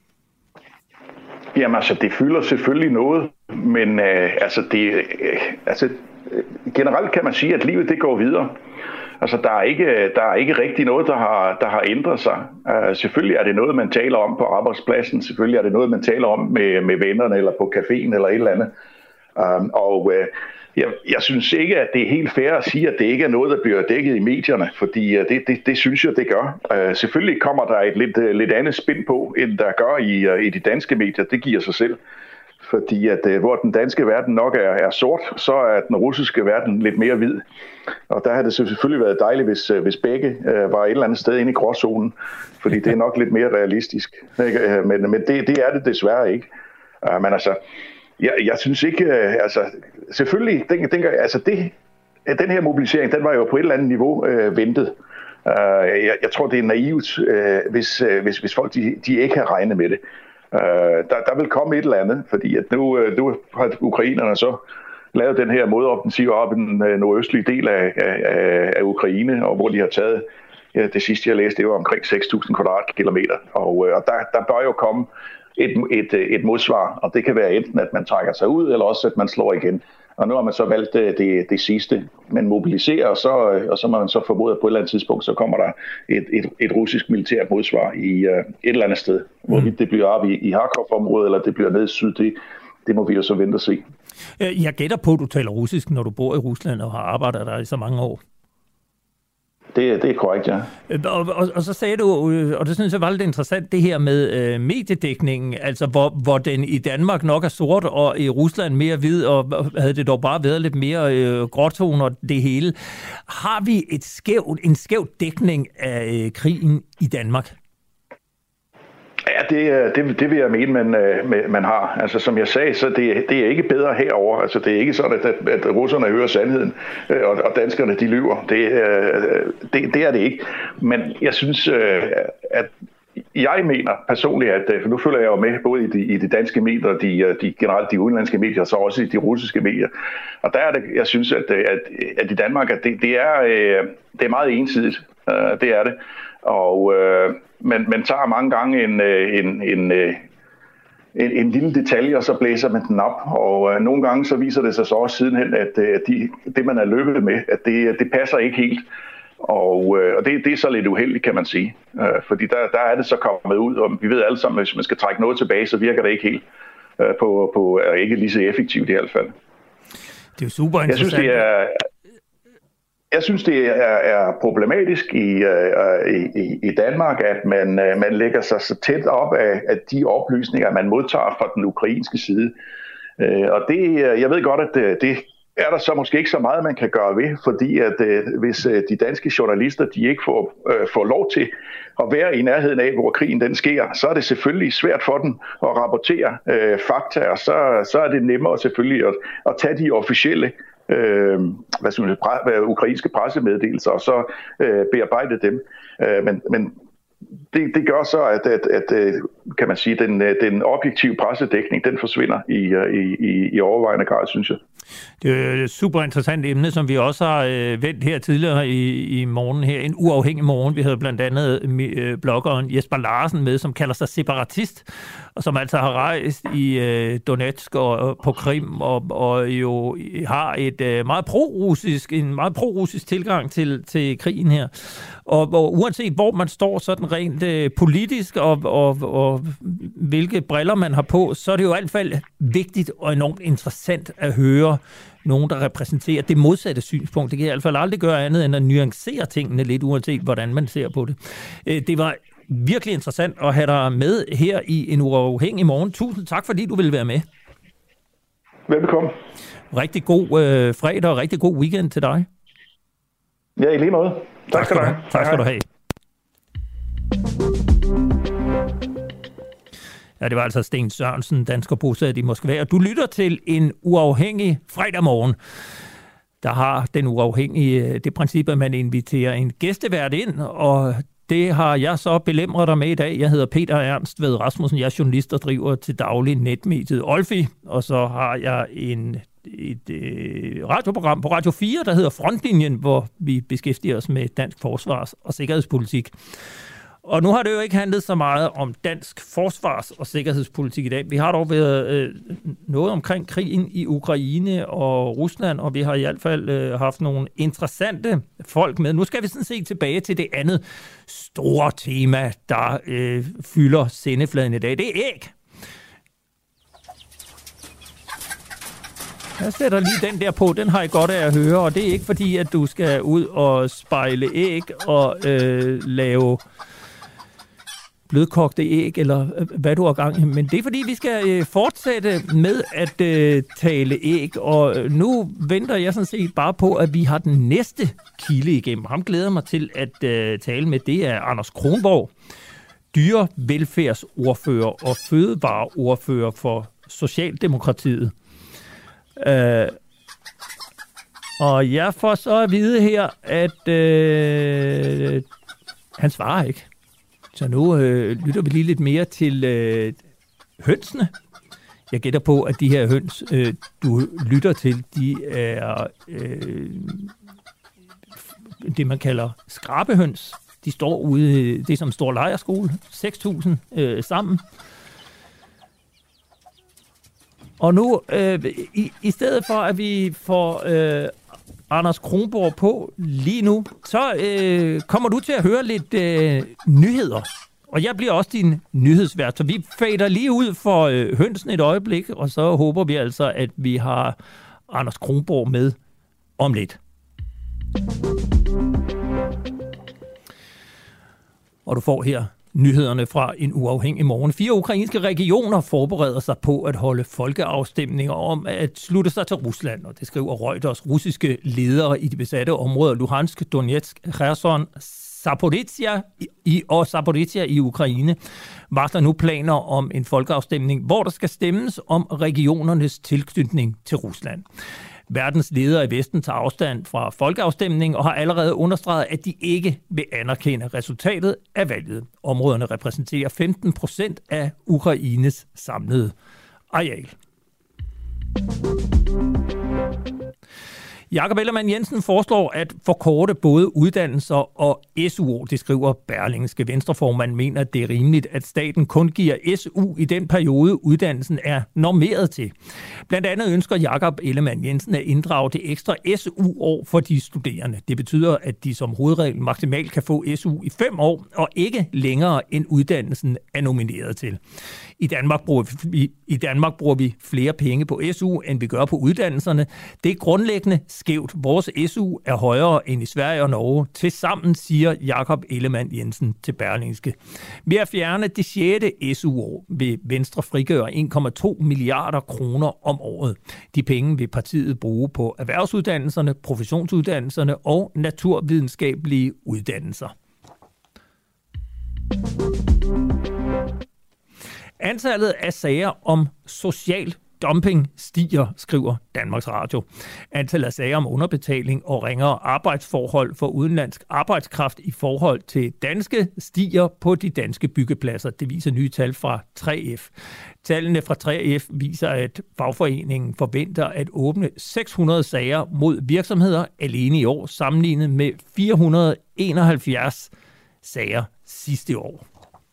Speaker 9: Jamen altså, det fylder selvfølgelig noget, men øh, altså, det, øh, altså, generelt kan man sige, at livet det går videre. Altså, der er ikke, der er ikke rigtig noget, der har, der har ændret sig. Uh, selvfølgelig er det noget, man taler om på arbejdspladsen. Selvfølgelig er det noget, man taler om med, med vennerne eller på caféen eller et eller andet. Uh, og uh, jeg, jeg synes ikke, at det er helt fair at sige, at det ikke er noget, der bliver dækket i medierne, fordi uh, det, det, det synes jeg, det gør. Uh, selvfølgelig kommer der et lidt, uh, lidt andet spin på, end der gør i, uh, i de danske medier. Det giver sig selv. Fordi at uh, hvor den danske verden nok er, er sort, så er den russiske verden lidt mere hvid. Og der har det selvfølgelig været dejligt, hvis, uh, hvis begge uh, var et eller andet sted inde i gråzonen. Fordi det er nok lidt mere realistisk. Ikke? Uh, men men det, det er det desværre ikke. Uh, men altså... Jeg, jeg synes ikke, øh, altså selvfølgelig, den, den, altså det, den her mobilisering, den var jo på et eller andet niveau øh, ventet. Uh, jeg, jeg tror, det er naivt, øh, hvis, øh, hvis, hvis folk de, de ikke har regnet med det. Uh, der, der vil komme et eller andet, fordi at nu, nu har ukrainerne så lavet den her modoffensiv op i den øh, nordøstlige del af, af, af Ukraine, og hvor de har taget, ja, det sidste jeg læste, det var omkring seks tusind kvadratkilometer. Og, øh, og der, der bør jo komme et, et, et modsvar, og det kan være enten, at man trækker sig ud, eller også, at man slår igen. Og nu har man så valgt det, det sidste, man mobiliserer, og så, og så må man så formode, at på et eller andet tidspunkt, så kommer der et, et, et russisk militært modsvar i uh, et eller andet sted. Hvorvidt det bliver op i, i Kharkov-området, eller det bliver ned i syd, det, det må vi jo så vente og se.
Speaker 1: Jeg gætter på, at du taler russisk, når du bor i Rusland og har arbejdet der i så mange år.
Speaker 9: Det, det er korrekt, ja.
Speaker 1: Og, og, og så sagde du, og det synes jeg var lidt interessant, det her med øh, mediedækningen, altså hvor, hvor den i Danmark nok er sort, og i Rusland mere hvid, og havde det dog bare været lidt mere øh, gråtoner det hele. Har vi et skæv, en skæv dækning af øh, krigen i Danmark?
Speaker 9: Ja, det, det, det vil jeg mene, man, man har. Altså, som jeg sagde, så det, det er ikke bedre herover. Altså, det er ikke sådan, at, at russerne hører sandheden, og, og danskerne, de lyver. Det, det, det er det ikke. Men jeg synes, at jeg mener personligt, at for nu følger jeg jo med både i de, i de danske medier, og de, de generelt de udenlandske medier, og så også i de russiske medier. Og der er det, jeg synes, at, at, at i Danmark, at det, det, er, det er meget ensidigt. Det er det. Og øh, man, man tager mange gange en, en, en, en, en lille detalje, og så blæser man den op. Og øh, nogle gange så viser det sig så også sidenhen, at, at de, det, man er løbet med, at det, det passer ikke helt. Og, øh, og det, det er så lidt uheldigt, kan man sige. Øh, fordi der, der er det så kommet ud, og vi ved alle sammen, at hvis man skal trække noget tilbage, så virker det ikke helt øh, på, på er ikke lige så effektivt i hvert fald.
Speaker 1: Det er jo super interessant.
Speaker 9: Jeg synes, det er... Jeg synes, det er, er problematisk i, i, i Danmark, at man, man lægger sig så tæt op af, af de oplysninger, man modtager fra den ukrainske side. Og det, jeg ved godt, at det er der så måske ikke så meget, man kan gøre ved, fordi at hvis de danske journalister de ikke får, får lov til at være i nærheden af, hvor krigen den sker, så er det selvfølgelig svært for dem at rapportere øh, fakta, og så, så er det nemmere selvfølgelig at, at tage de officielle Øh, hvad skal man sige, ukrainske pressemeddelelser, og så øh, bearbejde dem. Øh, men men det, det gør så, at, at, at kan man sige, den, den objektive pressedækning, den forsvinder i, i, i overvejende grad, synes jeg.
Speaker 1: Det er et super interessant emne, som vi også har øh, vendt her tidligere i, i morgen her. En uafhængig morgen. Vi havde blandt andet øh, bloggeren Jesper Larsen med, som kalder sig separatist, og som altså har rejst i øh, Donetsk og, og på Krim, og, og jo har et øh, meget pro-russisk, en meget pro-russisk tilgang til, til krigen her. Og, og uanset hvor man står sådan rent øh, politisk, og, og, og hvilke briller man har på, så er det jo i hvert fald vigtigt og enormt interessant at høre nogen, der repræsenterer det modsatte synspunkt. Det kan i hvert fald aldrig gøre andet end at nuancere tingene lidt, uanset hvordan man ser på det. Det var virkelig interessant at have dig med her i En Uafhængig Morgen. Tusind tak, fordi du ville være med.
Speaker 9: Velbekomme.
Speaker 1: Rigtig god øh, fredag og rigtig god weekend til dig.
Speaker 9: Ja, i lige måde. Tak, tak skal du have.
Speaker 1: Tak skal du have. Ja, det var altså Sten Sørensen, dansker bosat i Moskva, og du lytter til En Uafhængig fredag morgen. Der har Den Uafhængige det princip, at man inviterer en gæstevært ind, og det har jeg så belemret dig med i dag. Jeg hedder Peter Ernst Ved Rasmussen, jeg er journalist og driver til daglig netmediet Olfi, og så har jeg en et øh, radioprogram på Radio fire, der hedder Frontlinjen, hvor vi beskæftiger os med dansk forsvars- og sikkerhedspolitik. Og nu har det jo ikke handlet så meget om dansk forsvars- og sikkerhedspolitik i dag. Vi har dog været øh, noget omkring krigen i Ukraine og Rusland, og vi har i hvert fald øh, haft nogle interessante folk med. Nu skal vi sådan se tilbage til det andet store tema, der øh, fylder sendefladen i dag. Det er æg. Jeg sætter lige den der på, den har jeg godt af at høre, og det er ikke fordi, at du skal ud og spejle æg og øh, lave blødkogte æg, eller hvad du har gang i. Men det er fordi, vi skal øh, fortsætte med at øh, tale æg, og nu venter jeg sådan set bare på, at vi har den næste kilde igennem. Ham glæder mig til at øh, tale med. Det er Anders Kronborg, dyrevelfærdsordfører og fødevareordfører for Socialdemokratiet. Øh, og jeg får så at vide her, at øh, han svarer ikke. Så nu øh, lytter vi lige lidt mere til øh, hønsene. Jeg gætter på, at de her høns, øh, du lytter til, de er øh, det, man kalder skrabehøns. De står ude, det som står lejrskole, seks tusind øh, sammen. Og nu, øh, i, i stedet for, at vi får øh, Anders Kronborg på lige nu, så øh, kommer du til at høre lidt øh, nyheder. Og jeg bliver også din nyhedsvært, så vi fader lige ud for øh, hønsen et øjeblik, og så håber vi altså, at vi har Anders Kronborg med om lidt. Og du får her nyhederne fra en uafhængig morgen. Fire ukrainske regioner forbereder sig på at holde folkeafstemninger om at slutte sig til Rusland, og det skriver Reuters. Russiske ledere i de besatte områder Luhansk, Donetsk, Kherson, Zaporizhia i, og Zaporizhia i Ukraine varsler nu planer om en folkeafstemning, hvor der skal stemmes om regionernes tilknytning til Rusland. Verdens ledere i Vesten tager afstand fra folkeafstemningen og har allerede understreget, at de ikke vil anerkende resultatet af valget. Områderne repræsenterer femten procent af Ukraines samlede areal. Jakob Ellemann-Jensen foreslår at forkorte både uddannelser og S U. Det skriver Berlingske. Venstreformand mener, at det er rimeligt, at staten kun giver S U i den periode, uddannelsen er normeret til. Blandt andet ønsker Jakob Ellemann-Jensen at inddrage det ekstra S U-år for de studerende. Det betyder, at de som hovedregel maksimalt kan få S U i fem år, og ikke længere end uddannelsen er nomineret til. I Danmark bruger vi, i Danmark bruger vi flere penge på S U, end vi gør på uddannelserne. Det er grundlæggende skævt. Vores S U er højere end i Sverige og Norge. Tilsammen siger Jakob Ellemann-Jensen til Berlingske. Ved at fjerne det sjette S U-år vil Venstre frigøre en komma to milliarder kroner om året. De penge vil partiet bruge på erhvervsuddannelserne, professionsuddannelserne og naturvidenskabelige uddannelser. Antallet af sager om social dumping stiger, skriver Danmarks Radio. Antallet af sager om underbetaling og ringere arbejdsforhold for udenlandsk arbejdskraft i forhold til danske stiger på de danske byggepladser. Det viser nye tal fra tre F. Tallene fra tre F viser, at fagforeningen forventer at åbne seks hundrede sager mod virksomheder alene i år, sammenlignet med fire hundrede og enoghalvfjerds sager sidste år.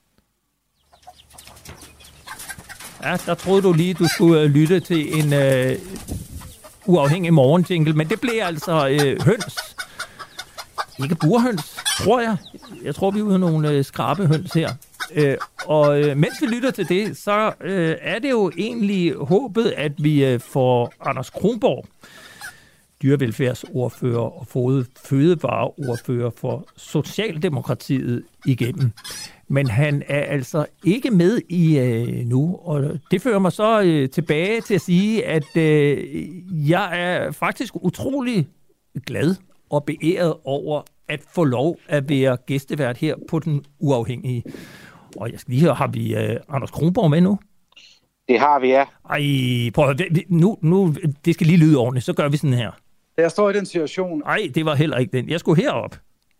Speaker 1: Ja, der troede du lige, du skulle lytte til en øh, uafhængig morgenjingle, men det blev altså øh, høns. Ikke burhøns, tror jeg. Jeg tror, vi er ude af nogle øh, skrabehøns her. Øh, og øh, mens vi lytter til det, så øh, er det jo egentlig håbet, at vi øh, får Anders Kronborg, dyrevelfærdsordfører og fødevareordfører for Socialdemokratiet igennem. Men han er altså ikke med i øh, nu, og det fører mig så øh, tilbage til at sige, at øh, jeg er faktisk utrolig glad og beæret over at få lov at være gæstevært her på Den Uafhængige. Og jeg skal lige høre, har vi øh, Anders Kronborg med nu?
Speaker 10: Det har vi, ja.
Speaker 1: Ej, prøv at, nu, nu, det skal lige lyde ordentligt, så gør vi sådan her.
Speaker 5: Jeg står i den situation.
Speaker 1: Nej, det var heller ikke den. Jeg skulle herop.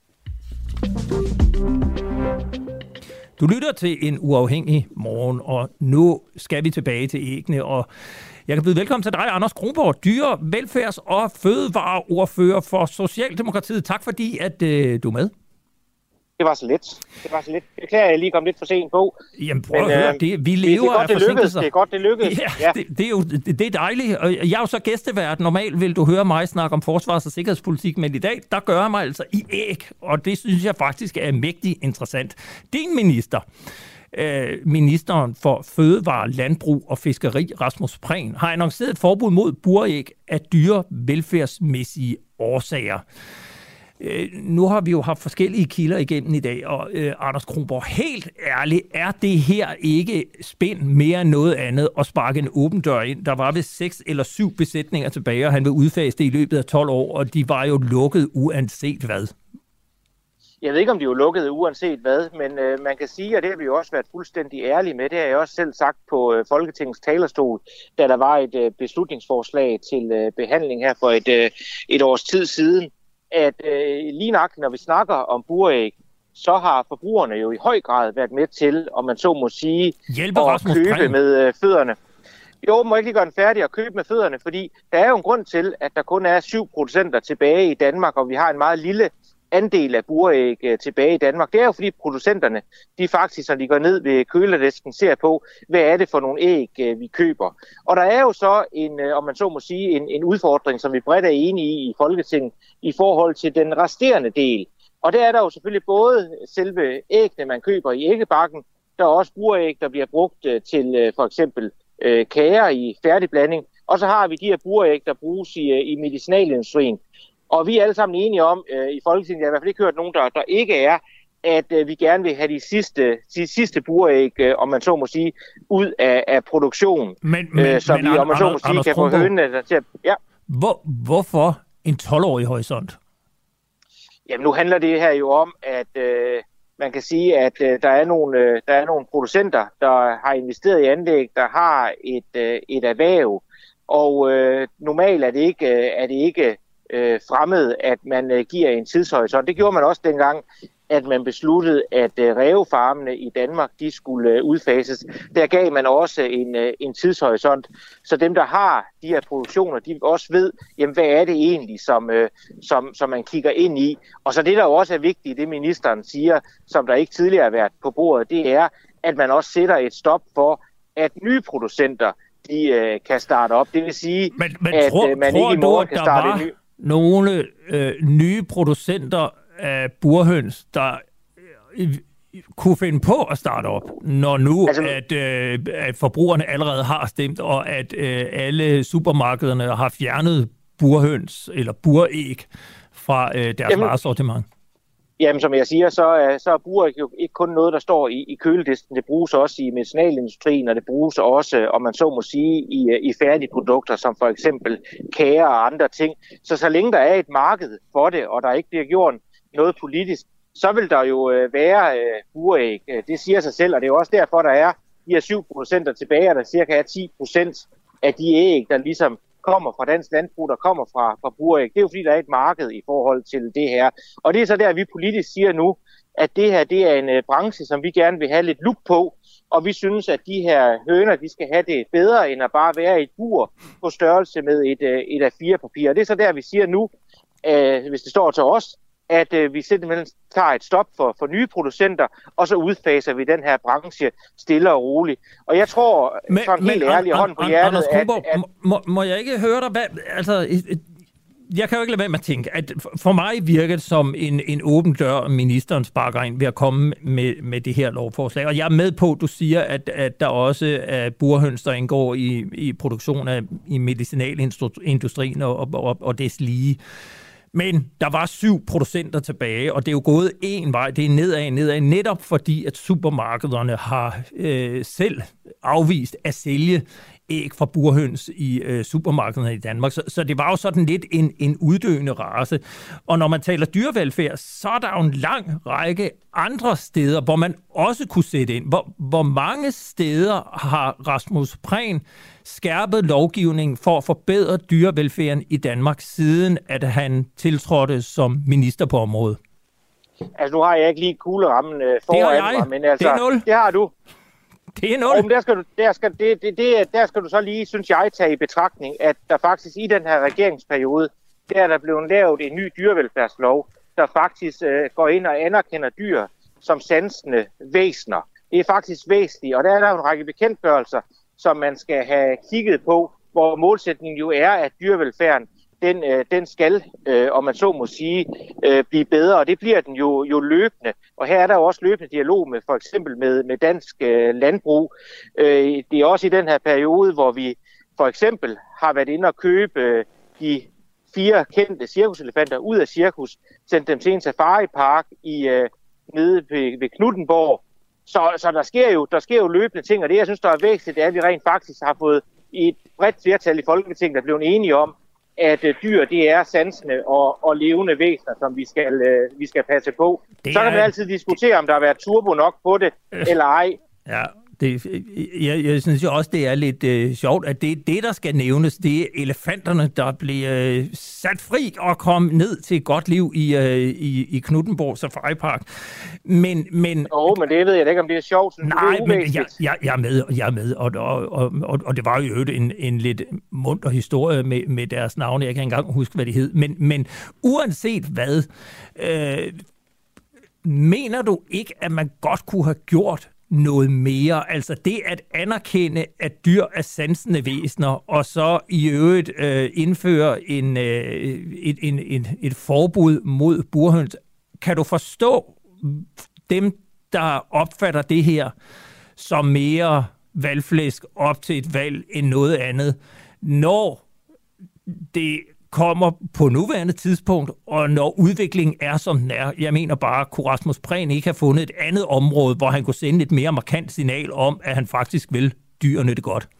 Speaker 1: Du lytter til En Uafhængig morgen, og nu skal vi tilbage til æggene, og jeg kan byde velkommen til dig, Anders Kronborg, dyre-, velfærds- og fødevareordfører for Socialdemokratiet. Tak fordi, at øh, du er med.
Speaker 10: Det var så lidt. Det var så lidt. Jeg beklager, at jeg lige kom lidt for sent på.
Speaker 1: Jamen prøv Men, at høre, det, vi lever det er godt, af forsinkelser.
Speaker 10: Det er godt, det lykkedes.
Speaker 1: Ja, ja. Det, det, er jo det, det er dejligt. Og jeg er jo så gæstevært. Normalt vil du høre mig snakke om forsvars- og sikkerhedspolitik, men i dag, der gør jeg mig altså i æg. Og det synes jeg faktisk er mægtig interessant. Din minister, øh, ministeren for Fødevare, Landbrug og Fiskeri, Rasmus Prehn, har annonceret et forbud mod buræg af dyre velfærdsmæssige årsager. Nu har vi jo haft forskellige kilder igennem i dag, og øh, Anders Kronborg, helt ærligt, er det her ikke spænd mere end noget andet at sparke en åben dør ind? Der var vist seks eller syv besætninger tilbage, og han vil udfase det i løbet af tolv år, og de var jo lukket uanset hvad.
Speaker 10: Jeg ved ikke, om de er lukket uanset hvad, men øh, man kan sige, og det har vi jo også været fuldstændig ærlige med, det har jeg også selv sagt på øh, Folketingets talerstol, da der var et øh, beslutningsforslag til øh, behandling her for et, øh, et års tid siden, at øh, lige nok, når vi snakker om buræg, så har forbrugerne jo i høj grad været med til, om man så må sige,
Speaker 1: Hjælpe
Speaker 10: at
Speaker 1: Rasmus
Speaker 10: købe
Speaker 1: Prehn.
Speaker 10: med øh, fødderne. Jo, må jeg ikke lige gøre den færdig og købe med fødderne, fordi der er jo en grund til, at der kun er syv producenter tilbage i Danmark, og vi har en meget lille andel af buræg øh, tilbage i Danmark. Det er jo fordi producenterne, de faktisk, når de går ned ved køledisken, ser på, hvad er det for nogle æg, øh, vi køber. Og der er jo så en, øh, om man så må sige, en, en udfordring, som vi bredt er enige i i Folketinget, i forhold til den resterende del. Og der er der jo selvfølgelig både selve æggene, man køber i æggebakken, der er også buræg, der bliver brugt øh, til øh, for eksempel øh, kager i færdigblanding, og så har vi de her buræg, der bruges i, øh, i medicinalindustrien. Og vi er alle sammen enige om, øh, i Folketinget, jeg har i hvert fald ikke hørt nogen, der, der ikke er, at øh, vi gerne vil have de sidste, de sidste buræg, øh, om man så må sige, ud af, af produktion.
Speaker 1: Men, men,
Speaker 10: øh, så
Speaker 1: men,
Speaker 10: vi, om man så må sige,
Speaker 1: Anders
Speaker 10: kan få hønene til at... Ja.
Speaker 1: Hvor, hvorfor en tolv-årig horisont?
Speaker 10: Jamen nu handler det her jo om, at øh, man kan sige, at øh, der, er nogle, øh, der er nogle producenter, der har investeret i anlæg, der har et, øh, et erhverv. Og øh, normalt er det ikke... Øh, er det ikke Øh, fremmed, at man øh, giver en tidshorisont. Det gjorde man også dengang, at man besluttede, at øh, rævefarmene i Danmark, de skulle øh, udfases. Der gav man også en, øh, en tidshorisont, så dem, der har de her produktioner, de også ved, jamen, hvad er det egentlig, som, øh, som, som man kigger ind i. Og så det, der også er vigtigt, det ministeren siger, som der ikke tidligere har været på bordet, det er, at man også sætter et stop for, at nye producenter, de øh, kan starte op. Det vil sige,
Speaker 1: men, men
Speaker 10: at
Speaker 1: tror,
Speaker 10: øh, man
Speaker 1: tror
Speaker 10: ikke i morgen
Speaker 1: du,
Speaker 10: kan starte en ny...
Speaker 1: nogle øh, nye producenter af burhøns, der øh, kunne finde på at starte op, når nu altså, at, øh, at forbrugerne allerede har stemt, og at øh, alle supermarkederne har fjernet burhøns eller buræg fra øh, deres varesortiment?
Speaker 10: Jamen, som jeg siger, så, så er buræg jo ikke kun noget, der står i, i køledisken. Det bruges også i medicinalindustrien, og det bruges også, om man så må sige, i, i færdige produkter, som for eksempel kager og andre ting. Så så længe der er et marked for det, og der ikke bliver gjort noget politisk, så vil der jo være øh, buræg. Det siger sig selv, og det er jo også derfor, der er de her syv procenter tilbage, og der cirka er ti procent af de æg, der ligesom kommer fra dansk landbrug, der kommer fra, fra buræg. Det er jo fordi, der er et marked i forhold til det her. Og det er så der, vi politisk siger nu, at det her det er en uh, branche, som vi gerne vil have lidt look på, og vi synes, at de her høner, de skal have det bedre, end at bare være i et bur på størrelse med et, uh, et A fire papir. Og det er så der, vi siger nu, uh, hvis det står til os, at øh, vi simpelthen tager et stop for, for nye producenter, og så udfaser vi den her branche stille og roligt. Og jeg tror, men, sådan helt ærligt, hånden på hjertet,
Speaker 1: Anders Kronborg,
Speaker 10: at... at
Speaker 1: må, må jeg ikke høre dig? Hvad, altså, jeg kan jo ikke lade være med at tænke, at for mig virker det som en, en åben dør, ministeren sparker ind ved at komme med, med det her lovforslag. Og jeg er med på, at du siger, at, at der også er burhøns, der indgår i, i produktion af i medicinalindustrien og, og, og des lige. Men der var syv producenter tilbage, og det er jo gået en vej, det er nedad, nedad, netop fordi, at supermarkederne har øh, selv afvist at sælge æg fra burhøns i øh, supermarkederne i Danmark. Så, så det var jo sådan lidt en, en uddøende race. Og når man taler dyrevelfærd, så er der jo en lang række andre steder, hvor man også kunne sætte ind. Hvor, hvor mange steder har Rasmus Prehn skærpet lovgivningen for at forbedre dyrevelfærden i Danmark, siden at han tiltrådte som minister på området?
Speaker 10: Altså, nu har jeg ikke lige kuglerammen øh, foran mig, men altså,
Speaker 1: det er nul.
Speaker 10: Det har du.
Speaker 1: Det er nul.
Speaker 10: Og der skal du, der skal, det, det, det, der skal du så lige, synes jeg, tage i betragtning, at der faktisk i den her regeringsperiode, der er der blevet lavet en ny dyrevelfærdslov, der faktisk øh, går ind og anerkender dyr som sansende væsener. Det er faktisk væsentligt, og der er der en række bekendtgørelser, som man skal have kigget på, hvor målsætningen jo er, at dyrevelfærden, den, øh, den skal, øh, om man så må sige, øh, blive bedre, og det bliver den jo, jo løbende. Og her er der jo også løbende dialog med for eksempel med, med dansk øh, landbrug. Øh, det er også i den her periode, hvor vi for eksempel har været inde og købe øh, de fire kendte cirkuselefanter ud af cirkus, sendt dem til en safaripark i, øh, nede ved, ved Knuthenborg. Så, så der, sker jo, der sker jo løbende ting, og det jeg synes, der er væsentligt, det er, at vi rent faktisk har fået i et bredt flertal i Folketinget, der blev enige om, at uh, dyr, det er sansende og, og levende væsener, som vi skal, uh, vi skal passe på. Det så kan man altid diskutere, om der har været turbo nok på det, øh. eller ej.
Speaker 1: Ja, Det, jeg, jeg synes jo også, det er lidt øh, sjovt, at det det, der skal nævnes, det er elefanterne, der bliver øh, sat fri og kom ned til et godt liv i, øh, i, i Knuthenborg Safari Park. Men, men,
Speaker 10: oh, men det ved jeg ikke, om det er sjovt.
Speaker 1: Nej,
Speaker 10: det er
Speaker 1: men jeg, jeg, jeg er med, jeg er med. Og, og, og, og, og det var jo en, en lidt munter historie med, med deres navne. Jeg kan ikke engang huske, hvad de hed. Men, men uanset hvad, øh, mener du ikke, at man godt kunne have gjort noget mere? Altså det at anerkende, at dyr er sansende væsener, og så i øvrigt øh, indføre en, øh, et, en, en, et forbud mod burhøns. Kan du forstå dem, der opfatter det her som mere valgflæsk op til et valg end noget andet, når det kommer på nuværende tidspunkt, og når udviklingen er, som den er? Jeg mener bare, at Rasmus Prehn ikke har fundet et andet område, hvor han kunne sende et mere markant signal om, at han faktisk vil dyrene det godt.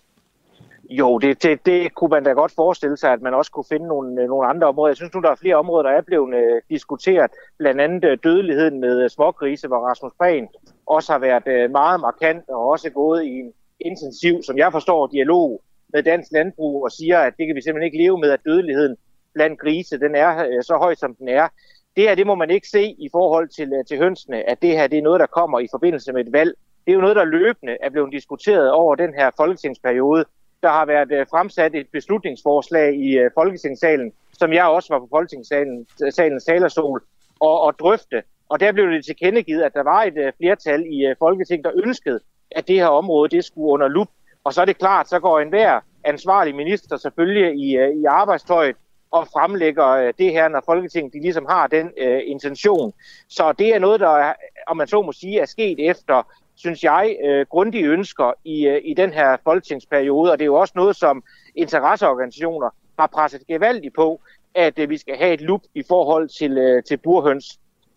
Speaker 10: Jo, det, det, det kunne man da godt forestille sig, at man også kunne finde nogle, nogle andre områder. Jeg synes nu, der er flere områder, der er blevet uh, diskuteret. Blandt andet uh, dødeligheden med uh, smågrise, hvor Rasmus Prehn også har været uh, meget markant og også gået i en intensiv, som jeg forstår, dialog med dansk landbrug og siger, at det kan vi simpelthen ikke leve med, at dødeligheden blandt grise, den er uh, så høj, som den er. Det her, det må man ikke se i forhold til, uh, til hønsene, at det her, det er noget, der kommer i forbindelse med et valg. Det er jo noget, der løbende er blevet diskuteret over den her folketingsperiode. Der har været øh, fremsat et beslutningsforslag i øh, Folketingssalen, som jeg også var på Folketingssalens talerstol og, og drøfte. Og der blev det tilkendegivet, at der var et øh, flertal i øh, Folketinget, der ønskede, at det her område det skulle under lup. Og så er det klart, så går enhver ansvarlig minister selvfølgelig i, øh, i arbejdstøjet og fremlægger øh, det her, når Folketinget de ligesom har den øh, intention. Så det er noget, der, om man så må sige, er sket efter, synes jeg, øh, grundige ønsker i, øh, i den her folketingsperiode, og det er jo også noget, som interesseorganisationer har presset gevaldigt på, at øh, vi skal have et lup i forhold til, øh, til burhøns.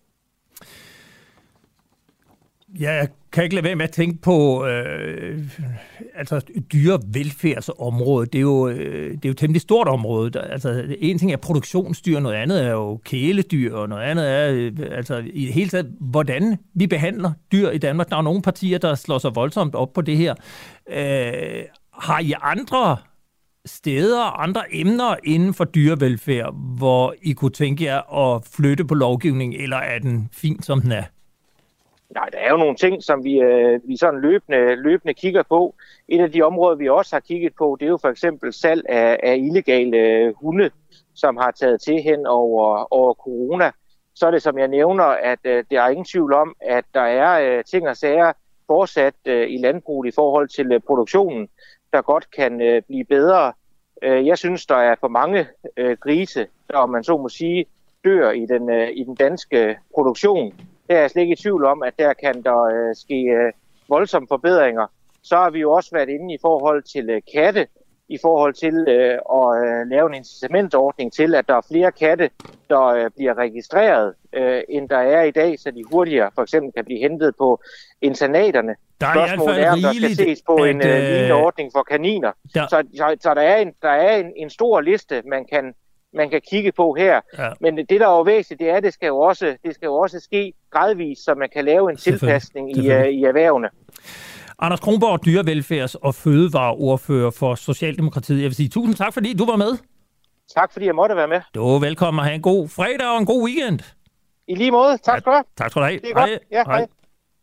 Speaker 1: Ja, jeg kan ikke lade være med at tænke på øh, altså dyrevelfærdsområdet. Det er jo øh, det er jo temmelig stort område. Der, altså en ting er produktionsdyr, noget andet er jo kæledyr, og noget andet er øh, altså i det hele taget, hvordan vi behandler dyr i Danmark. Der er nogle partier, der slår sig voldsomt op på det her. Øh, har I andre steder, andre emner inden for dyrevelfærd, hvor I kunne tænke jer at flytte på lovgivningen, eller er den fint, som den er?
Speaker 10: Nej, der er jo nogle ting, som vi, øh, vi sådan løbende, løbende kigger på. Et af de områder, vi også har kigget på, det er jo for eksempel salg af, af illegale øh, hunde, som har taget til hen over, over corona. Så er det, som jeg nævner, at øh, der er ingen tvivl om, at der er øh, ting og sager fortsat øh, i landbruget i forhold til øh, produktionen, der godt kan øh, blive bedre. Øh, jeg synes, der er for mange øh, grise, der, om man så må sige, dør i den, øh, i den danske produktion. Der er jeg slet ikke i tvivl om, at der kan der øh, ske øh, voldsomme forbedringer. Så har vi jo også været inde i forhold til øh, katte, i forhold til øh, at øh, lave en incitamentordning til, at der er flere katte, der øh, bliver registreret, øh, end der er i dag, så de hurtigere for eksempel kan blive hentet på internaterne.
Speaker 1: Der er
Speaker 10: Spørgsmålet er, om der skal ses på at, en øh, lignende ordning for kaniner. Der... Så, så, så der er, en, der er en, en stor liste, man kan man kan kigge på her. Ja. Men det, der er jo væsentligt, det er, at det skal jo også, det skal jo også ske gradvist, så man kan lave en tilpasning i, uh, i erhvervene.
Speaker 1: Anders Kronborg, dyrevelfærds- og fødevareordfører for Socialdemokratiet. Jeg vil sige tusind tak, fordi du var med.
Speaker 10: Tak, fordi jeg måtte være med.
Speaker 1: Du er velkommen og have en god fredag og en god weekend.
Speaker 10: I lige måde. Tak skal du have.
Speaker 1: Tak skal du have.
Speaker 10: Det er godt. Ja, hej. hej.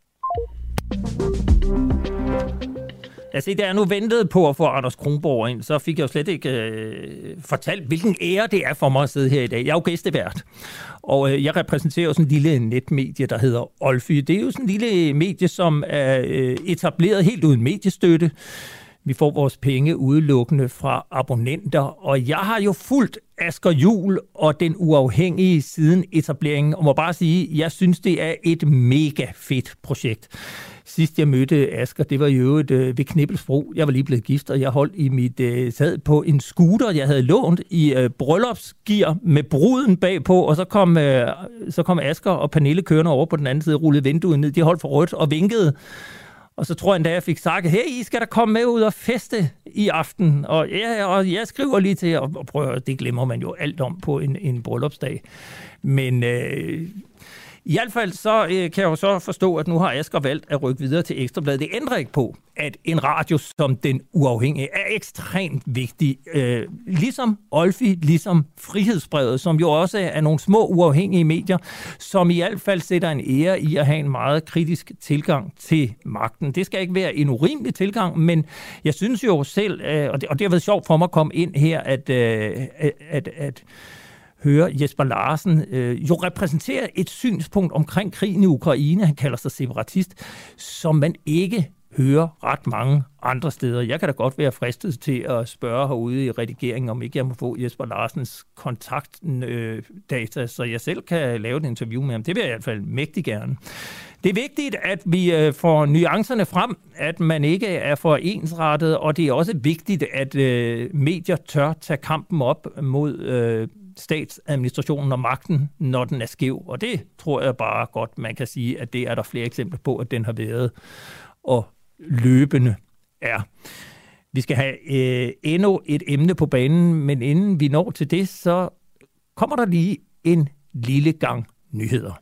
Speaker 1: Jeg ser, da jeg nu ventede på at få Anders Kronborg ind, så fik jeg jo slet ikke øh, fortalt, hvilken ære det er for mig at sidde her i dag. Jeg er jo gæstevært, og øh, jeg repræsenterer jo sådan en lille netmedie, der hedder Olfy. Det er jo sådan en lille medie, som er øh, etableret helt uden mediestøtte. Vi får vores penge udelukkende fra abonnenter, og jeg har jo fulgt Asger Juhl og Den Uafhængige siden etableringen, og må bare sige, at jeg synes, det er et mega fedt projekt. Sidst jeg mødte Asger, det var jo et, øh, ved Knippelsbro. Jeg var lige blevet gift, og jeg holdt i mit øh, sad på en scooter, jeg havde lånt i øh, bryllupsgear med bruden bagpå, og så kom, øh, så kom Asger og Pernille kørende over på den anden side, rullede vinduet ned, de holdt for rødt og vinkede. Og så tror jeg endda, jeg fik sagt, hey, I skal da komme med ud og feste i aften. Og, ja, og jeg skriver lige til jer, og prøv, det glemmer man jo alt om på en, en bryllupsdag. Men øh, I hvert fald så øh, kan jeg jo så forstå, at nu har Asger valgt at rykke videre til Ekstrabladet. Det ændrer ikke på, at en radio som Den Uafhængige er ekstremt vigtig. Øh, ligesom Olfi, ligesom Frihedsbrevet, som jo også er nogle små uafhængige medier, som i hvert fald sætter en ære i at have en meget kritisk tilgang til magten. Det skal ikke være en urimelig tilgang, men jeg synes jo selv, øh, og, det, og det har været sjovt for mig at komme ind her, at, øh, at, at, at høre Jesper Larsen øh, jo repræsenterer et synspunkt omkring krigen i Ukraine, han kalder sig separatist, som man ikke hører ret mange andre steder. Jeg kan da godt være fristet til at spørge herude i redigeringen, om ikke jeg må få Jesper Larsens kontaktdata, øh, så jeg selv kan lave et interview med ham. Det vil jeg i hvert fald mægtig gerne. Det er vigtigt, at vi øh, får nuancerne frem, at man ikke er for ensrettet, og det er også vigtigt, at øh, medier tør tage kampen op mod øh, statsadministrationen og magten, når den er skæv. Og det tror jeg bare godt, man kan sige, at det er der flere eksempler på, at den har været og løbende er. Vi skal have øh, endnu et emne på banen, men inden vi når til det, så kommer der lige en lille gang nyheder.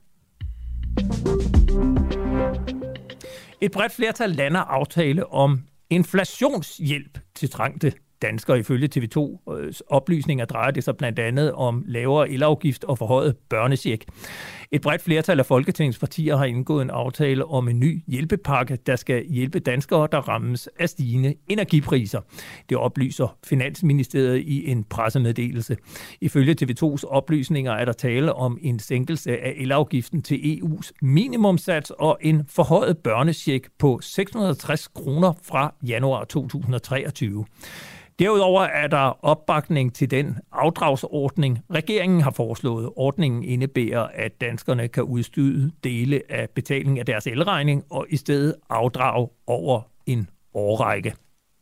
Speaker 1: Et bredt flertal lander aftale om inflationshjælp til trængte danskere. Ifølge T V to's oplysninger drejer det sig blandt andet om lavere elafgift og forhøjet børnecheck. Et bredt flertal af Folketingets partier har indgået en aftale om en ny hjælpepakke, der skal hjælpe danskere, der rammes af stigende energipriser. Det oplyser Finansministeriet i en pressemeddelelse. Ifølge T V to's oplysninger er der tale om en sænkelse af elafgiften til E U's minimumssats og en forhøjet børnecheck på seks hundrede og tres kroner fra januar to tusind og treogtyve. Derudover er der opbakning til den afdragsordning, regeringen har foreslået. Ordningen indebærer, at danskerne kan udstyde dele af betalingen af deres elregning og i stedet afdrage over en årrække.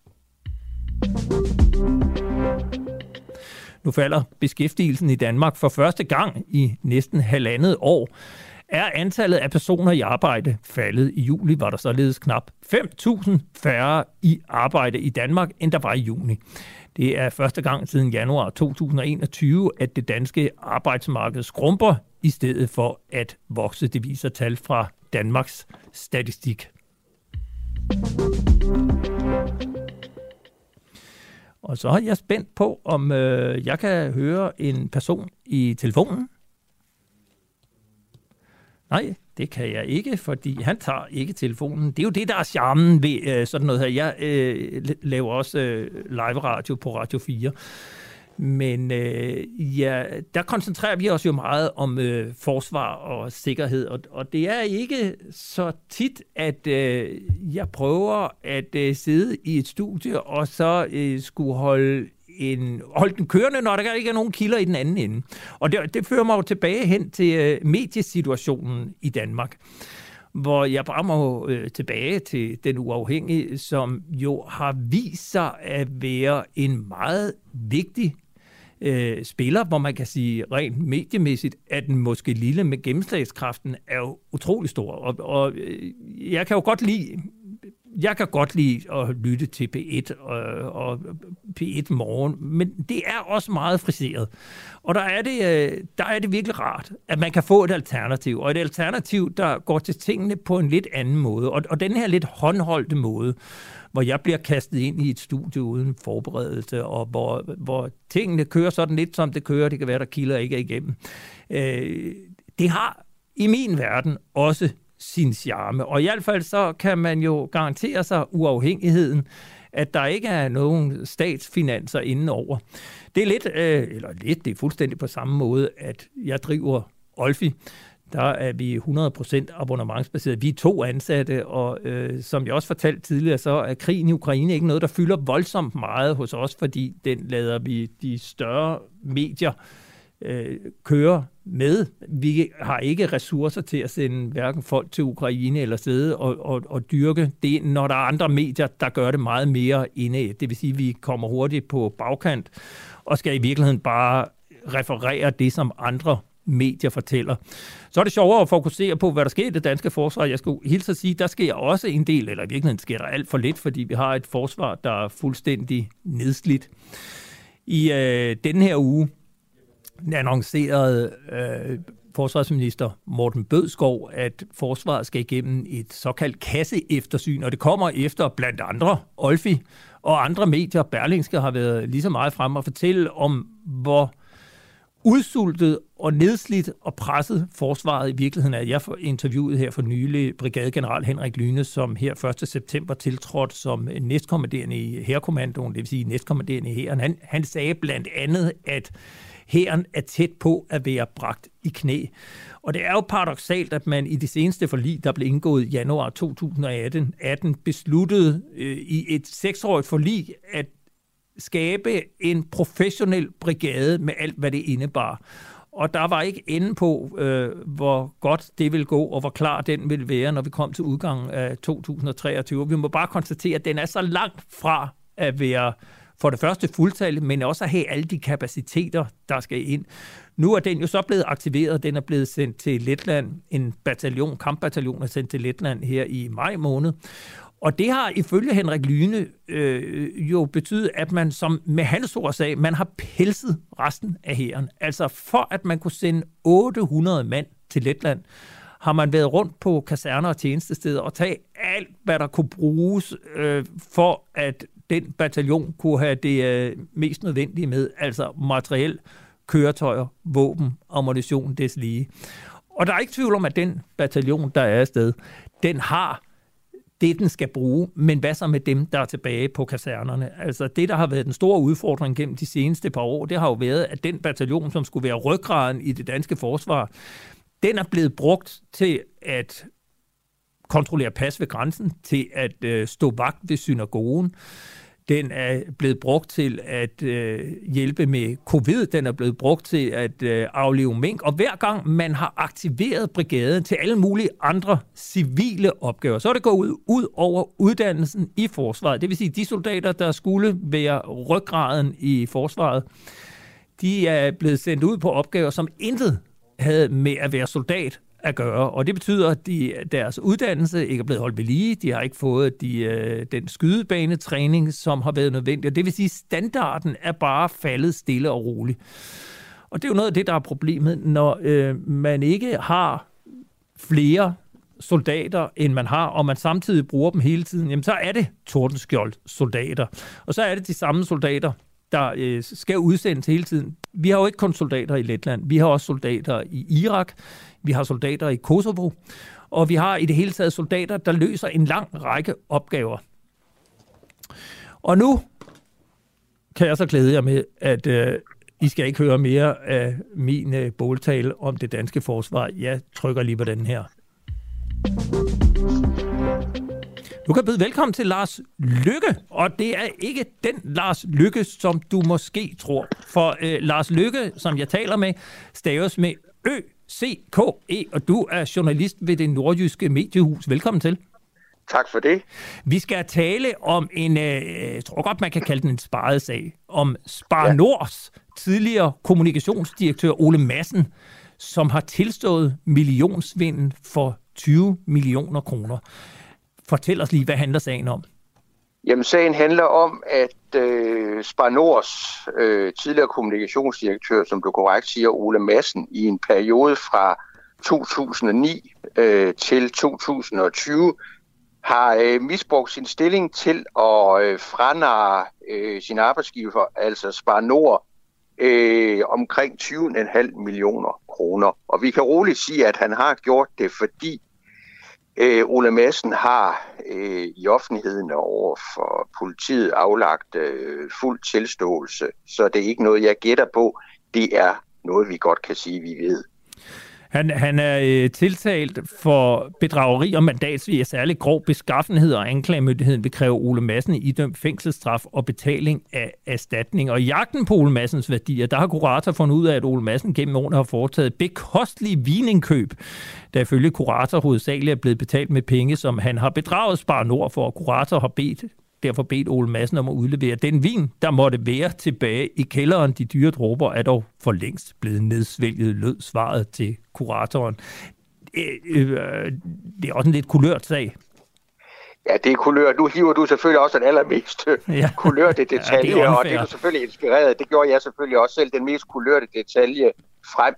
Speaker 1: Nu falder beskæftigelsen i Danmark for første gang i næsten halvandet år. Er antallet af personer i arbejde faldet. I juli var der således knap fem tusind færre i arbejde i Danmark, end der var i juni. Det er første gang siden januar to tusind og enogtyve, at det danske arbejdsmarked skrumper i stedet for at vokse. Det viser tal fra Danmarks Statistik. Og så er jeg spændt på, om øh, jeg kan høre en person i telefonen. Nej, det kan jeg ikke, fordi han tager ikke telefonen. Det er jo det, der er charmen ved øh, sådan noget her. Jeg øh, laver også øh, live radio på Radio fire. Men øh, ja, der koncentrerer vi os jo meget om øh, forsvar og sikkerhed. Og, og det er ikke så tit, at øh, jeg prøver at øh, sidde i et studie og så øh, skulle holde En, holdt den kørende, når der ikke er nogen kilder i den anden ende. Og det, det fører mig jo tilbage hen til uh, mediesituationen i Danmark, hvor jeg bare må uh, tilbage til Den Uafhængige, som jo har vist sig at være en meget vigtig uh, spiller, hvor man kan sige rent mediemæssigt, at den måske lille med gennemslagskraften er jo utrolig stor. Og, og uh, jeg kan jo godt lide Jeg kan godt lide at lytte til P et og, og P et Morgen, men det er også meget friseret. Og der er, det, der er det virkelig rart, at man kan få et alternativ, og et alternativ, der går til tingene på en lidt anden måde. Og, og den her lidt håndholdte måde, hvor jeg bliver kastet ind i et studie uden forberedelse, og hvor, hvor tingene kører sådan lidt, som det kører. Det kan være, der kilder ikke er igennem. Øh, det har i min verden også sin charme. Og i hvert fald så kan man jo garantere sig uafhængigheden, at der ikke er nogen statsfinanser indenover. Det er lidt, øh, eller lidt, det er fuldstændig på samme måde, at jeg driver Olfi. Der er vi hundrede procent abonnementsbaseret. Vi er to ansatte, og øh, som jeg også fortalte tidligere, så er krigen i Ukraine ikke noget, der fylder voldsomt meget hos os, fordi den lader vi de større medier øh, køre med. Vi har ikke ressourcer til at sende hverken folk til Ukraine eller sidde og, og, og dyrke det, når der er andre medier, der gør det meget mere indad. Det vil sige, at vi kommer hurtigt på bagkant og skal i virkeligheden bare referere det, som andre medier fortæller. Så er det sjovere at fokusere på, hvad der sker i det danske forsvar. Jeg skulle hilse at sige, der sker også en del, eller i virkeligheden sker der alt for lidt, fordi vi har et forsvar, der er fuldstændig nedslidt. I øh, denne her uge annoncerede øh, forsvarsminister Morten Bødskov, at forsvaret skal igennem et såkaldt kasseeftersyn, og det kommer efter blandt andre Olfi og andre medier. Berlingske har været lige så meget fremme at fortælle om, hvor udsultet og nedslidt og presset forsvaret i virkeligheden er. Jeg interviewede her for nylig brigadegeneral Henrik Lyne, som her første september tiltrådte som næstkommanderende i hærkommandoen, det vil sige næstkommanderende i hæren. Han, han sagde blandt andet, at hæren er tæt på at være bragt i knæ. Og det er jo paradoksalt, at man i det seneste forlig, der blev indgået i januar to tusind og atten, besluttede øh, i et seksårigt forlig at skabe en professionel brigade med alt, hvad det indebar. Og der var ikke ende på, øh, hvor godt det vil gå, og hvor klar den vil være, når vi kom til udgangen af to tusind og treogtyve. Vi må bare konstatere, at den er så langt fra at være for det første fuldtallet, men også at have alle de kapaciteter, der skal ind. Nu er den jo så blevet aktiveret, den er blevet sendt til Letland, en bataljon, kampbataljon er sendt til Letland her i maj måned. Og det har ifølge Henrik Lyne øh, jo betydet, at man som med hans ord sagde, man har pelset resten af hæren. Altså for at man kunne sende otte hundrede mand til Letland, har man været rundt på kaserner og tjenestesteder og tage alt, hvad der kunne bruges øh, for, at den bataljon kunne have det øh, mest nødvendige med, altså materiel, køretøjer, våben, ammunition, deslige. Og der er ikke tvivl om, at den bataljon, der er afsted, den har det, den skal bruge, men hvad så med dem, der er tilbage på kasernerne? Altså det, der har været den store udfordring gennem de seneste par år, det har jo været, at den bataljon, som skulle være ryggraden i det danske forsvar, den er blevet brugt til at kontrollere pas ved grænsen, til at øh, stå vagt ved synagogen. Den er blevet brugt til at øh, hjælpe med covid. Den er blevet brugt til at øh, aflive mink. Og hver gang man har aktiveret brigaden til alle mulige andre civile opgaver, så er det gået ud, ud over uddannelsen i forsvaret. Det vil sige, de soldater, der skulle være ryggraden i forsvaret, de er blevet sendt ud på opgaver, som intet havde med at være soldat at gøre, og det betyder, at de, deres uddannelse ikke er blevet holdt ved lige, de har ikke fået de, øh, den skydebanetræning, som har været nødvendig, og det vil sige, at standarden er bare faldet stille og roligt. Og det er jo noget af det, der er problemet, når øh, man ikke har flere soldater, end man har, og man samtidig bruger dem hele tiden, jamen så er det Tordenskjold soldater, og så er det de samme soldater, der øh, skal udsendes hele tiden. Vi har jo ikke kun soldater i Letland, vi har også soldater i Irak, vi har soldater i Kosovo, og vi har i det hele taget soldater, der løser en lang række opgaver. Og nu kan jeg så glæde jer med, at øh, I skal ikke høre mere af min øh, båltale om det danske forsvar. Jeg trykker lige på den her. Du kan byde velkommen til Lars Løkke, og det er ikke den Lars Løkke, som du måske tror. For øh, Lars Løkke, som jeg taler med, staves med Ø C K E, og du er journalist ved det nordjyske mediehus. Velkommen til.
Speaker 10: Tak for det.
Speaker 1: Vi skal tale om en, øh, jeg tror godt, man kan kalde den en sparet sag, om Spar Nords ja. tidligere kommunikationsdirektør Ole Madsen, som har tilstået millionsvindel for tyve millioner kroner. Fortæl os lige, hvad handler sagen om?
Speaker 10: Jamen, sagen handler om, at øh, Spar Nords øh, tidligere kommunikationsdirektør, som du korrekt siger, Ole Madsen, i en periode fra to tusind og ni øh, til to tusind og tyve, har øh, misbrugt sin stilling til at øh, franarre øh, sin arbejdsgiver, altså Spar Nord, øh, omkring tyve komma fem millioner kroner. Og vi kan roligt sige, at han har gjort det, fordi Øh, Ole Madsen har øh, i offentligheden over for politiet aflagt øh, fuld tilståelse, så det er ikke noget, jeg gætter på. Det er noget, vi godt kan sige, vi ved.
Speaker 1: Han, han er øh, tiltalt for bedrageri og mandatsvig af særlig grov beskaffenhed, og anklagemyndigheden vil kræve Ole Madsen idømt fængselsstraf og betaling af erstatning. Og i jagten på Ole Madsens værdier, der har kurator fundet ud af, at Ole Madsen gennem årene har foretaget bekostelige vinindkøb, der ifølge kurator hovedsageligt er blevet betalt med penge, som han har bedraget Spar Nord for, og kurator har bedt derfor bedt Ole Madsen om at udlevere den vin, der måtte være tilbage i kælderen. De dyre dråber er dog for længst blevet nedsvælget, lød svaret til kuratoren. Det er også en lidt kulørt sag.
Speaker 10: Ja, det er kulørt. Nu hiver du selvfølgelig også den allermest ja. kulørte detalje, ja, det og det er du selvfølgelig inspireret. Det gjorde jeg selvfølgelig også selv, den mest kulørte detalje frem.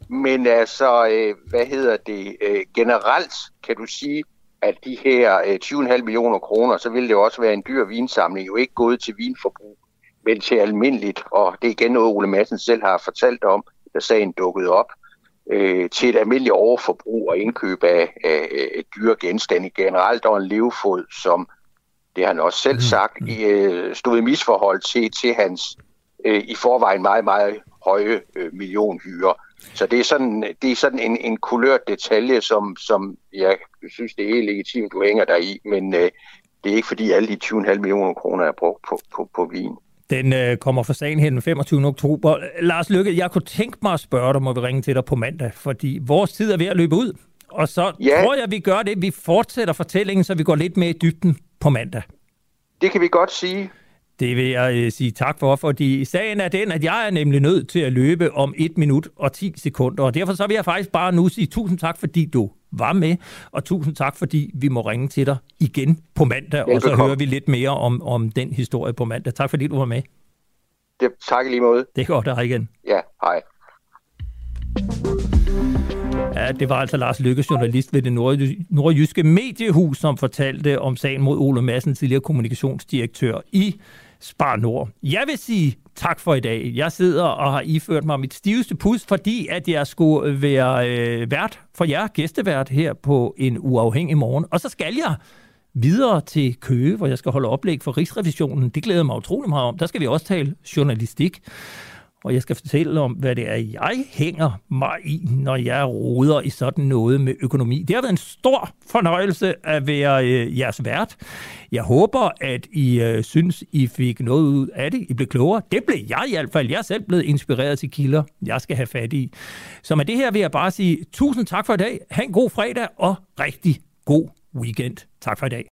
Speaker 11: Men altså, øh, hvad hedder det, øh, generelt kan du sige, at de her øh, tyve komma fem millioner kroner, så vil det også være en dyr vinsamling, jo ikke gået til vinforbrug, men til almindeligt, og det er igen noget, Ole Madsen selv har fortalt om, da sagen dukkede op, øh, til et almindeligt overforbrug og indkøb af, af, af dyre genstande generelt, og en levefod, som, det har han også selv sagt, øh, stod i misforhold til, til hans øh, i forvejen meget, meget høje øh, millionhyre. Så det er sådan, det er sådan en, en kulørt detalje, som, som jeg synes, det er helt legitimt, du hænger der i, men øh, det er ikke fordi alle de tyve komma fem millioner kroner er brugt på, på, på vin.
Speaker 1: Den øh, kommer for sagen her den femogtyvende oktober. Lars Løkke, jeg kunne tænke mig at spørge dig, må vi ringe til dig på mandag, fordi vores tid er ved at løbe ud. Og så ja. tror jeg, vi gør det. Vi fortsætter fortællingen, så vi går lidt mere i dybden på mandag.
Speaker 11: Det kan vi godt sige.
Speaker 1: Det vil jeg øh, sige tak for, fordi sagen er den, at jeg er nemlig nødt til at løbe om et minut og ti sekunder, og derfor så vil jeg faktisk bare nu sige tusind tak, fordi du var med, og tusind tak, fordi vi må ringe til dig igen på mandag, Velbekomme. Og så hører vi lidt mere om, om den historie på mandag. Tak fordi du var med.
Speaker 11: Det, tak i lige måde.
Speaker 1: Det går der igen.
Speaker 11: Ja, hej.
Speaker 1: Ja, det var altså Lars Løkke, journalist ved det nordjyske mediehus, som fortalte om sagen mod Ole Madsen, tidligere kommunikationsdirektør i Spar Nord. Jeg vil sige tak for i dag. Jeg sidder og har iført mig mit stiveste pus, fordi at jeg skulle være øh, vært for jer, gæstevært her på en uafhængig morgen. Og så skal jeg videre til Køge, hvor jeg skal holde oplæg for Rigsrevisionen. Det glæder mig utrolig meget om. Der skal vi også tale journalistik. Og jeg skal fortælle om, hvad det er, jeg hænger mig i, når jeg roder i sådan noget med økonomi. Det har været en stor fornøjelse at være øh, jeres vært. Jeg håber, at I øh, synes, I fik noget ud af det. I blev klogere. Det blev jeg i hvert fald. Jeg er selv blevet inspireret til kilder, jeg skal have fat i. Så med det her vil jeg bare sige tusind tak for i dag. Ha' en god fredag og rigtig god weekend. Tak for i dag.